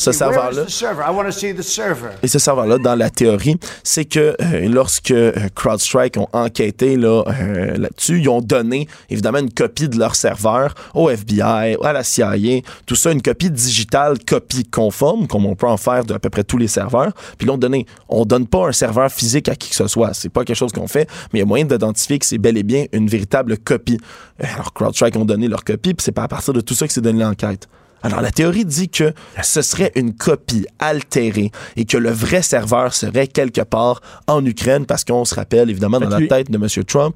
I want to see the server. Et ce serveur-là, dans la théorie, c'est que lorsque CrowdStrike ont enquêté là-dessus, ils ont donné évidemment une copie de leur serveur au FBI, à la CIA, tout ça, une copie digitale, copie conforme, comme on peut en faire de à peu près tous les serveurs. Puis là, on donne pas un serveur physique à qui que ce soit. C'est pas quelque chose qu'on fait, mais il y a moyen d'identifier que c'est bel et bien une véritable copie. Alors, CrowdStrike ont donné leur copie, puis c'est pas à partir de tout ça que c'est donné l'enquête. Alors, la théorie dit que ce serait une copie altérée et que le vrai serveur serait quelque part en Ukraine, parce qu'on se rappelle, évidemment, dans la tête de M. Trump,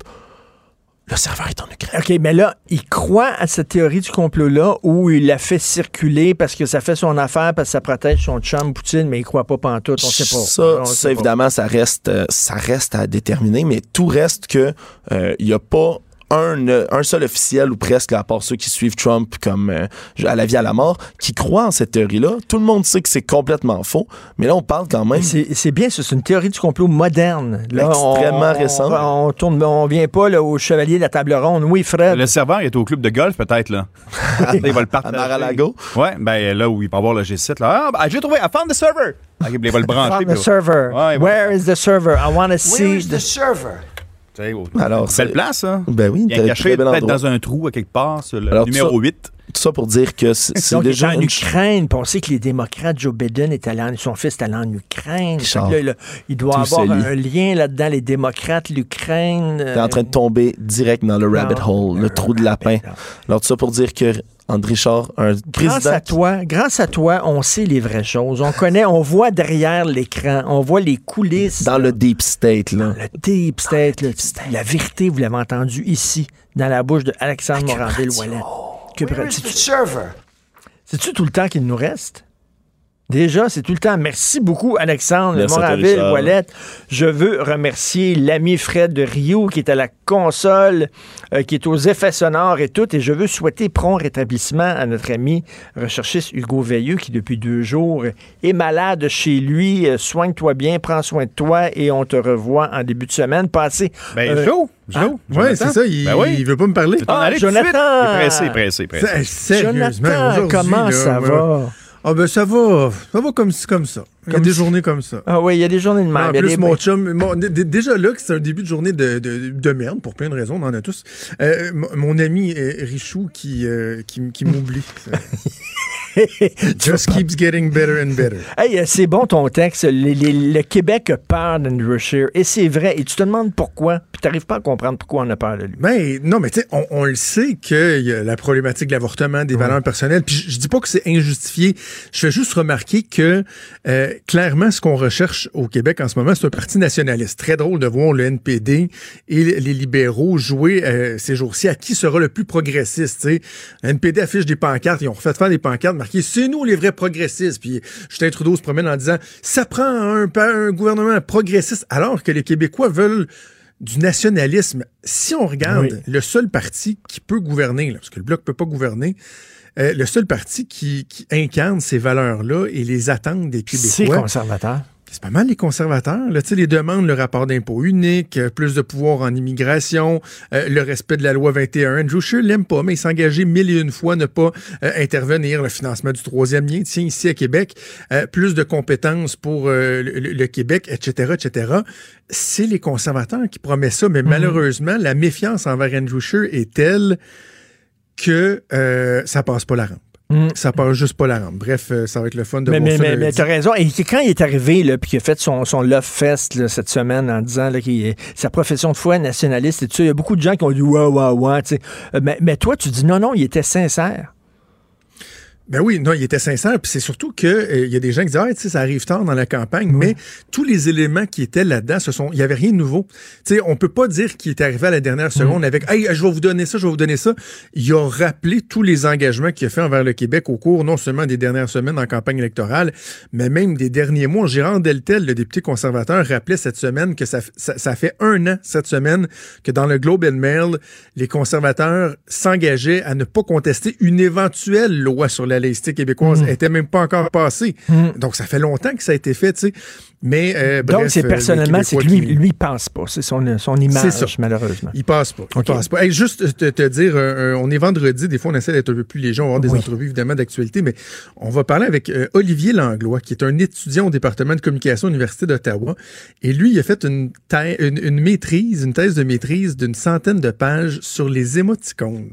le serveur est en Ukraine. OK, mais là, il croit à cette théorie du complot-là où il la fait circuler parce que ça fait son affaire, parce que ça protège son chum Poutine, mais il croit pas pantoute, on sait pas. Ça évidemment, ça reste à déterminer, mais tout reste que il y a pas un seul officiel, ou presque, à part ceux qui suivent Trump comme à la vie à la mort, qui croit en cette théorie-là. Tout le monde sait que c'est complètement faux, mais là, on parle quand même... C'est bien, c'est une théorie du complot moderne. Là, extrêmement récente. On vient pas là, au chevalier de la table ronde. Oui, Fred. Le serveur est au club de golf, peut-être, là. Il va le partager. À Mar-a-Lago? Ouais, ben là où il peut avoir le G7, là. J'ai trouvé, I found the server! Okay, il va le brancher. I found the server. Ouais, where is the server? I want to see... Where is the server? Alors, belle place, hein? Ben oui, il est caché peut-être dans un trou à quelque part, sur le numéro 8. Tout ça pour dire que c'est donc, déjà en Ukraine. On sait que les démocrates, Joe Biden, son fils est allé en Ukraine. Là, il doit avoir un lien là-dedans, les démocrates, l'Ukraine. T'es en train de tomber direct dans le rabbit hole, le trou de lapin. Alors, tout ça pour dire que André Richard, un président... Grâce à toi, on sait les vraies choses. On voit derrière l'écran, on voit les coulisses. Dans le deep state, là. Dans le deep state, là. La vérité, vous l'avez entendu ici, dans la bouche de Alexandre Moranville-Ouellet. C'est-tu tout le temps qu'il nous reste? Déjà, c'est tout le temps. Merci beaucoup, Alexandre Moranville-Ouellet. Je veux remercier l'ami Fred de Rio qui est à la console, qui est aux effets sonores et tout. Et je veux souhaiter prompt rétablissement à notre ami recherchiste Hugo Veilleux qui, depuis 2 jours, est malade chez lui. Soigne-toi bien, prends soin de toi et on te revoit en début de semaine. Passez. Joe. Oui, c'est ça. Il veut pas me parler. Jonathan! Il est pressé. Sérieusement, Jonathan, comment ça va? Ah ben ça va comme ça. Il y a des journées comme ça. Ah oui, il y a des journées de merde. En plus, mon chum, déjà là, c'est un début de journée de merde, pour plein de raisons, on en a tous. Mon ami Richou qui m'oublie. Just keeps getting better and better. Hey, c'est bon ton texte. Le Québec a peur d'Andrew Scheer. Et c'est vrai. Et tu te demandes pourquoi. Puis tu n'arrives pas à comprendre pourquoi on a peur de lui. Ben, non, mais tu sais, on le sait qu'il y a la problématique de l'avortement, des valeurs personnelles. Puis je dis pas que c'est injustifié. Je fais juste remarquer que clairement, ce qu'on recherche au Québec en ce moment, c'est un parti nationaliste. Très drôle de voir le NPD et les libéraux jouer ces jours-ci à qui sera le plus progressiste. T'sais. Le NPD affiche des pancartes. Ils ont refait faire des pancartes marqué « C'est nous les vrais progressistes ». Puis Justin Trudeau se promène en disant « Ça prend un gouvernement progressiste », alors que les Québécois veulent du nationalisme. Si on regarde le seul parti qui peut gouverner, là, parce que le Bloc peut pas gouverner, le seul parti qui incarne ces valeurs-là et les attentes des Québécois. C'est conservateur. C'est pas mal les conservateurs. Là, les demandes, le rapport d'impôt unique, plus de pouvoir en immigration, le respect de la loi 21. Andrew Scheer l'aime pas, mais il s'est engagé 1001 fois à ne pas intervenir. Le financement du troisième lien, tiens, ici à Québec, plus de compétences pour le Québec, etc., etc. C'est les conservateurs qui promettent ça, mais malheureusement, la méfiance envers Andrew Scheer est telle que ça passe pas la rampe. Ça passe juste pas la rampe. Bref, ça va être le fun de voir ça. Mais t'as raison. Et quand il est arrivé, là, puis qu'il a fait son Love Fest là, cette semaine en disant là, sa profession de foi nationaliste et tout ça, il y a beaucoup de gens qui ont dit ouais, tu sais. Mais toi, tu dis non, il était sincère. Ben oui, non, il était sincère, puis c'est surtout que y a des gens qui disent tu sais, ça arrive tard dans la campagne, mais tous les éléments qui étaient là-dedans, il y avait rien de nouveau. Tu sais, on peut pas dire qu'il est arrivé à la dernière seconde avec hey, je vais vous donner ça, je vais vous donner ça. Il a rappelé tous les engagements qu'il a fait envers le Québec au cours non seulement des dernières semaines en campagne électorale, mais même des derniers mois. Gérard Deltel, le député conservateur, rappelait cette semaine que ça fait 1 an cette semaine que dans le Globe and Mail, les conservateurs s'engageaient à ne pas contester une éventuelle loi sur la laïcité québécoise était même pas encore passée. Donc, ça fait longtemps que ça a été fait, tu sais. Mais, donc, bref, c'est personnellement, c'est que lui, il passe pas. C'est son image, malheureusement. Il passe pas. Il passe pas. Hey, juste te dire, on est vendredi, des fois, on essaie d'être un peu plus léger, on va avoir des entrevues, évidemment, d'actualité, mais on va parler avec Olivier Langlois, qui est un étudiant au département de communication à l'Université d'Ottawa. Et lui, il a fait une thèse de maîtrise d'une 100aine de pages sur les émoticônes.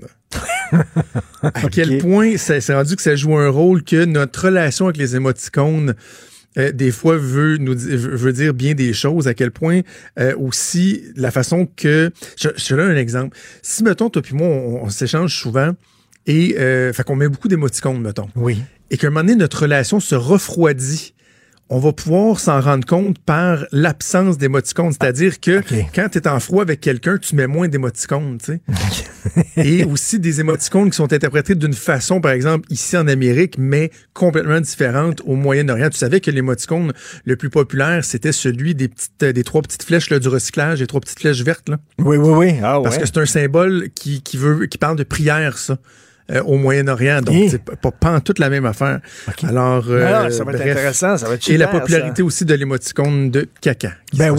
À quel point c'est rendu que ça joue un rôle que notre relation avec les émoticônes des fois veut dire bien des choses, à quel point aussi la façon que... Je te donne un exemple. Si, mettons, toi puis moi, on s'échange souvent et fait qu'on met beaucoup d'émoticônes, mettons. Oui. Et qu'à un moment donné, notre relation se refroidit. On va pouvoir s'en rendre compte par l'absence d'émoticônes. C'est-à-dire que quand tu es en froid avec quelqu'un, tu mets moins d'émoticônes, tu sais. Et aussi des émoticônes qui sont interprétés d'une façon, par exemple, ici en Amérique, mais complètement différente au Moyen-Orient. Tu savais que l'émoticône le plus populaire, c'était celui des 3 petites flèches là, du recyclage, les 3 petites flèches vertes. Là. Oui. Parce que c'est un symbole qui parle de prière, ça. Au Moyen-Orient, donc c'est pas en toute la même affaire. Alors, ça va être intéressant, ça va être super. Et la popularité aussi de l'émoticône de caca. Ben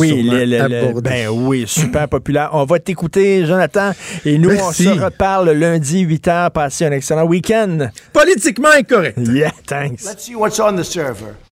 oui, super populaire. On va t'écouter, Jonathan, et nous, on se reparle lundi 8h. Passez un excellent week-end. Politiquement incorrect. Yeah, thanks. Let's see what's on the server.